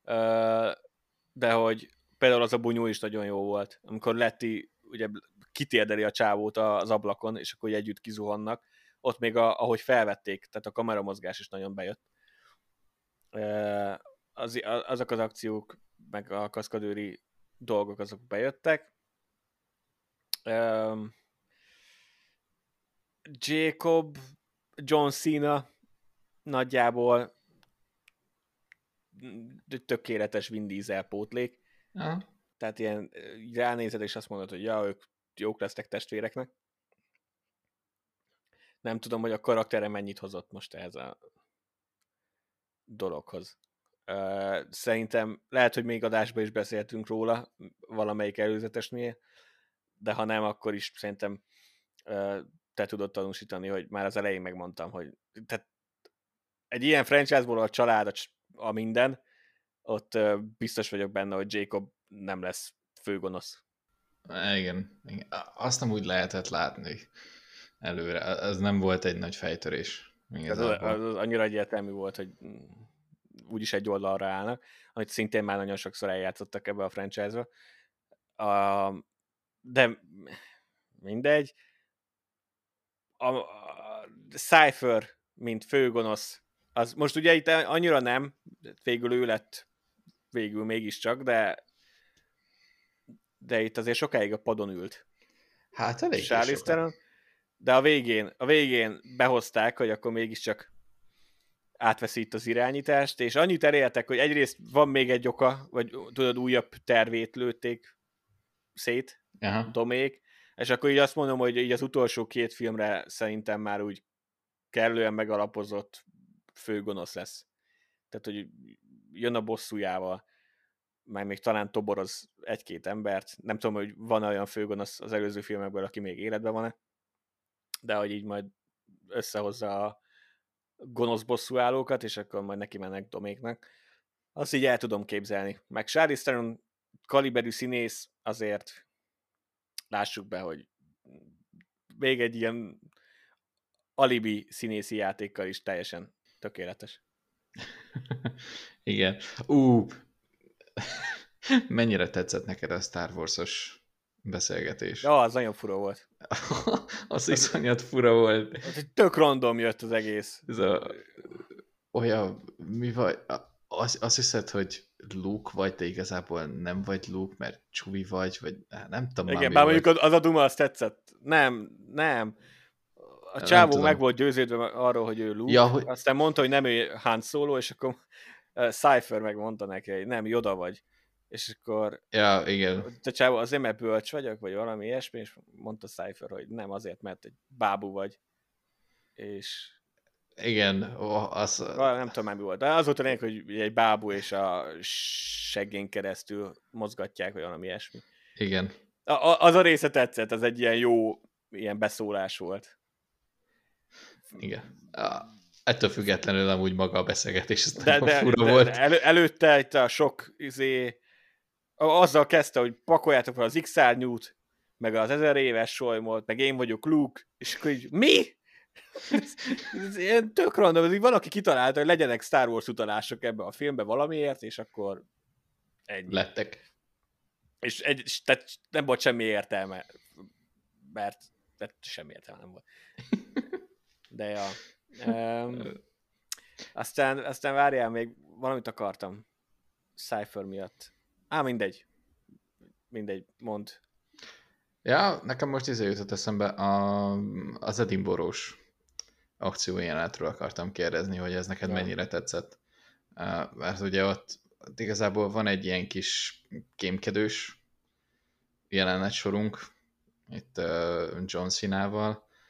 Speaker 2: De hogy például az a bunyó is nagyon jó volt, amikor Letty ugye kitérdeli a csávót az ablakon, és akkor együtt kizuhannak. Ott még a, ahogy felvették, tehát a kameramozgás is nagyon bejött. Az, azok az akciók, meg a kaszkadőri dolgok, azok bejöttek. Um, Jacob, John Cena nagyjából tökéletes Vin Diesel pótlék.
Speaker 1: Aha.
Speaker 2: Tehát ilyen ránézed, és azt mondod, hogy ja, ők jók lesznek testvéreknek. Nem tudom, hogy a karaktere mennyit hozott most ehhez a dologhoz. Uh, szerintem lehet, hogy még adásban is beszéltünk róla, valamelyik előzetesnél, de ha nem, akkor is szerintem uh, te tudod tanúsítani, hogy már az elején megmondtam, hogy tehát egy ilyen franchise-ból a család, a, a minden, ott uh, biztos vagyok benne, hogy Jacob nem lesz főgonosz.
Speaker 1: Igen, igen. Azt nem úgy lehetett látni előre. Ez nem volt egy nagy fejtörés.
Speaker 2: Az, az, az annyira egyértelmű volt, hogy úgyis egy oldalra állnak, amit szintén már nagyon sokszor eljátszottak ebbe a franchise-ba. Uh, de mindegy. A, a Cypher, mint főgonosz, az most ugye itt annyira nem, végül ő lett végül mégiscsak, de de itt azért sokáig a padon ült.
Speaker 1: Hát elég sokat.
Speaker 2: De a végén, a végén behozták, hogy akkor mégiscsak átveszi itt az irányítást, és annyit elértek, hogy egyrészt van még egy oka, vagy tudod, újabb tervét lőtték szét,
Speaker 1: Aha.
Speaker 2: Domék, és akkor így azt mondom, hogy így az utolsó két filmre szerintem már úgy kellően megalapozott főgonosz lesz. Tehát, hogy jön a bosszújával, meg még talán toboroz egy-két embert. Nem tudom, hogy van olyan főgonosz az előző filmekből, aki még életben van-e, de hogy így majd összehozza a gonosz bosszúállókat, és akkor majd neki mennek Doméknak. Azt így el tudom képzelni. Meg Charlize Theron kaliberű színész, azért lássuk be, hogy még egy ilyen alibi színészi játékkal is teljesen tökéletes.
Speaker 1: Igen. Ú, mennyire tetszett neked a Star Wars-os beszélgetés?
Speaker 2: Ja, az nagyon fura volt.
Speaker 1: Az iszonyat fura volt.
Speaker 2: Tök random jött az egész.
Speaker 1: Ez a, olyan, mi vagy, az, azt hiszed, hogy Luke vagy, de igazából nem vagy Luke, mert Chewie vagy, vagy nem tudom.
Speaker 2: Igen, bár mondjuk az a duma, az tetszett. Nem, nem. A csávó meg volt győződve arról, hogy ő Luke, ja, hogy... aztán mondta, hogy nem ő Han Solo, és akkor uh, Cypher megmondta neki, hogy nem, Yoda vagy. És akkor
Speaker 1: ja, igen.
Speaker 2: A csávó azért, mert bölcs vagyok, vagy valami ilyesmi, és mondta Cypher, hogy nem azért, mert egy bábú vagy. És
Speaker 1: igen, az...
Speaker 2: nem tudom már mi volt, de az volt a lényeg, hogy egy bábú és a seggén keresztül mozgatják, vagy valami ilyesmi.
Speaker 1: Igen.
Speaker 2: A, az a része tetszett, az egy ilyen jó ilyen beszólás volt.
Speaker 1: Igen. Ettől függetlenül amúgy maga a beszélgetés, ez
Speaker 2: de, de,
Speaker 1: fura
Speaker 2: de,
Speaker 1: volt.
Speaker 2: De elő, előtte itt a sok izé, azzal kezdte, hogy pakoljátok fel az X-árnyút, meg az ezer éves solymot, meg én vagyok Luke, és akkor így, mi? ez, ez ilyen tök random, ez így valaki kitalálta, hogy legyenek Star Wars utalások ebbe a filmbe valamiért, és akkor ennyi.
Speaker 1: Lettek.
Speaker 2: És egy, tehát nem volt semmi értelme, mert, mert semmi értelme nem volt. De ja. Um, aztán, aztán várjál, még valamit akartam Cypher miatt. Á, mindegy. Mindegy, mondd.
Speaker 1: Ja, nekem most izé jutott eszembe a, az Edinburgh-s akciójelenetről akartam kérdezni, hogy ez neked ja. mennyire tetszett. Uh, mert ugye ott, ott igazából van egy ilyen kis kémkedős jelenetsorunk itt uh, John Cena-val,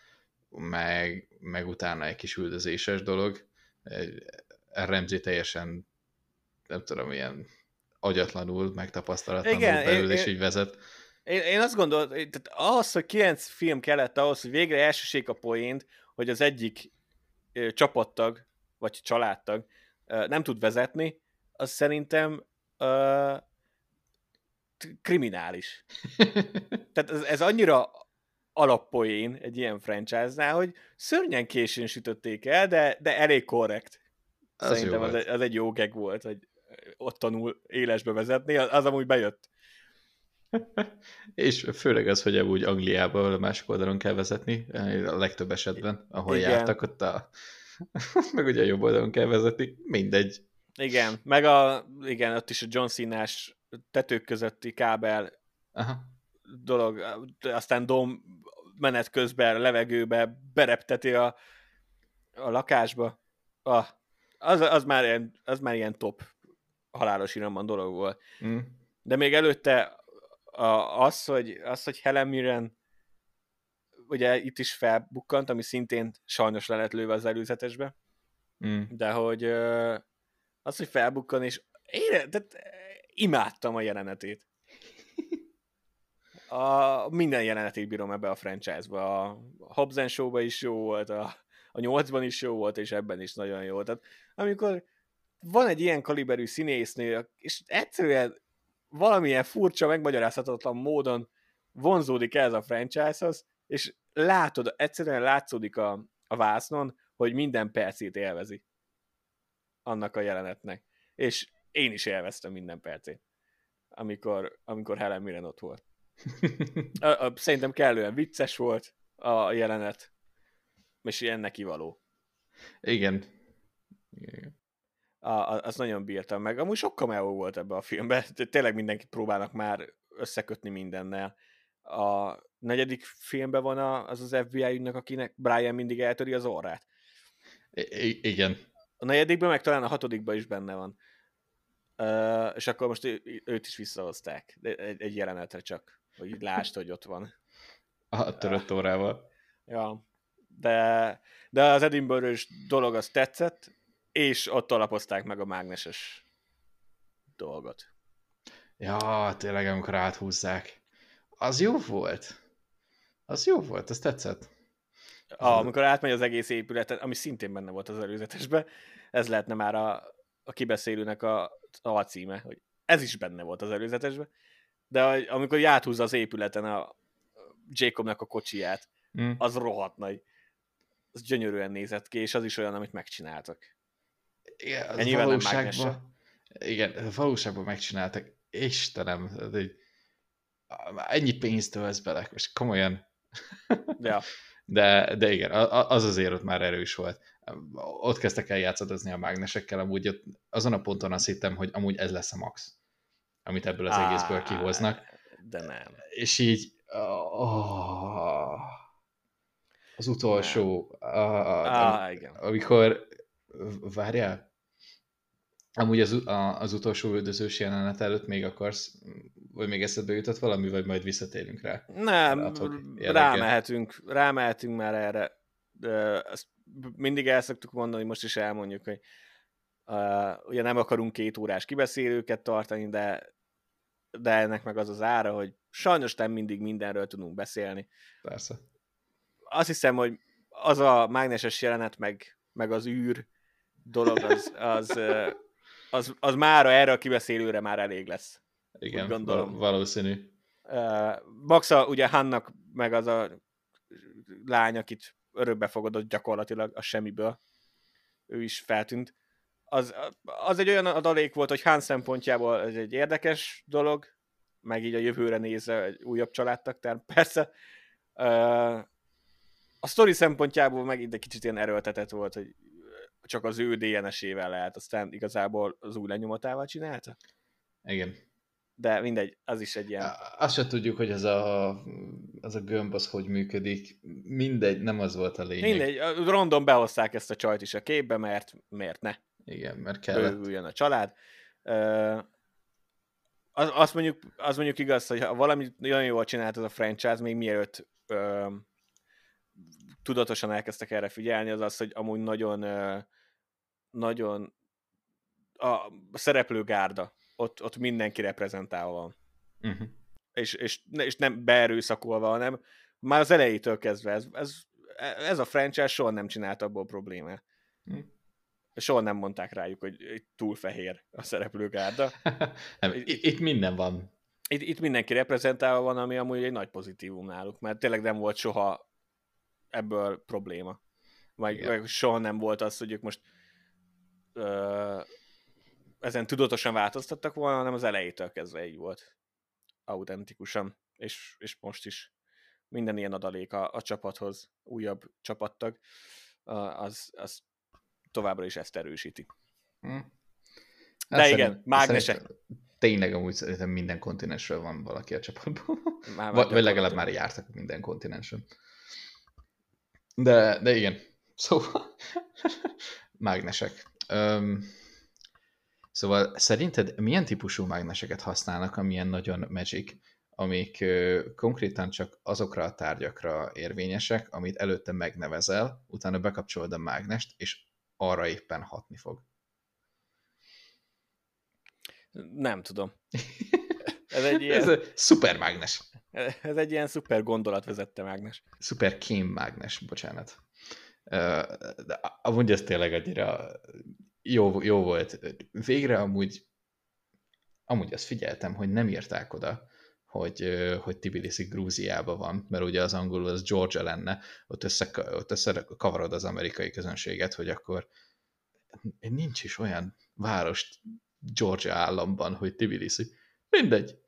Speaker 1: meg, meg utána egy kis üldözéses dolog. Ramsey teljesen, nem tudom, ilyen agyatlanul, megtapasztalatlanul
Speaker 2: Igen, én,
Speaker 1: belül, és
Speaker 2: én,
Speaker 1: így vezet.
Speaker 2: én, én azt gondolom, tehát ahhoz, hogy kilenc film kellett ahhoz, hogy végre elsőség a poént, hogy az egyik ö, csapattag, vagy családtag ö, nem tud vezetni, az szerintem ö, kriminális. Tehát ez, ez annyira alappoén egy ilyen franchise-nál, hogy szörnyen későn sütötték el, de, de elég korrekt.
Speaker 1: Az
Speaker 2: Szerintem
Speaker 1: jó
Speaker 2: az,
Speaker 1: volt.
Speaker 2: egy, az egy jó gag volt, hogy ott tanul élesbe vezetni, az, az amúgy bejött.
Speaker 1: És főleg az, hogy amúgy Angliában a másik oldalon kell vezetni, a legtöbb esetben, ahol
Speaker 2: Igen.
Speaker 1: jártak, ott a... meg ugye a jobb oldalon kell vezetni, mindegy.
Speaker 2: Igen, meg a, igen, ott is a John Cena-s tetők közötti kábel
Speaker 1: Aha.
Speaker 2: dolog, aztán Dom menet közben levegőbe berepteti a, a lakásba. Ah, az, az, már ilyen, az már ilyen top halálos iramban dolog volt.
Speaker 1: Mm.
Speaker 2: De még előtte a, az, hogy, az, hogy Helen Mirren ugye itt is felbukkant, ami szintén sajnos le lett lőve az előzetesbe,
Speaker 1: Mm.
Speaker 2: de hogy az, hogy felbukkan, és én tehát, imádtam a jelenetét. A, minden jelenetét bírom ebbe a franchise-ba. A Hobbs and Show-ba is jó volt, a, a nyolcban is jó volt, és ebben is nagyon jó. Tehát amikor van egy ilyen kaliberű színésznő, és egyszerűen valamilyen furcsa, megmagyarázhatatlan módon vonzódik ez a franchise-hoz, és látod, egyszerűen látszódik a, a vásznon, hogy minden percét élvezi annak a jelenetnek. És én is élveztem minden percét, amikor, amikor Helen Mirren ott volt. A, a, szerintem kellően vicces volt a jelenet, és ilyen neki való.
Speaker 1: Igen. Igen.
Speaker 2: A, a, az nagyon bírtam meg. Amúgy sok cameo volt ebbe a filmben. Tényleg mindenkit próbálnak már összekötni mindennel. A negyedik filmben van a, az az ef bé i ügynök, akinek Brian mindig eltöri az orrát.
Speaker 1: I- igen.
Speaker 2: A negyedikben, meg talán a hatodikban is benne van. Uh, és akkor most ő, őt is visszahozták. Egy, egy jelenetre csak, hogy lásd, hogy ott van.
Speaker 1: A törött órával.
Speaker 2: Ja, de, de az Edinburgh-ös dolog az tetszett, és ott alapozták meg a mágneses dolgot.
Speaker 1: Ja, tényleg, amikor áthúzzák. Az jó volt. Az jó volt, az tetszett.
Speaker 2: Ah, amikor átmegy az egész épületen, ami szintén benne volt az előzetesben, ez lehetne már a, a kibeszélőnek a alcíme, hogy ez is benne volt az előzetesben, de amikor áthúzza az épületen a Jacobnak a kocsiját, mm. az rohadt nagy. Az gyönyörűen nézett ki, és az is olyan, amit megcsináltak.
Speaker 1: Igen, az valóságban, igen, valóságban megcsináltak. Istenem, ennyi pénzt ölsz bele, és komolyan.
Speaker 2: Ja.
Speaker 1: De, de igen, az azért ott már erős volt. Ott kezdtek el játszadozni a mágnesekkel, amúgy ott, azon a ponton azt hittem, hogy amúgy ez lesz a max, amit ebből az Á, egészből kihoznak.
Speaker 2: De nem.
Speaker 1: És így oh, az utolsó,
Speaker 2: ah,
Speaker 1: am,
Speaker 2: igen.
Speaker 1: amikor várjál, amúgy az, a, az utolsó üldözős jelenet előtt még akarsz, vagy még eszedbe jutott valami, vagy majd visszatérünk rá?
Speaker 2: Nem, rámehetünk, rámehetünk már erre. De ezt mindig el szoktuk mondani, most is elmondjuk, hogy uh, ugye nem akarunk két órás kibeszélőket tartani, de, de ennek meg az az ára, hogy sajnos nem mindig mindenről tudunk beszélni.
Speaker 1: Persze.
Speaker 2: Azt hiszem, hogy az a mágneses jelenet, meg, meg az űr dolog, az, az, az, az, az már erre a kibeszélőre már elég lesz.
Speaker 1: Igen, gondolom. Valószínű.
Speaker 2: Uh, Maxa, ugye Hannak meg az a lány, akit örökbe fogadott gyakorlatilag a semmiből, ő is feltűnt. Az, az egy olyan adalék volt, hogy Han szempontjából ez egy érdekes dolog, meg így a jövőre nézve egy újabb családtag, tehát persze. Uh, a sztori szempontjából megint egy kicsit ilyen erőltetett volt, hogy csak az ő dé en es-ével lehet, aztán igazából az új lenyomatával csinálta.
Speaker 1: Igen.
Speaker 2: De mindegy, az is egy ilyen...
Speaker 1: Azt se tudjuk, hogy ez a, az a gömb az hogy működik. Mindegy, nem az volt a lényeg.
Speaker 2: Mindegy, random behozták ezt a csajt is a képbe, mert miért ne?
Speaker 1: Igen, mert kellett.
Speaker 2: Bővüljön a család. Az, azt, mondjuk, azt mondjuk igaz, hogy ha valami nagyon jól csinált ez a franchise, még mielőtt ö, tudatosan elkezdtek erre figyelni, az az, hogy amúgy nagyon, nagyon a szereplőgárda, ott, ott mindenki reprezentálva van.
Speaker 1: Uh-huh.
Speaker 2: És, és, és nem beerőszakolva, hanem már az elejétől kezdve ez, ez, ez a franchise soha nem csinált abból problémát. Uh-huh. Soha nem mondták rájuk, hogy túl fehér a szereplőgárda.
Speaker 1: nem, itt, itt minden van.
Speaker 2: Itt, itt mindenki reprezentálva van, ami amúgy egy nagy pozitívum náluk, mert tényleg nem volt soha ebből probléma. Vagy, vagy soha nem volt az, hogy ők most ö, ezen tudatosan változtattak volna, hanem az elejétől kezdve így volt. Autentikusan. És, és most is minden ilyen adalék a, a csapathoz, újabb csapattag, az, az továbbra is ezt erősíti. Hmm. De hát igen, szerint, mágnesek.
Speaker 1: Tényleg amúgy szerintem minden kontinensről van valaki a csapatban. Már vagy, vagy legalább már jártak minden kontinensen. De, de igen. Szóval mágnesek. Um, szóval szerinted milyen típusú mágneseket használnak, amilyen nagyon magic, amik uh, konkrétan csak azokra a tárgyakra érvényesek, amit előtte megnevezel, utána bekapcsolod a mágnest, és arra éppen hatni fog?
Speaker 2: Nem tudom. Ez egy ilyen...
Speaker 1: ez egy szuper mágnes.
Speaker 2: Ez egy ilyen szuper gondolatvezette mágnes.
Speaker 1: Szuper kém mágnes, bocsánat. De amúgy ez tényleg annyira jó, jó volt. Végre amúgy, amúgy azt figyeltem, hogy nem írták oda, hogy, hogy Tbilisi Grúziában van, mert ugye az angolul az Georgia lenne, ott, össze, ott összekavarod az amerikai közönséget, hogy akkor nincs is olyan város Georgia államban, hogy Tbilisi. Mindegy.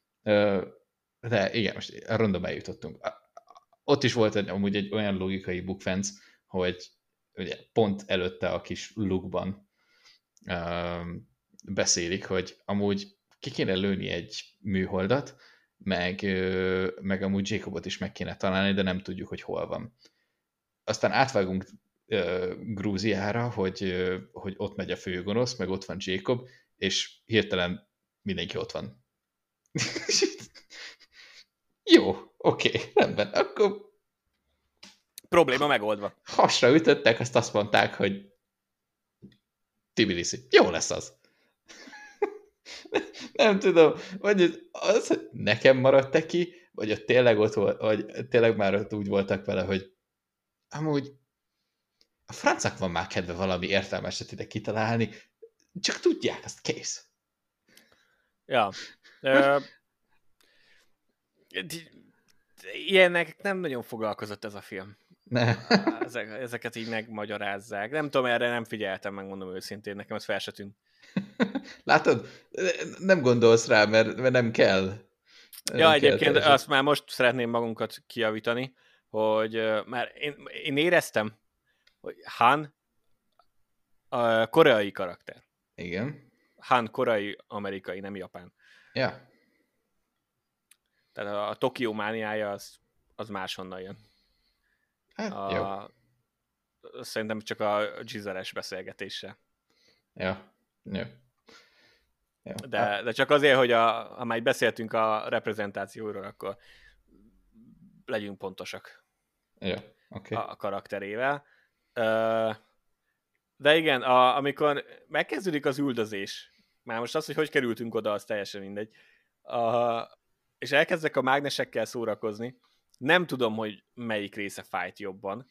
Speaker 1: De igen, most random eljutottunk. Ott is volt egy, amúgy egy olyan logikai bukfenc, hogy ugye pont előtte a kis lukban um, beszélik, hogy amúgy ki kéne lőni egy műholdat, meg, meg amúgy Jacobot is meg kéne találni, de nem tudjuk, hogy hol van. Aztán átvágunk uh, Grúziára, hogy, uh, hogy ott megy a főgonosz, meg ott van Jacob, és hirtelen mindenki ott van. Jó, oké, okay, rendben, akkor
Speaker 2: probléma megoldva.
Speaker 1: Hasra ütöttek, azt azt mondták, hogy Tbilisi. Jó lesz az. Nem tudom, vagy az, hogy nekem maradt ki, vagy ott tényleg ott volt, vagy tényleg már ott úgy voltak vele, hogy amúgy a francák van már kedve valami értelmeset ide kitalálni, csak tudják, azt kész.
Speaker 2: Ja. Ö, ilyenek nem nagyon foglalkozott ez a film.
Speaker 1: Ne.
Speaker 2: Ezek, ezeket így megmagyarázzák. Nem tudom, erre nem figyeltem, megmondom őszintén, nekem ez fel se tűnt.
Speaker 1: Látod? Nem gondolsz rá, mert, mert nem kell.
Speaker 2: Ja, nem egyébként kell azt már most szeretném magunkat kijavítani, hogy uh, már én, én éreztem, hogy Han a koreai karakter.
Speaker 1: Igen.
Speaker 2: Han koreai, amerikai, nem japán.
Speaker 1: Ja.
Speaker 2: Tehát a, a Tokió mániája az, az máshonnan jön.
Speaker 1: Hát,
Speaker 2: a,
Speaker 1: jó.
Speaker 2: Szerintem csak a Gizeres beszélgetése.
Speaker 1: Ja, jó. jó.
Speaker 2: De, de csak azért, hogy a, ha már beszéltünk a reprezentációról, akkor legyünk pontosak.
Speaker 1: Jó, oké.
Speaker 2: Okay. A karakterével. De igen, a, amikor megkezdődik az üldözés, már most az, hogy hogy kerültünk oda, az teljesen mindegy, a, és elkezdek a mágnesekkel szórakozni, nem tudom, hogy melyik része fájt jobban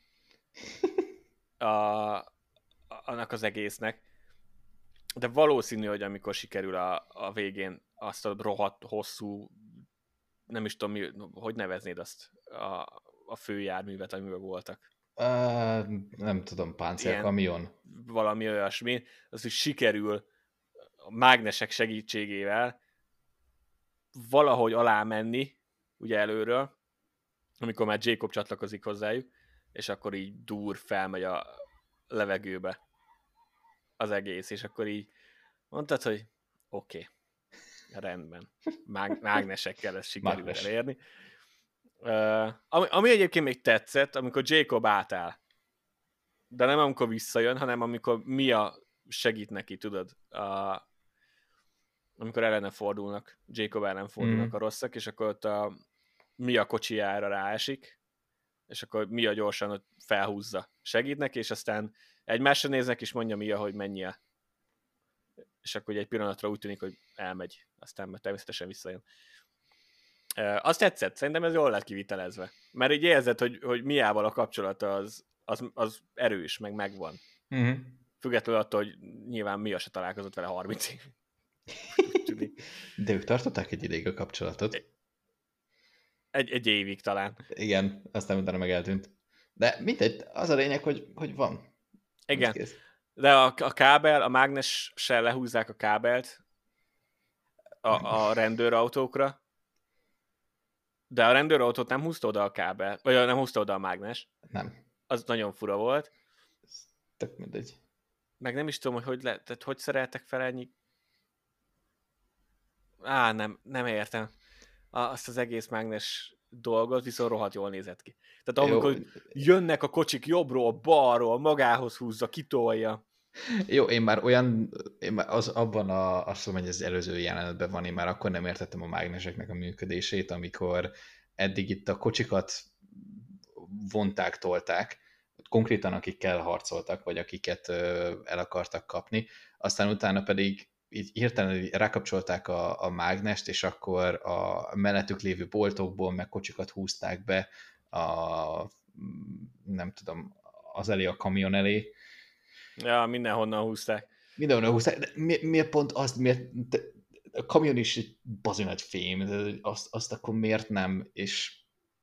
Speaker 2: a, annak az egésznek, de valószínű, hogy amikor sikerül a, a végén azt a rohadt hosszú, nem is tudom, mi, hogy neveznéd azt a, a főjárművet, amiben voltak.
Speaker 1: Uh, nem tudom, páncélkamion.
Speaker 2: Valami olyasmi, az, hogy sikerül a mágnesek segítségével valahogy alá menni, ugye előről, amikor már Jacob csatlakozik hozzájuk, és akkor így dur felmegy a levegőbe az egész, és akkor így mondtad, hogy oké, okay, rendben, Mág- mágnesekkel ezt sikerült Mágnes. elérni. Uh, ami, ami egyébként még tetszett, amikor Jacob átáll, de nem amikor visszajön, hanem amikor Mia segít neki, tudod, uh, amikor ellene fordulnak, Jacob ellen fordulnak mm. a rosszak, és akkor ott a Mia kocsijára ráesik, és akkor Mia gyorsan ott felhúzza. Segít neki, és aztán egymásra néznek, és mondja Mia, hogy menjél. És akkor egy pillanatra úgy tűnik, hogy elmegy. Aztán természetesen visszajön. Azt tetszett, szerintem ez jól lett kivitelezve. Mert így érzed, hogy, hogy Miával a kapcsolata az, az, az erős, meg megvan.
Speaker 1: Uh-huh.
Speaker 2: Függetlenül attól, hogy nyilván Mia se találkozott vele harminc év.
Speaker 1: De ők tartották egy ideig a kapcsolatot.
Speaker 2: Egy, egy évig talán.
Speaker 1: Igen, aztán utána meg eltűnt. De mindegy, az a lényeg, hogy, hogy van.
Speaker 2: Igen, de a, a kábel, a mágnessel lehúzzák a kábelt a, a rendőrautókra, de a rendőrautót nem húzta oda a kábel, vagy nem húzta oda a mágnes.
Speaker 1: Nem.
Speaker 2: Az nagyon fura volt.
Speaker 1: Tök mindegy.
Speaker 2: Meg nem is tudom, hogy hogy, le, tehát hogy szereltek fel ennyi... Á, nem, nem értem. Azt az egész mágnes dolgot, viszont rohadt jól nézett ki. Tehát amikor Jó. jönnek a kocsik jobbról, balról, magához húzza, kitolja.
Speaker 1: Jó, én már olyan, én már az, abban a, azt mondom, hogy az előző jelenetben van, én már akkor nem értettem a mágneseknek a működését, amikor eddig itt a kocsikat vonták, tolták, konkrétan akikkel harcoltak, vagy akiket el akartak kapni, aztán utána pedig így hirtelen rákapcsolták a, a mágnest, és akkor a mellettük lévő boltokból meg kocsikat húzták be a, nem tudom, az elé, a kamion elé.
Speaker 2: Ja, mindenhonnan húzták.
Speaker 1: Mindenhonnan húzták, de mi, miért pont azt, miért, de a kamion is egy bazin nagy fém, de azt, azt akkor miért nem, és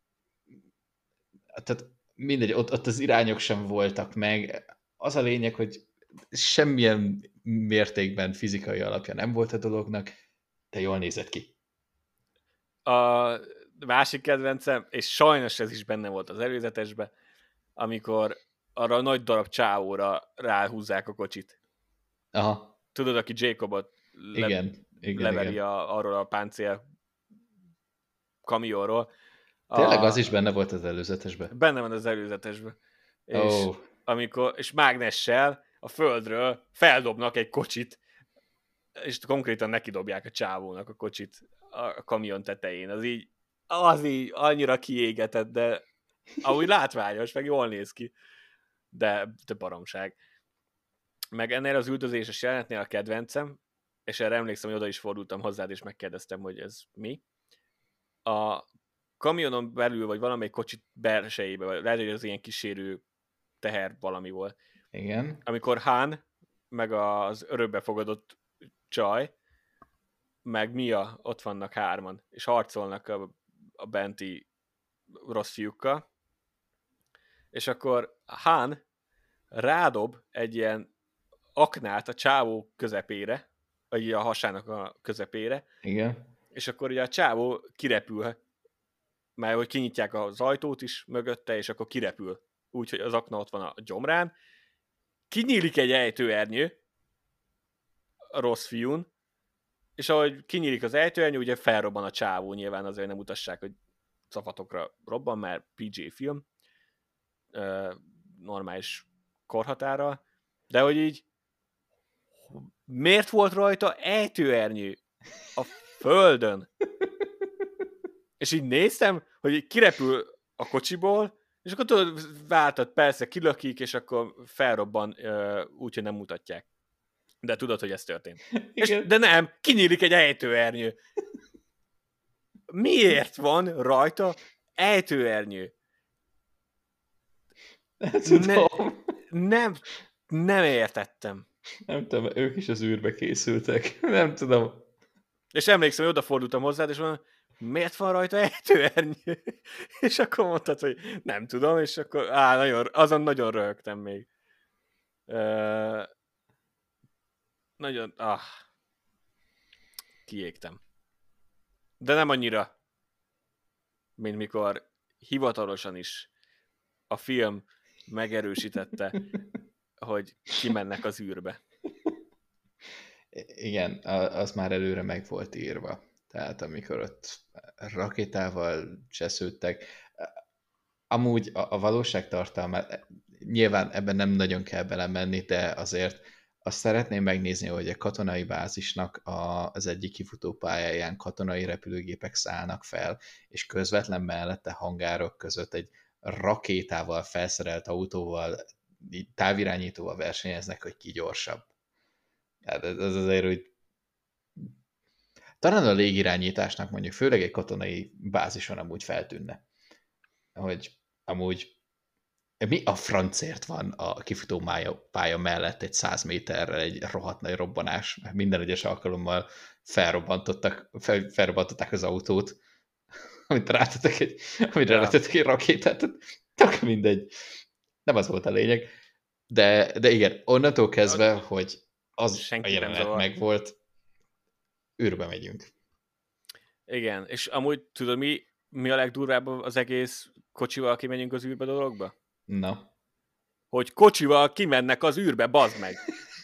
Speaker 1: tehát mindegy, ott, ott az irányok sem voltak meg. Az a lényeg, hogy semmilyen mértékben fizikai alapja nem volt a dolognak, de jól nézett ki.
Speaker 2: A másik kedvencem, és sajnos ez is benne volt az előzetesben, amikor arra a nagy darab csávóra ráhúzzák a kocsit.
Speaker 1: Aha.
Speaker 2: Tudod, aki Jacobot le-
Speaker 1: igen, igen,
Speaker 2: leveri
Speaker 1: igen.
Speaker 2: A, arról a páncél kamionról.
Speaker 1: Tényleg
Speaker 2: a,
Speaker 1: az is benne volt az előzetesben?
Speaker 2: Benne van az előzetesben. És,
Speaker 1: oh.
Speaker 2: amikor, és mágnessel a földről feldobnak egy kocsit, és konkrétan nekidobják a csávónak a kocsit a kamion tetején. Az így, az így annyira kiégetett, de ahogy látványos, meg jól néz ki. De, de baromság. Meg ennél az üldözéses jelenetnél a kedvencem, és erre emlékszem, hogy oda is fordultam hozzád, és megkérdeztem, hogy ez mi. A kamionon belül, vagy valamelyik kocsit belsejébe, vagy lehet, hogy az ilyen kísérő teher valami volt.
Speaker 1: Igen.
Speaker 2: Amikor Han, meg az örökbefogadott csaj, meg Mia ott vannak hárman, és harcolnak a, a benti rossz fiúkkal, és akkor Han rádob egy ilyen aknát a csávó közepére, vagy a hasának a közepére,
Speaker 1: igen.
Speaker 2: És akkor ugye a csávó kirepül, mert hogy kinyitják az ajtót is mögötte, és akkor kirepül. Úgyhogy az akna ott van a gyomrán. Kinyílik egy ejtőernyő a rossz fiún, és ahogy kinyílik az ejtőernyő, ugye felrobban a csávó, nyilván azért nem mutassák, hogy szafatokra robban, mert pé gé film, normális korhatára, de hogy így miért volt rajta ejtőernyő a földön? És így néztem, hogy így kirepül a kocsiból, és akkor tudod, váltat, persze kilökik, és akkor felrobban, úgyhogy nem mutatják. De tudod, hogy ez történt. És, de nem, kinyílik egy ejtőernyő. Miért van rajta ejtőernyő?
Speaker 1: Ne,
Speaker 2: nem, nem értettem.
Speaker 1: Nem tudom, ők is az űrbe készültek. Nem tudom.
Speaker 2: És emlékszem, hogy odafordultam hozzád, és mondom, miért van rajta ejtőernyő? És akkor mondtad, hogy nem tudom, és akkor á, nagyon, azon nagyon röhögtem még. Uh, nagyon, ah, kiégtem. De nem annyira, mint mikor hivatalosan is a film megerősítette, hogy kimennek az űrbe.
Speaker 1: Igen, az már előre meg volt írva. Tehát amikor ott rakétával csesződtek, amúgy a, a valóságtartalma, nyilván ebben nem nagyon kell belemenni, de azért azt szeretném megnézni, hogy a katonai bázisnak a, az egyik kifutópályáján katonai repülőgépek szállnak fel, és közvetlen mellette hangárok között egy rakétával felszerelt autóval, így távirányítóval versenyeznek, hogy ki gyorsabb. Hát ez, ez azért, hogy talán a légirányításnak mondjuk főleg egy katonai bázison amúgy feltűnne, hogy amúgy mi a francért van a kifutó pálya mellett egy száz méterrel egy rohadt nagy robbanás, mert minden egyes alkalommal felrobbantottak, fel, felrobbantották az autót, amit rátettek egy, amire ja. rátettek egy rakétát, tök mindegy. Nem az volt a lényeg. De, de igen, onnantól kezdve, hogy az Senki a jelenet megvolt, űrbe megyünk.
Speaker 2: Igen, és amúgy tudod, mi, mi a legdurvább az egész kocsival kimegyünk az űrbe dologba?
Speaker 1: Na.
Speaker 2: Hogy kocsival kimennek az űrbe, bazd meg!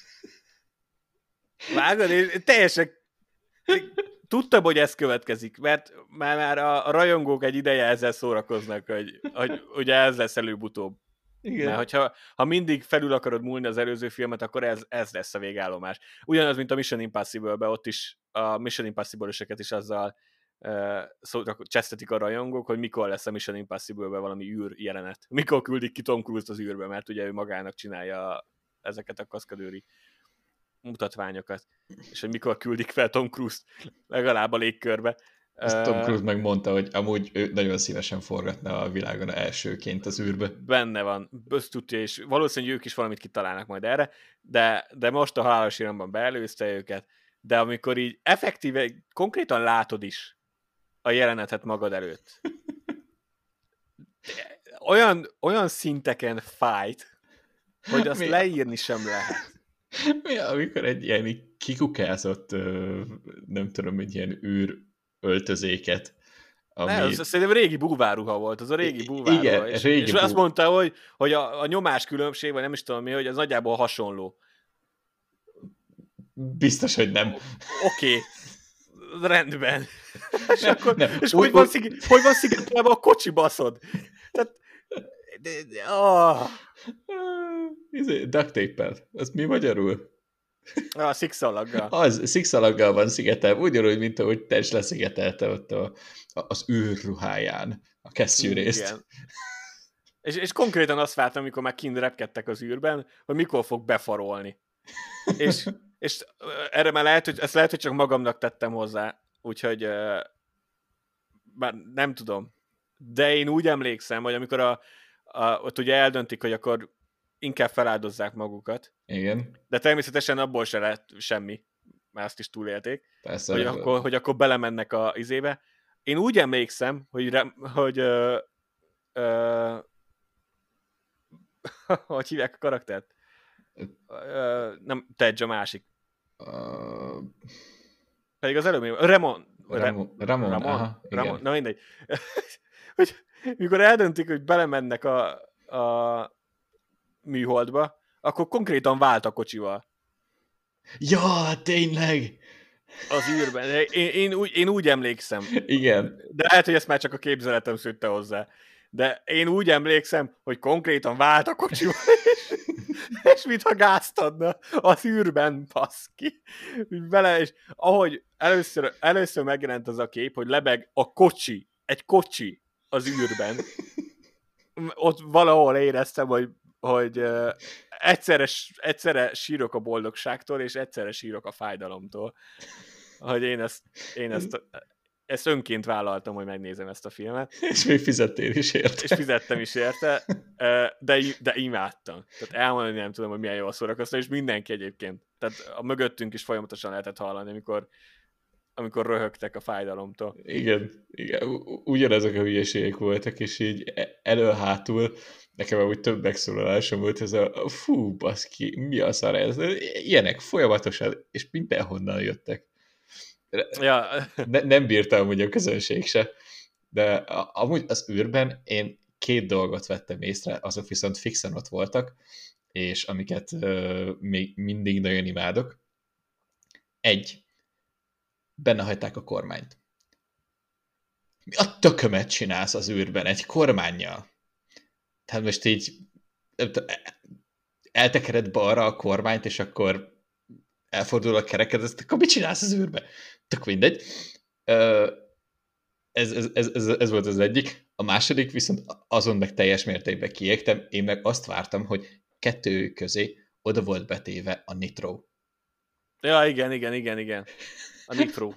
Speaker 2: Vágod? Én teljesen tudtam, hogy ez következik, mert már, már a, a rajongók egy ideje ezzel szórakoznak, hogy, hogy ugye ez lesz előbb-utóbb. Igen. Mert hogyha ha mindig felül akarod múlni az előző filmet, akkor ez, ez lesz a végállomás. Ugyanaz, mint a Mission Impossible-ben, ott is a Mission Impossible-öseket is azzal uh, szóval csesztetik a rajongók, hogy mikor lesz a Mission Impossible-ben valami űr jelenet. Mikor küldik ki Tom Cruise-t az űrbe, mert ugye ő magának csinálja ezeket a kaszkadőri mutatványokat. És hogy mikor küldik fel Tom Cruise-t legalább a légkörbe.
Speaker 1: Ezt Tom Cruise megmondta, hogy amúgy ő nagyon szívesen forgatna a világon elsőként az űrbe.
Speaker 2: Benne van, bösz tudja, és valószínűleg ők is valamit kitalálnak majd erre, de, de most a halálos iramban beelőzte őket, de amikor így effektíve, konkrétan látod is a jelenetet magad előtt, olyan, olyan szinteken fájt, hogy azt Mi? leírni sem lehet.
Speaker 1: Mi, amikor egy ilyen kikukázott, nem tudom, egy ilyen űr öltözéket.
Speaker 2: Ami... Ne, az, az szerintem régi búváruha volt, az a régi búváruha. Igen, és, régi és bú... azt mondta, hogy, hogy a, a nyomás különbség, vagy nem is tudom mi, hogy az nagyjából hasonló.
Speaker 1: Biztos, hogy nem.
Speaker 2: Oké, okay. Rendben. és nem, akkor, nem. És úgy, hogy, van szig... hogy van szigetelve a kocsi, baszod? Tehát... De, de, oh.
Speaker 1: Duct tape-el. Az mi magyarul?
Speaker 2: A szikszalaggal.
Speaker 1: Az, szikszalaggal van szigetelve, ugyanúgy, mint ahogy te is leszigetelte ott a, a, az űrruháján a kesztyűrészt.
Speaker 2: Igen. és, és konkrétan azt vártam, amikor már kint repkedtek az űrben, hogy mikor fog befarolni. és, és erre már lehet, hogy ezt lehet, hogy csak magamnak tettem hozzá, úgyhogy uh, már nem tudom. De én úgy emlékszem, hogy amikor a, a, ott ugye eldöntik, hogy akkor inkább feláldozzák magukat.
Speaker 1: Igen.
Speaker 2: De természetesen abból se lett semmi, már azt is túlélték, Persze, hogy, akkor, hogy akkor belemennek a izébe. Én úgy emlékszem, hogy, re, hogy ö, ö, hogy hívják a karaktert? Ö, nem, Tedge a másik. Uh... Pedig az előbb Ramon.
Speaker 1: Ramon. Ramon,
Speaker 2: Ramon,
Speaker 1: aha,
Speaker 2: Ramon. Na mindegy. hogy mikor eldöntik, hogy belemennek a, a műholdba, akkor konkrétan vált a kocsival.
Speaker 1: Ja, tényleg!
Speaker 2: Az űrben. Én, én, úgy, én úgy emlékszem.
Speaker 1: Igen.
Speaker 2: De lehet, hogy ezt már csak a képzeletem szűtte hozzá. De én úgy emlékszem, hogy konkrétan vált a kocsival, és, és mintha gázt adna az űrben, baszki. Bele, és ahogy először, először megjelent az a kép, hogy lebeg a kocsi, egy kocsi az űrben, ott valahol éreztem, hogy hogy uh, egyszerre, egyszerre sírok a boldogságtól, és egyszerre sírok a fájdalomtól. Hogy én ezt, én ezt, ezt önként vállaltam, hogy megnézem ezt a filmet.
Speaker 1: És még fizettél is érte.
Speaker 2: És fizettem is érte, de, de imádtam. Tehát elmondani nem tudom, hogy milyen jól szórakoztam, és mindenki egyébként. Tehát a mögöttünk is folyamatosan lehetett hallani, amikor, amikor röhögtek a fájdalomtól.
Speaker 1: Igen, igen. Ugyanezek a hülyeségek voltak, és így elő-hátul nekem úgy több megszólalásom volt, ez a fú, baszki, mi a szar ez? Ilyenek folyamatosan, és mindenhonnan jöttek.
Speaker 2: Ja.
Speaker 1: Ne, nem bírtam amúgy a közönség se, de amúgy az űrben én két dolgot vettem észre, azok viszont fixen ott voltak, és amiket uh, még mindig nagyon imádok. Egy, benne hagyták a kormányt. Mi a tökömet csinálsz az űrben egy kormánnyal? Tehát most így eltekered balra a kormányt, és akkor elfordul a kereked, ezt akkor mit csinálsz az űrbe? Tök mindegy. ez, ez, ez, ez, ez volt az egyik. A második viszont azon meg teljes mértékben kiégtem. Én meg azt vártam, hogy kettő közé oda volt betéve a Nitro.
Speaker 2: Ja, igen, igen, igen, igen. A Nitro.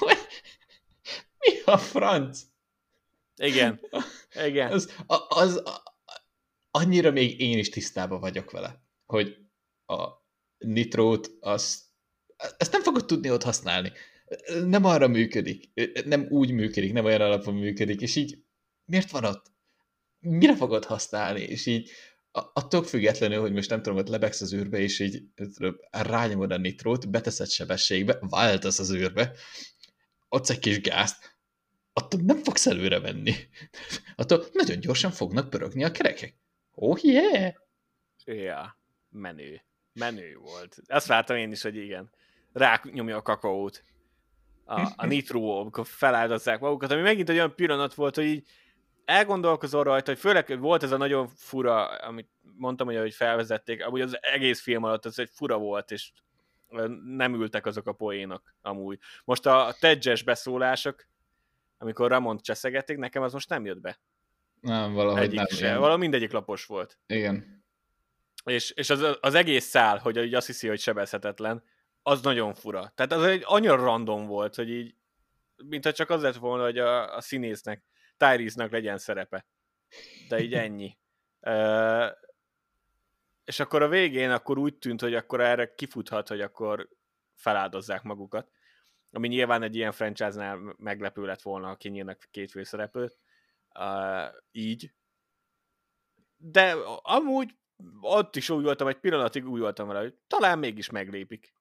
Speaker 1: Mi a franc?
Speaker 2: Igen, igen.
Speaker 1: Az, az, az annyira még én is tisztában vagyok vele, hogy a Nitrót azt, ezt nem fogod tudni ott használni. Nem arra működik, nem úgy működik, nem olyan alapon működik, és így miért van ott? Mire fogod használni? És így attól függetlenül, hogy most nem tudom, ott lebegsz az űrbe, és így rányomod a Nitrót, beteszed sebességbe, váltasz az űrbe, adsz egy kis gázt, attól nem fogsz előre menni. Attól nagyon gyorsan fognak pörögni a kerekek. Oh yeah!
Speaker 2: Ja, menő. Menő volt. Azt vártam én is, hogy igen. Rányomja a kakaót. A, a Nitro, amikor feláldozzák magukat, ami megint egy olyan pillanat volt, hogy így elgondolkozol rajta, hogy főleg volt ez a nagyon fura, amit mondtam, hogy ahogy felvezették, amúgy az egész film alatt ez egy fura volt, és nem ültek azok a poénok amúgy. Most a tedzses beszólások, amikor Ramont cseszegették, nekem az most nem jött be.
Speaker 1: Nem, valahogy
Speaker 2: Egyik
Speaker 1: nem.
Speaker 2: se.
Speaker 1: Ilyen...
Speaker 2: Valahogy mindegyik lapos volt.
Speaker 1: Igen.
Speaker 2: És, és az, az egész szál, hogy így azt hiszi, hogy sebezhetetlen, az nagyon fura. Tehát az egy annyira random volt, hogy így, mintha csak az lett volna, hogy a, a színésznek, Tyrese-nak legyen szerepe. De így ennyi. Uh, és akkor a végén akkor úgy tűnt, hogy akkor erre kifuthat, hogy akkor feláldozzák magukat. Ami nyilván egy ilyen franchise-nál meglepő lett volna, ha kinyírnak két főszereplőt. Uh, így. De amúgy ott is úgy voltam, egy pillanatig úgy voltam vele, hogy talán mégis meglépik.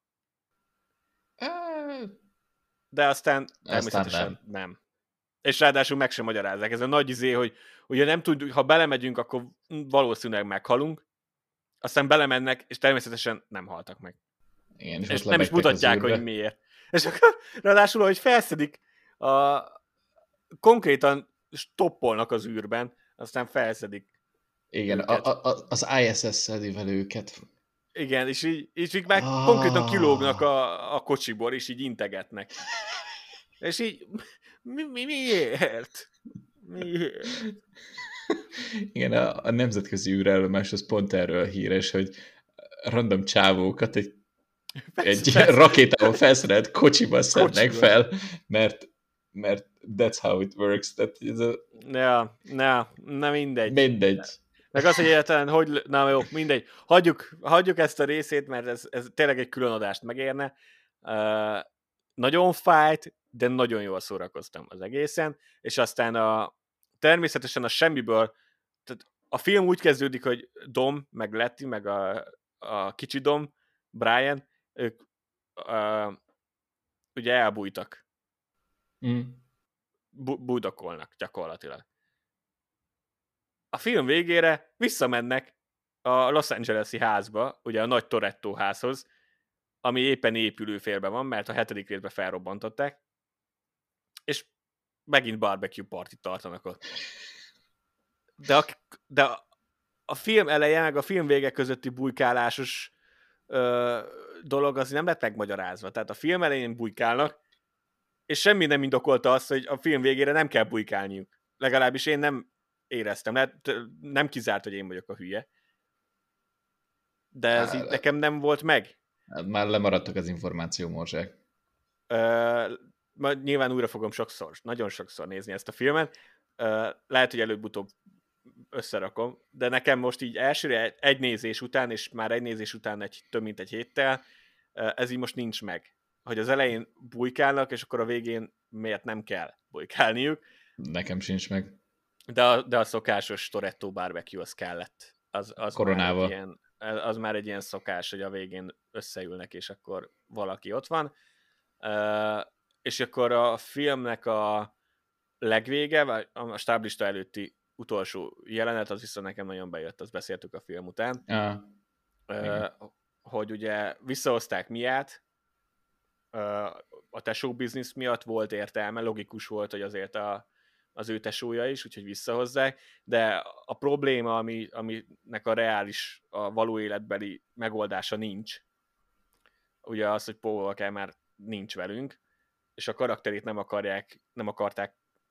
Speaker 2: De aztán természetesen
Speaker 1: aztán nem.
Speaker 2: nem. És ráadásul meg sem magyarázzák. Ez a nagy izé, hogy ugye nem tudjuk, ha belemegyünk, akkor valószínűleg meghalunk, aztán belemennek, és természetesen nem haltak meg.
Speaker 1: Igen, és,
Speaker 2: és nem is mutatják, hogy miért. És akkor ráadásul, hogy felszedik, a... konkrétan stoppolnak az űrben, aztán felszedik.
Speaker 1: Igen, a, a, az I S S szedi fel őket.
Speaker 2: Igen, és így, és így már
Speaker 1: ah.
Speaker 2: konkrétan kilógnak a, a kocsiból, és így integetnek. És így, mi, mi, miért? Miért?
Speaker 1: Igen, a, a nemzetközi űrállomás az pont erről híres, hogy random csávókat egy, egy rakétával felszerelt kocsiba szednek fel, mert, mert that's how it works. Tehát ez a...
Speaker 2: Ja, na, na mindegy.
Speaker 1: Mindegy.
Speaker 2: Meg az, hogy egyáltalán, hogy, na jó, mindegy. Hagyjuk, hagyjuk ezt a részét, mert ez, ez tényleg egy külön adást megérne. Uh, nagyon fájt, de nagyon jól szórakoztam az egészen, és aztán a, természetesen a semmiből, tehát a film úgy kezdődik, hogy Dom, meg Letty, meg a, a kicsi Dom, Brian, ők uh, ugye elbújtak.
Speaker 1: Mm.
Speaker 2: Bu- budakolnak gyakorlatilag. A film végére visszamennek a Los Angeles-i házba, ugye a nagy Toretto házhoz, ami éppen épülőfélben van, mert a hetedik részben felrobbantották, és megint barbecue partit tartanak ott. De a, de a, a film eleje, meg a film vége közötti bujkálásos ö, dolog az nem lett megmagyarázva. Tehát a film elején bujkálnak, és semmi nem indokolta azt, hogy a film végére nem kell bujkálniuk. Legalábbis én nem éreztem. Lehet, nem kizárt, hogy én vagyok a hülye. De ez így nekem nem volt meg.
Speaker 1: Már lemaradtak az információ morzsák.
Speaker 2: Uh, nyilván újra fogom sokszor, nagyon sokszor nézni ezt a filmet. Uh, lehet, hogy előbb-utóbb összerakom, de nekem most így elsőre egy nézés után, és már egy nézés után egy, több mint egy héttel, uh, ez így most nincs meg. Hogy az elején bujkálnak, és akkor a végén miért nem kell bujkálniuk.
Speaker 1: Nekem sincs meg.
Speaker 2: De a, de a szokásos Toretto barbecue az kellett. Az, az
Speaker 1: Koronával.
Speaker 2: Már egy ilyen, az már egy ilyen szokás, hogy a végén összeülnek, és akkor valaki ott van. Uh, és akkor a filmnek a legvége, vagy a stáblista előtti utolsó jelenet, az viszont nekem nagyon bejött, azt beszéltük a film után,
Speaker 1: Ah,
Speaker 2: uh, hogy ugye visszahozták Miát, uh, a tesó biznisz miatt volt értelme, logikus volt, hogy azért a, az ő tesója is, úgyhogy visszahozzák, de a probléma, ami, aminek a reális, a való életbeli megoldása nincs, ugye az, hogy Paul Walker már nincs velünk, és a karakterét nem akarják, nem akarták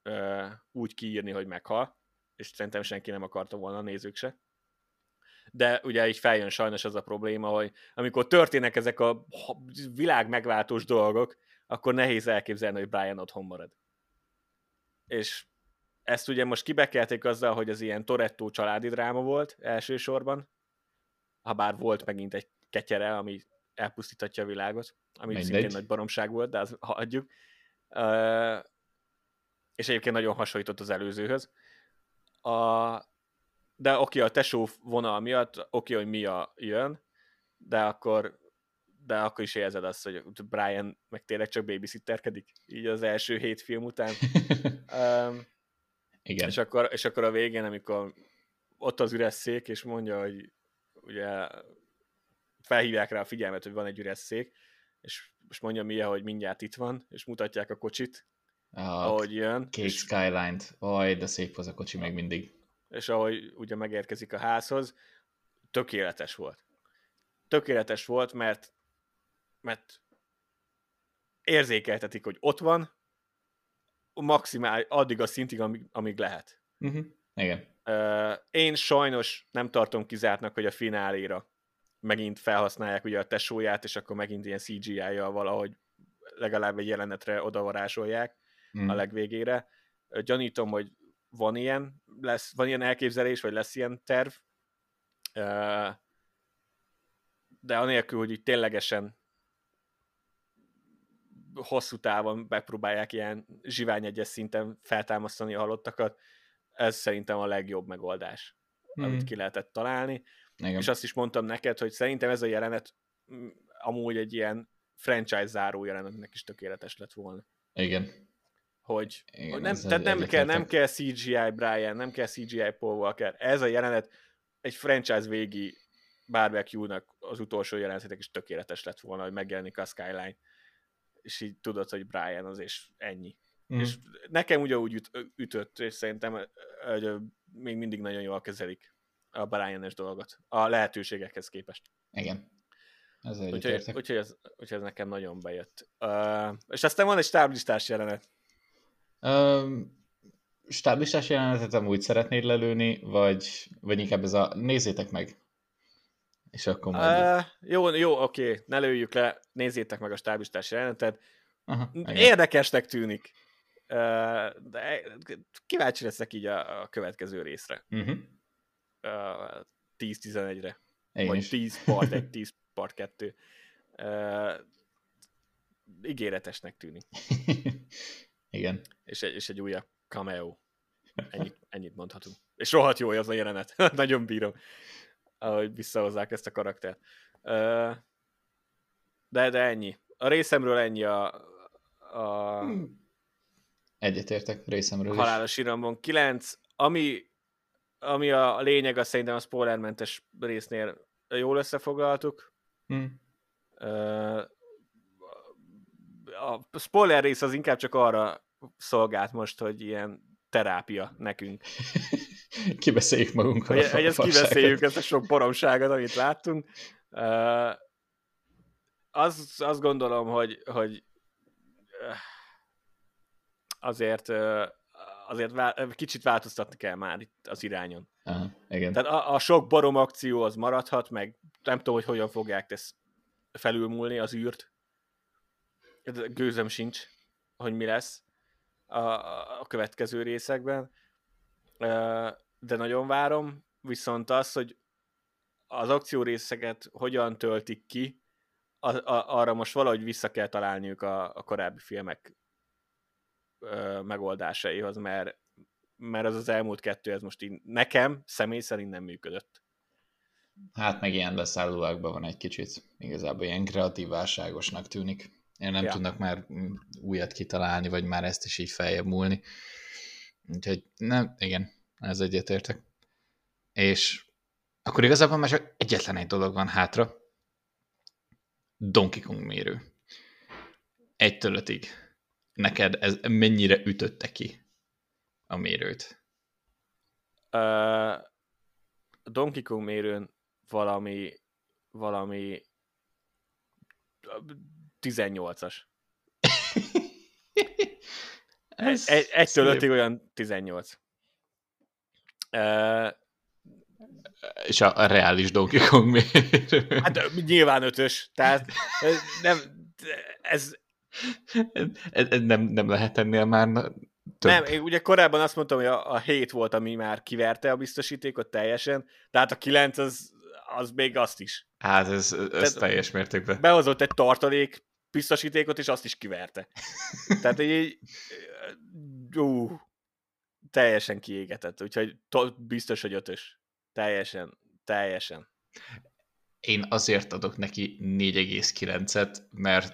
Speaker 2: ö, úgy kiírni, hogy meghal, és szerintem senki nem akarta volna, a nézők se. De ugye így feljön sajnos az a probléma, hogy amikor történnek ezek a világ megváltós dolgok, akkor nehéz elképzelni, hogy Brian otthon marad. És ezt ugye most kibekelték azzal, hogy az ilyen Toretto családi dráma volt elsősorban, ha bár volt megint egy ketyere, ami elpusztíthatja a világot, ami
Speaker 1: Mindegy.
Speaker 2: szintén nagy baromság volt, de azt hagyjuk. Uh, és egyébként nagyon hasonlított az előzőhöz. A, de oké, a tesó vonal miatt, oké, hogy Mia jön, de akkor, de akkor is érzed azt, hogy Brian meg tényleg csak babysitterkedik, így az első hét film után. um,
Speaker 1: Igen.
Speaker 2: És akkor, és akkor a végén, amikor ott az üres szék, és mondja, hogy ugye felhívják rá a figyelmet, hogy van egy üres szék, és most mondja Mia, hogy mindjárt itt van, és mutatják a kocsit,
Speaker 1: a
Speaker 2: ahogy jön.
Speaker 1: Kék
Speaker 2: és,
Speaker 1: Skyline-t. Oj, de szép az a kocsi még mindig.
Speaker 2: És ahogy ugye megérkezik a házhoz, tökéletes volt. Tökéletes volt, mert, mert érzékeltetik, hogy ott van, maximál addig a szintig, amíg, amíg lehet.
Speaker 1: Uh-huh. Igen.
Speaker 2: Uh, én sajnos nem tartom kizártnak, hogy a fináléra megint felhasználják ugye a tesóját, és akkor megint ilyen cé gé í-jal valahogy legalább egy jelenetre odavarázsolják mm. a legvégére. Gyanítom, hogy van ilyen, lesz, van ilyen elképzelés, vagy lesz ilyen terv, de anélkül, hogy így ténylegesen hosszú távon megpróbálják ilyen zsiványegyes szinten feltámasztani a halottakat, ez szerintem a legjobb megoldás, mm. amit ki lehetett találni. Igen. És azt is mondtam neked, hogy szerintem ez a jelenet amúgy egy ilyen franchise záró jelenetnek is tökéletes lett volna.
Speaker 1: Igen.
Speaker 2: Hogy,
Speaker 1: Igen,
Speaker 2: hogy nem, tehát nem kell, nem kell cé gé í Brian, nem kell cé gé í Paul Walker. Ez a jelenet egy franchise végi barbecue-nak az utolsó jelenetek is tökéletes lett volna, hogy megjelenik a Skyline. És így tudod, hogy Brian az, és ennyi. Mm. És nekem ugyanúgy üt, ütött, és szerintem hogy még mindig nagyon jól kezelik a Brian-es dolgot. A lehetőségekhez képest.
Speaker 1: Igen.
Speaker 2: Úgyhogy, úgyhogy, ez, úgyhogy ez nekem nagyon bejött. Uh, és aztán van egy stáblistás jelenet.
Speaker 1: Um, stáblistás jelenetet amúgy szeretnéd lelőni, vagy, vagy inkább ez a nézzétek meg. És akkor majd...
Speaker 2: Uh, jó, jó, oké, ne lőjük le, nézzétek meg a stáblistás jelenetet. Aha, érdekesnek tűnik. Uh, de kíváncsi leszek így a, a következő részre. Uh-huh. Uh, tíz tizenegyre. Én vagy is. tíz part egy, tíz part kettő. Uh, ígéretesnek tűnik.
Speaker 1: Igen.
Speaker 2: És egy, és egy újabb cameo. Ennyit, ennyit mondhatunk. És rohadt jó az a jelenet. Nagyon bírom, ahogy visszahozzák ezt a karaktert. Uh, de, de ennyi. A részemről ennyi a, a
Speaker 1: egyetértek részemről
Speaker 2: Halálos Iramban kilenc. Ami, ami a lényeg, az szerintem a spoilermentes résznél jól összefoglaltuk. Hmm. Uh, a spoiler rész az inkább csak arra szolgált most, hogy ilyen terápia nekünk.
Speaker 1: Kibeszéljük magunkat.
Speaker 2: Hogy, hogy ezt kibeszéljük, ezt a sok baromságot, amit láttunk. Uh, az, azt gondolom, hogy, hogy azért, azért vál, kicsit változtatni kell már itt az irányon.
Speaker 1: Aha, igen.
Speaker 2: Tehát a, a sok barom akció az maradhat, meg nem tudom, hogy hogyan fogják ezt felülmúlni, az űrt. Gőzöm sincs, hogy mi lesz a, a következő részekben. De nagyon várom, viszont az, hogy az akciórészeket hogyan töltik ki, a, a, arra most valahogy vissza kell találniuk a, a korábbi filmek ö, megoldásaihoz, mert, mert az az elmúlt kettő, ez most így nekem személy szerint nem működött.
Speaker 1: Hát meg ilyen leszállóakban van egy kicsit, igazából ilyen kreatív válságosnak tűnik. Én nem ja. tudnak már újat kitalálni, vagy már ezt is így feljebb múlni. Úgyhogy nem, igen, ez egyetértek. És akkor igazából már csak egyetlen egy dolog van hátra. Donkey Kong mérő. Egytől ötig. Neked ez mennyire ütötte ki a mérőt?
Speaker 2: Uh, a Donkey Kong mérőn valami valami tizennyolcas. Egy,
Speaker 1: Ez
Speaker 2: egy, egytől
Speaker 1: szép.
Speaker 2: ötig olyan tizennyolc. Uh,
Speaker 1: És a, a reális Donkey Kong mérő.
Speaker 2: hát nyilván ötös, tehát nem, ez...
Speaker 1: ez, ez nem, nem lehet ennél már több.
Speaker 2: Nem, én ugye korábban azt mondtam, hogy a, a hét volt, ami már kiverte a biztosítékot teljesen, de hát a kilenc az, az még azt is.
Speaker 1: Hát ez, ez
Speaker 2: Tehát
Speaker 1: teljes mértékben.
Speaker 2: Behozott egy tartalék biztosítékot, és azt is kiverte. Tehát így... Ú, teljesen kiégetett, úgyhogy to- biztos, hogy ötös. Teljesen, teljesen.
Speaker 1: Én azért adok neki négy egész kilencet, mert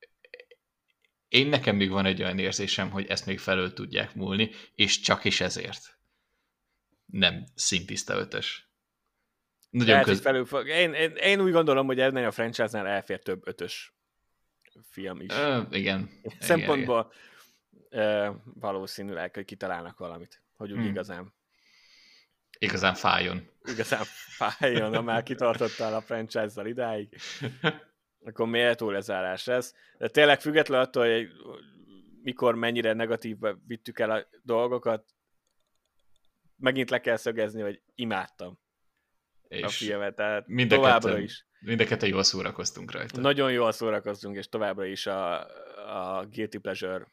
Speaker 1: én nekem még van egy olyan érzésem, hogy ezt még felől tudják múlni, és csak is ezért. Nem szintiszta ötös. Nagyon
Speaker 2: Lehet,
Speaker 1: köz...
Speaker 2: hogy felül fog. Én, én, én úgy gondolom, hogy ennél a franchise-nál elfér több ötös film is.
Speaker 1: Ö, igen.
Speaker 2: Szempontból ö, valószínűleg, hogy kitalálnak valamit, hogy úgy
Speaker 1: Hmm.
Speaker 2: igazán
Speaker 1: Igazán fájjon.
Speaker 2: igazán fájjon, ha már kitartottál a franchise-zal idáig, akkor méltó lezárás lesz. De tényleg független attól, hogy mikor mennyire negatívba vittük el a dolgokat, megint le kell szögezni, hogy imádtam
Speaker 1: És
Speaker 2: a filmet, tehát
Speaker 1: mind
Speaker 2: továbbra is.
Speaker 1: Mind a ketten jól szórakoztunk rajta.
Speaker 2: Nagyon jól szórakoztunk, és továbbra is a, a Guilty Pleasure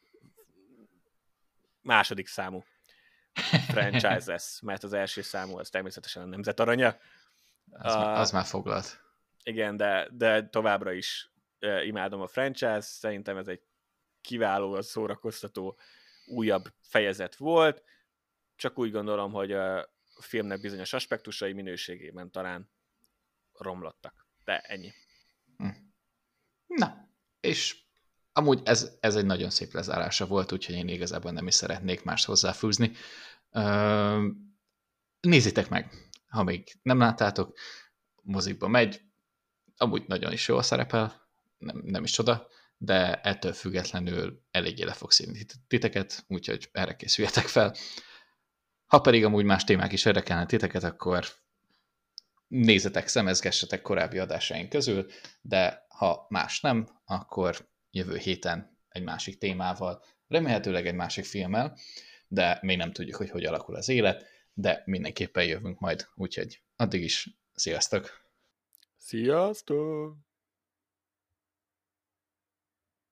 Speaker 2: második számú franchise lesz, mert az első számú az természetesen a Nemzet Aranya.
Speaker 1: Az,
Speaker 2: a,
Speaker 1: már, az már foglalt.
Speaker 2: Igen, de, de továbbra is uh, imádom a franchise, szerintem ez egy kiváló, szórakoztató újabb fejezet volt, csak úgy gondolom, hogy a filmnek bizonyos aspektusai minőségében talán romlottak. De ennyi.
Speaker 1: Hm. Na, és amúgy ez, ez egy nagyon szép lezárása volt, úgyhogy én igazából nem is szeretnék mást hozzáfűzni. Ö, nézzétek meg, ha még nem láttátok, mozikba megy, amúgy nagyon is jól szerepel, nem, nem is csoda, de ettől függetlenül eléggé le fog szívni titeket, úgyhogy erre készüljetek fel. Ha pedig amúgy más témák is érdekelnek titeket, akkor nézzetek, szemezgessetek korábbi adásaink közül, de ha más nem, akkor jövő héten egy másik témával, remélhetőleg egy másik filmmel, de még nem tudjuk, hogy hogy alakul az élet, de mindenképpen jövünk majd, úgyhogy addig is sziasztok!
Speaker 2: Sziasztok!